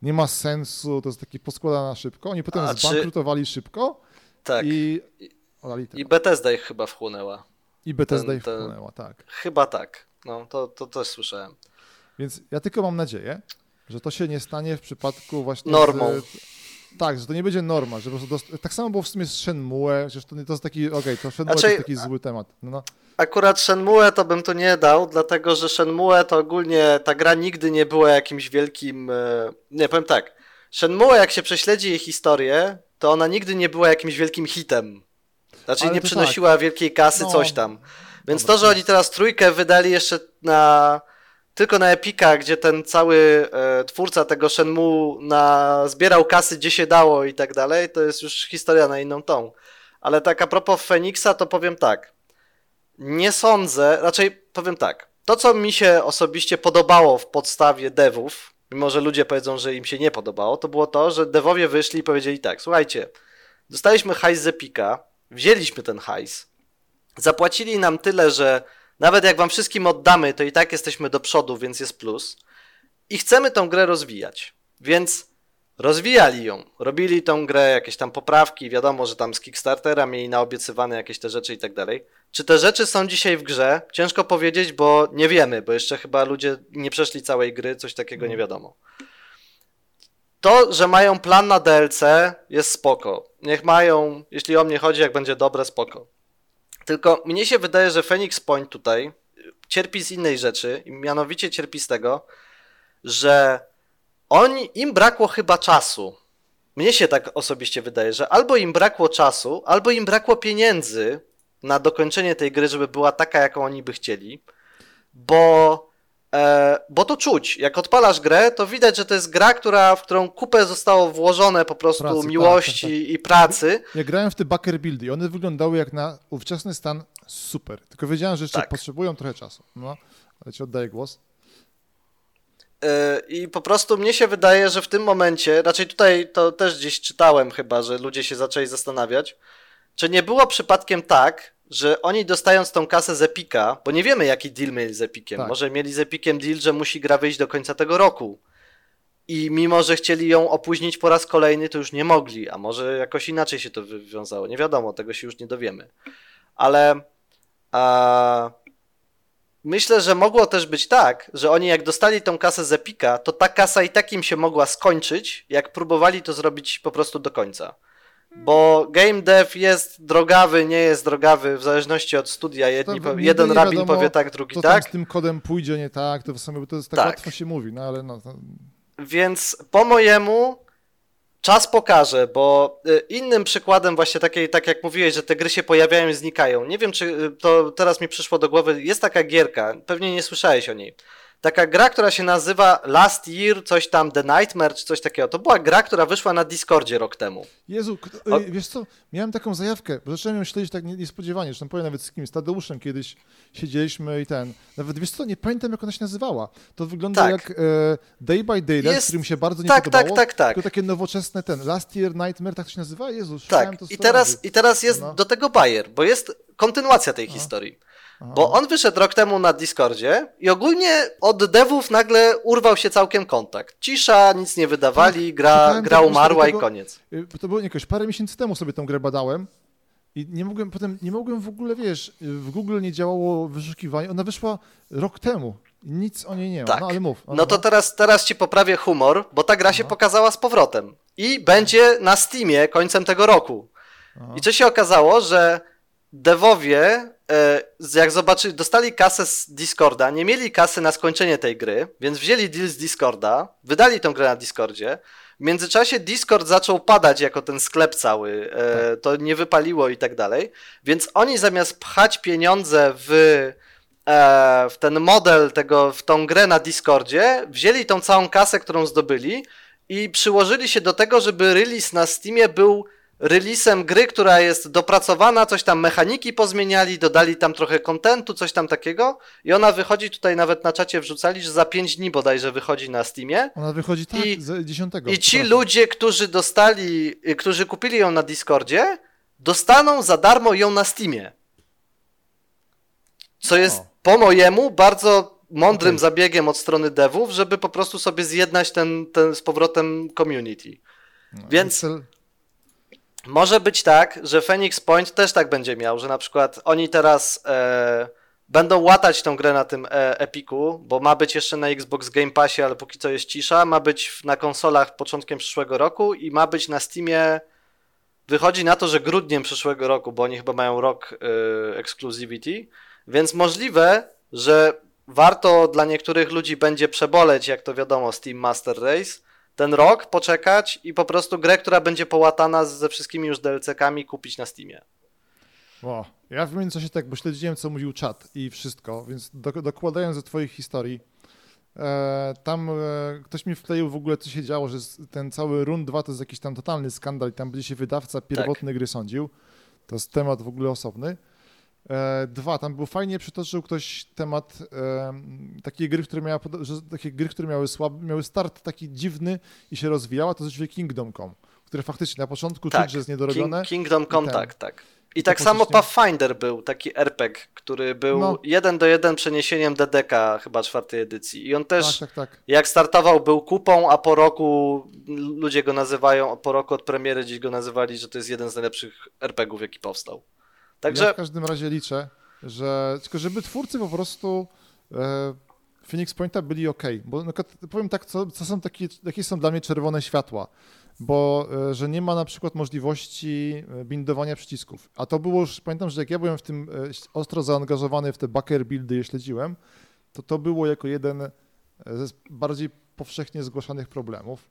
A: nie ma sensu, to jest taki poskładana szybko. Oni potem
B: A,
A: zbankrutowali
B: czy...
A: szybko
B: tak.
A: i...
B: I Bethesda ich chyba wchłonęła.
A: I Bethesda
B: ten,
A: ich
B: ten...
A: wchłonęła, tak.
B: Chyba tak. No, to, to też słyszałem.
A: Więc ja tylko mam nadzieję, że to się nie stanie w przypadku właśnie...
B: Normą.
A: Z... Tak, że to nie będzie norma, że po prostu dost... tak samo było w sumie z Shenmue, że to, nie, to jest taki, okej, okay, to Shenmue znaczy, to jest taki zły temat. No, no.
B: Akurat Shenmue to bym tu nie dał, dlatego że Shenmue to ogólnie ta gra nigdy nie była jakimś wielkim, nie, powiem tak, Shenmue jak się prześledzi jej historię, to ona nigdy nie była jakimś wielkim hitem. Znaczy
A: ale
B: nie przynosiła tak. wielkiej kasy,
A: no,
B: coś tam. Więc
A: dobra,
B: to, że oni teraz trójkę wydali jeszcze na... tylko na Epica, gdzie ten cały e, twórca tego Shenmue na, zbierał kasy gdzie się dało i tak dalej, to jest już historia na inną tą. Ale tak a propos Feniksa, to powiem tak. Nie sądzę, raczej powiem tak. To, co mi się osobiście podobało w podstawie devów, mimo że ludzie powiedzą, że im się nie podobało, to było to, że devowie wyszli i powiedzieli tak, słuchajcie, dostaliśmy hajs z Epica, wzięliśmy ten hajs, zapłacili nam tyle, że nawet jak wam wszystkim oddamy, to i tak jesteśmy do przodu, więc jest plus. I chcemy tą grę rozwijać. Więc rozwijali ją. Robili tą grę, jakieś tam poprawki. Wiadomo, że tam z Kickstartera mieli naobiecywane jakieś te rzeczy i tak dalej. Czy te rzeczy są dzisiaj w grze? Ciężko powiedzieć, bo nie wiemy, bo jeszcze chyba ludzie nie przeszli całej gry, coś takiego nie wiadomo. To, że mają plan na D L C jest spoko. Niech mają, jeśli o mnie chodzi, jak będzie dobre, spoko. Tylko mnie się wydaje, że Phoenix Point tutaj cierpi z innej rzeczy, mianowicie cierpi z tego, że oni, im brakło chyba czasu. Mnie się tak osobiście wydaje, że albo im brakło czasu, albo im brakło pieniędzy na dokończenie tej gry, żeby była taka, jaką oni by chcieli, bo, e, bo to czuć. Jak odpalasz grę, to widać, że to jest gra, która, w którą kupę zostało włożone po prostu pracy, miłości tak, tak, tak. i pracy.
A: Ja grałem w te backer buildy i one wyglądały jak na ówczesny stan super. Tylko wiedziałem, że jeszcze tak. potrzebują trochę czasu. No, ale ci oddaję głos.
B: I po prostu mnie się wydaje, że w tym momencie, raczej tutaj to też gdzieś czytałem chyba, że ludzie się zaczęli zastanawiać, czy nie było przypadkiem tak, że oni dostając tą kasę z Epica, bo nie wiemy jaki deal mieli z Epiciem, tak. może mieli z Epiciem deal, że musi gra wyjść do końca tego roku i mimo, że chcieli ją opóźnić po raz kolejny, to już nie mogli, a może jakoś inaczej się to wywiązało, nie wiadomo, tego się już nie dowiemy, ale... A... Myślę, że mogło też być tak, że oni jak dostali tą kasę z Epica, to ta kasa i tak im się mogła skończyć, jak próbowali to zrobić po prostu do końca. Bo game dev jest drogawy, nie jest drogawy, w zależności od studia. Jedni
A: to,
B: jeden rabin wiadomo, powie tak, drugi
A: to
B: tak.
A: Z tym kodem pójdzie nie tak, to w sumie to jest tak, tak łatwo się mówi, no ale no. To...
B: Więc po mojemu czas pokaże, bo innym przykładem właśnie takiej, tak jak mówiłeś, że te gry się pojawiają i znikają. Nie wiem, czy to teraz mi przyszło do głowy, jest taka gierka, pewnie nie słyszałeś o niej. Taka gra, która się nazywa Last Year, coś tam, The Nightmare, czy coś takiego. To była gra, która wyszła na Discordzie rok temu.
A: Jezu, o... wiesz co, miałem taką zajawkę, bo zacząłem ją śledzić tak niespodziewanie, zresztą powiem nawet z kimś, z Tadeuszem kiedyś siedzieliśmy i ten, nawet wiesz co, nie pamiętam jak ona się nazywała. To wygląda tak. jak e, Day by Daylight, Jest... który mi się bardzo nie
B: tak,
A: podobało.
B: Tak, tak, tak.
A: Tylko takie nowoczesne ten, Last Year Nightmare, tak to się nazywa? Jezu,
B: tak.
A: to
B: I teraz, i teraz jest no. do tego bajer, bo jest kontynuacja tej Aha. historii. Aha. Bo on wyszedł rok temu na Discordzie i ogólnie od devów nagle urwał się całkiem kontakt. Cisza, nic nie wydawali, tak, gra, gra umarła tego, i koniec.
A: To było jakoś parę miesięcy temu sobie tę grę badałem i nie mogłem potem, nie mogłem w ogóle, wiesz, w Google nie działało wyszukiwanie, ona wyszła rok temu. Nic o niej nie ma,
B: tak.
A: no ale mów.
B: No to teraz, teraz ci poprawię humor, bo ta gra Aha. się pokazała z powrotem i będzie na Steamie końcem tego roku. Aha. I co się okazało, że devowie, jak zobaczyli, dostali kasę z Discorda, nie mieli kasy na skończenie tej gry, więc wzięli deal z Discorda, wydali tą grę na Discordzie. W międzyczasie Discord zaczął padać jako ten sklep cały, tak. to nie wypaliło i tak dalej, więc oni zamiast pchać pieniądze w, w ten model, tego, w tą grę na Discordzie, wzięli tą całą kasę, którą zdobyli i przyłożyli się do tego, żeby release na Steamie był releasem gry, która jest dopracowana, coś tam mechaniki pozmieniali, dodali tam trochę kontentu, coś tam takiego i ona wychodzi, tutaj nawet na czacie wrzucali, że za pięć dni bodajże wychodzi na Steamie.
A: Ona wychodzi tak, I, z dziesiątego.
B: I ci ludzie, którzy dostali, którzy kupili ją na Discordzie, dostaną za darmo ją na Steamie. Co jest o. po mojemu bardzo mądrym
A: okay.
B: zabiegiem od strony devów, żeby po prostu sobie zjednać ten, ten z powrotem community. No, Więc cel... może być tak, że Phoenix Point też tak będzie miał, że na przykład oni teraz e, będą łatać tą grę na tym e, Epiku, bo ma być jeszcze na Xbox Game Passie, ale póki co jest cisza, ma być na konsolach początkiem przyszłego roku i ma być na Steamie. Wychodzi na to, że grudniem przyszłego roku, bo oni chyba mają rok y, exclusivity, więc możliwe, że warto dla niektórych ludzi będzie przeboleć, jak to wiadomo, Steam Master Race, ten rok poczekać i po prostu grę, która będzie połatana ze wszystkimi już D L C-kami kupić na Steamie.
A: Wow. Ja w międzyczasie tak, bo śledziłem, co mówił czat i wszystko, więc do, dokładając do twoich historii, e, tam e, ktoś mi wkleił w ogóle, co się działo, że ten cały Run dwa to jest jakiś tam totalny skandal i tam będzie się wydawca pierwotny tak. gry sądził. To jest temat w ogóle osobny. E, dwa, tam był fajnie przytoczył ktoś temat e, takiej gry, które miała, że takie gry, które miały słaby, miały start taki dziwny i się rozwijała, to jest Kingdom Come, które faktycznie na początku
B: tak.
A: czuć, że jest niedorobione.
B: King, Kingdom Come, tak, tak. I tak samo Pathfinder był, taki er pe gie, który był no. jeden do jeden przeniesieniem D D K chyba czwartej edycji. I on też, tak, tak, tak. jak startował, był kupą, a po roku ludzie go nazywają, po roku od premiery dziś go nazywali, że to jest jeden z najlepszych er pe gie ów, jaki powstał. Także...
A: Ja w każdym razie liczę, że tylko żeby twórcy po prostu e, Phoenix Pointa byli ok, bo no, powiem tak, co, co są takie, jakie są dla mnie czerwone światła, bo e, że nie ma na przykład możliwości bindowania przycisków, a to było już, pamiętam, że jak ja byłem w tym e, ostro zaangażowany w te backer buildy je śledziłem, to to było jako jeden ze bardziej powszechnie zgłaszanych problemów.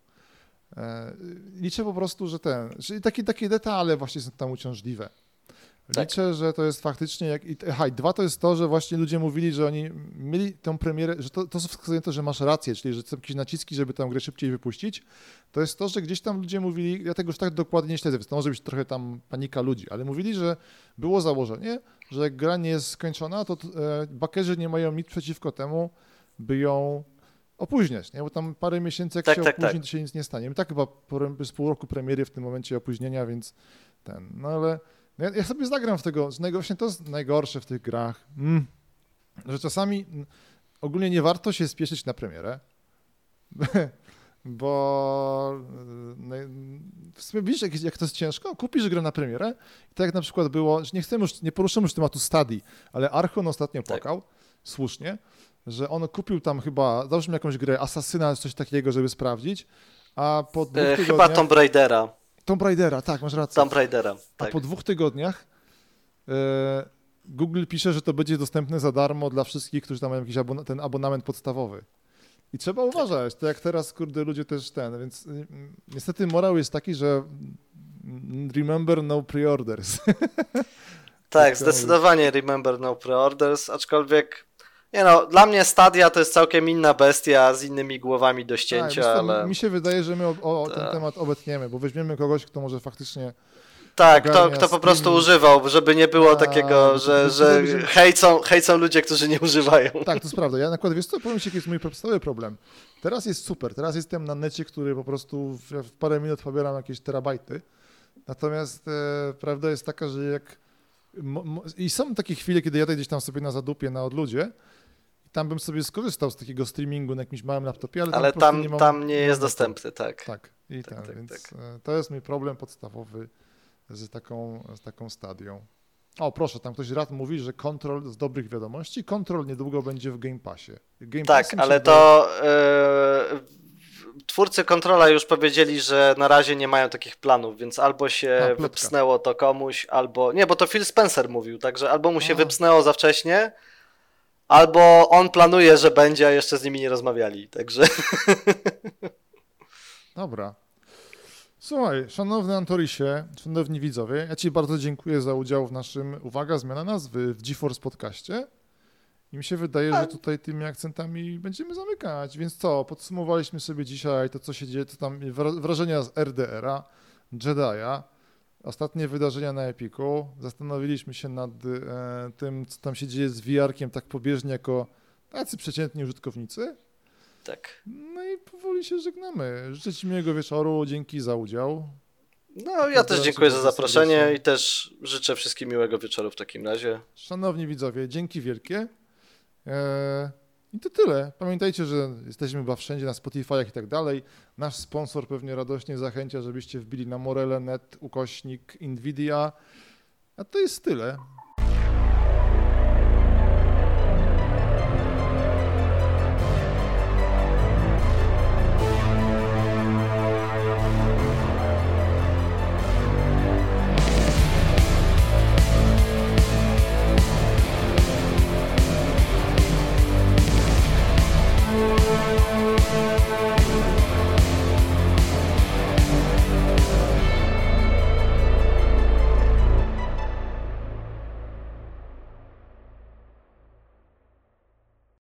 A: E, liczę po prostu, że ten, że takie, takie detale właśnie są tam uciążliwe. Liczę, tak. że to jest faktycznie jak... Aha, i dwa to jest to, że właśnie ludzie mówili, że oni mieli tę premierę, że to, to wskazuje to, że masz rację, czyli że są jakieś naciski, żeby tę grę szybciej wypuścić. To jest to, że gdzieś tam ludzie mówili, ja tego już tak dokładnie nie śledzę, więc to może być trochę tam panika ludzi, ale mówili, że było założenie, że jak gra nie jest skończona, to e, bakerzy nie mają nic przeciwko temu, by ją opóźniać, nie? Bo tam parę miesięcy jak tak, się tak, opóźni, tak. to się nic nie stanie. I tak chyba z pół roku premiery w tym momencie opóźnienia, więc ten, no ale... Ja, ja sobie zagram w tego, że właśnie to jest najgorsze w tych grach, mm, że czasami ogólnie nie warto się spieszyć na premierę, bo w sumie widzisz, jak, jak to jest ciężko, kupisz grę na premierę i tak jak na przykład było, że nie chcemy już, nie poruszamy już tematu Stadii, ale Archon ostatnio płakał, tak. słusznie, że on kupił tam chyba, załóżmy jakąś grę Asasyna, coś takiego, żeby sprawdzić, a po dwóch
B: e,
A: tygodniach...
B: Chyba Tomb Raidera.
A: Tomb Raidera, tak, masz rację.
B: Tomb Raidera, tak.
A: A po dwóch tygodniach e, Google pisze, że to będzie dostępne za darmo dla wszystkich, którzy tam mają jakiś abon- ten abonament podstawowy. I trzeba uważać, to jak teraz, kurde, ludzie też ten, więc y, niestety morał jest taki, że remember no pre-orders.
B: Tak, zdecydowanie remember no pre-orders, aczkolwiek nie no, dla mnie Stadia to jest całkiem inna bestia z innymi głowami do ścięcia,
A: tak,
B: ale...
A: Mi się wydaje, że my o, o ten temat obetniemy, bo weźmiemy kogoś, kto może faktycznie...
B: Tak, kto, kto po prostu używał, żeby nie było A, takiego, że, że hejcą, hejcą ludzie, którzy nie używają.
A: Tak, to jest prawda. Ja nakładam, wiesz co, powiem ci, jaki jest mój podstawowy problem. Teraz jest super, teraz jestem na necie, który po prostu w, w parę minut pobieram jakieś terabajty. Natomiast e, prawda jest taka, że jak... Mo, mo, I są takie chwile, kiedy jadę gdzieś tam sobie na zadupie, na odludzie, tam bym sobie skorzystał z takiego streamingu na jakimś małym laptopie, ale tam
B: ale tam,
A: nie, mam,
B: tam nie
A: nie
B: jest
A: mam
B: dostępny, tak.
A: Tak, i
B: tak,
A: ten,
B: tak,
A: więc
B: tak.
A: to jest mój problem podstawowy z taką, z taką Stadią. O, proszę, tam ktoś rad mówi, że Control z dobrych wiadomości, Control niedługo będzie w Game Passie. Game
B: tak, ale to yy, twórcy Controla już powiedzieli, że na razie nie mają takich planów, więc albo się A, wypsnęło to komuś, albo... Nie, bo to Phil Spencer mówił, także albo mu się A. wypsnęło za wcześnie, albo on planuje, że będzie, a jeszcze z nimi nie rozmawiali, także...
A: Dobra. Słuchaj, szanowny Antorisie, szanowni widzowie, ja ci bardzo dziękuję za udział w naszym, uwaga, zmiana nazwy, w GeForce podcaście. I mi się wydaje, że tutaj tymi akcentami będziemy zamykać. Więc co, podsumowaliśmy sobie dzisiaj to, co się dzieje, to tam wrażenia z R D R-a, Jedi'a, ostatnie wydarzenia na Epiku. Zastanowiliśmy się nad e, tym, co tam się dzieje z V R-kiem tak pobieżnie jako tacy przeciętni użytkownicy.
B: Tak.
A: No i powoli się żegnamy. Życzę ci miłego wieczoru, dzięki za udział.
B: No, ja też dziękuję za zaproszenie i też życzę wszystkim miłego wieczoru w takim razie.
A: Szanowni widzowie, dzięki wielkie. Eee, I to tyle. Pamiętajcie, że jesteśmy chyba wszędzie na Spotify'ach i tak dalej. Nasz sponsor pewnie radośnie zachęcia, żebyście wbili na morele kropka net ukośnik Nvidia. A to jest tyle.
C: We'll be right back.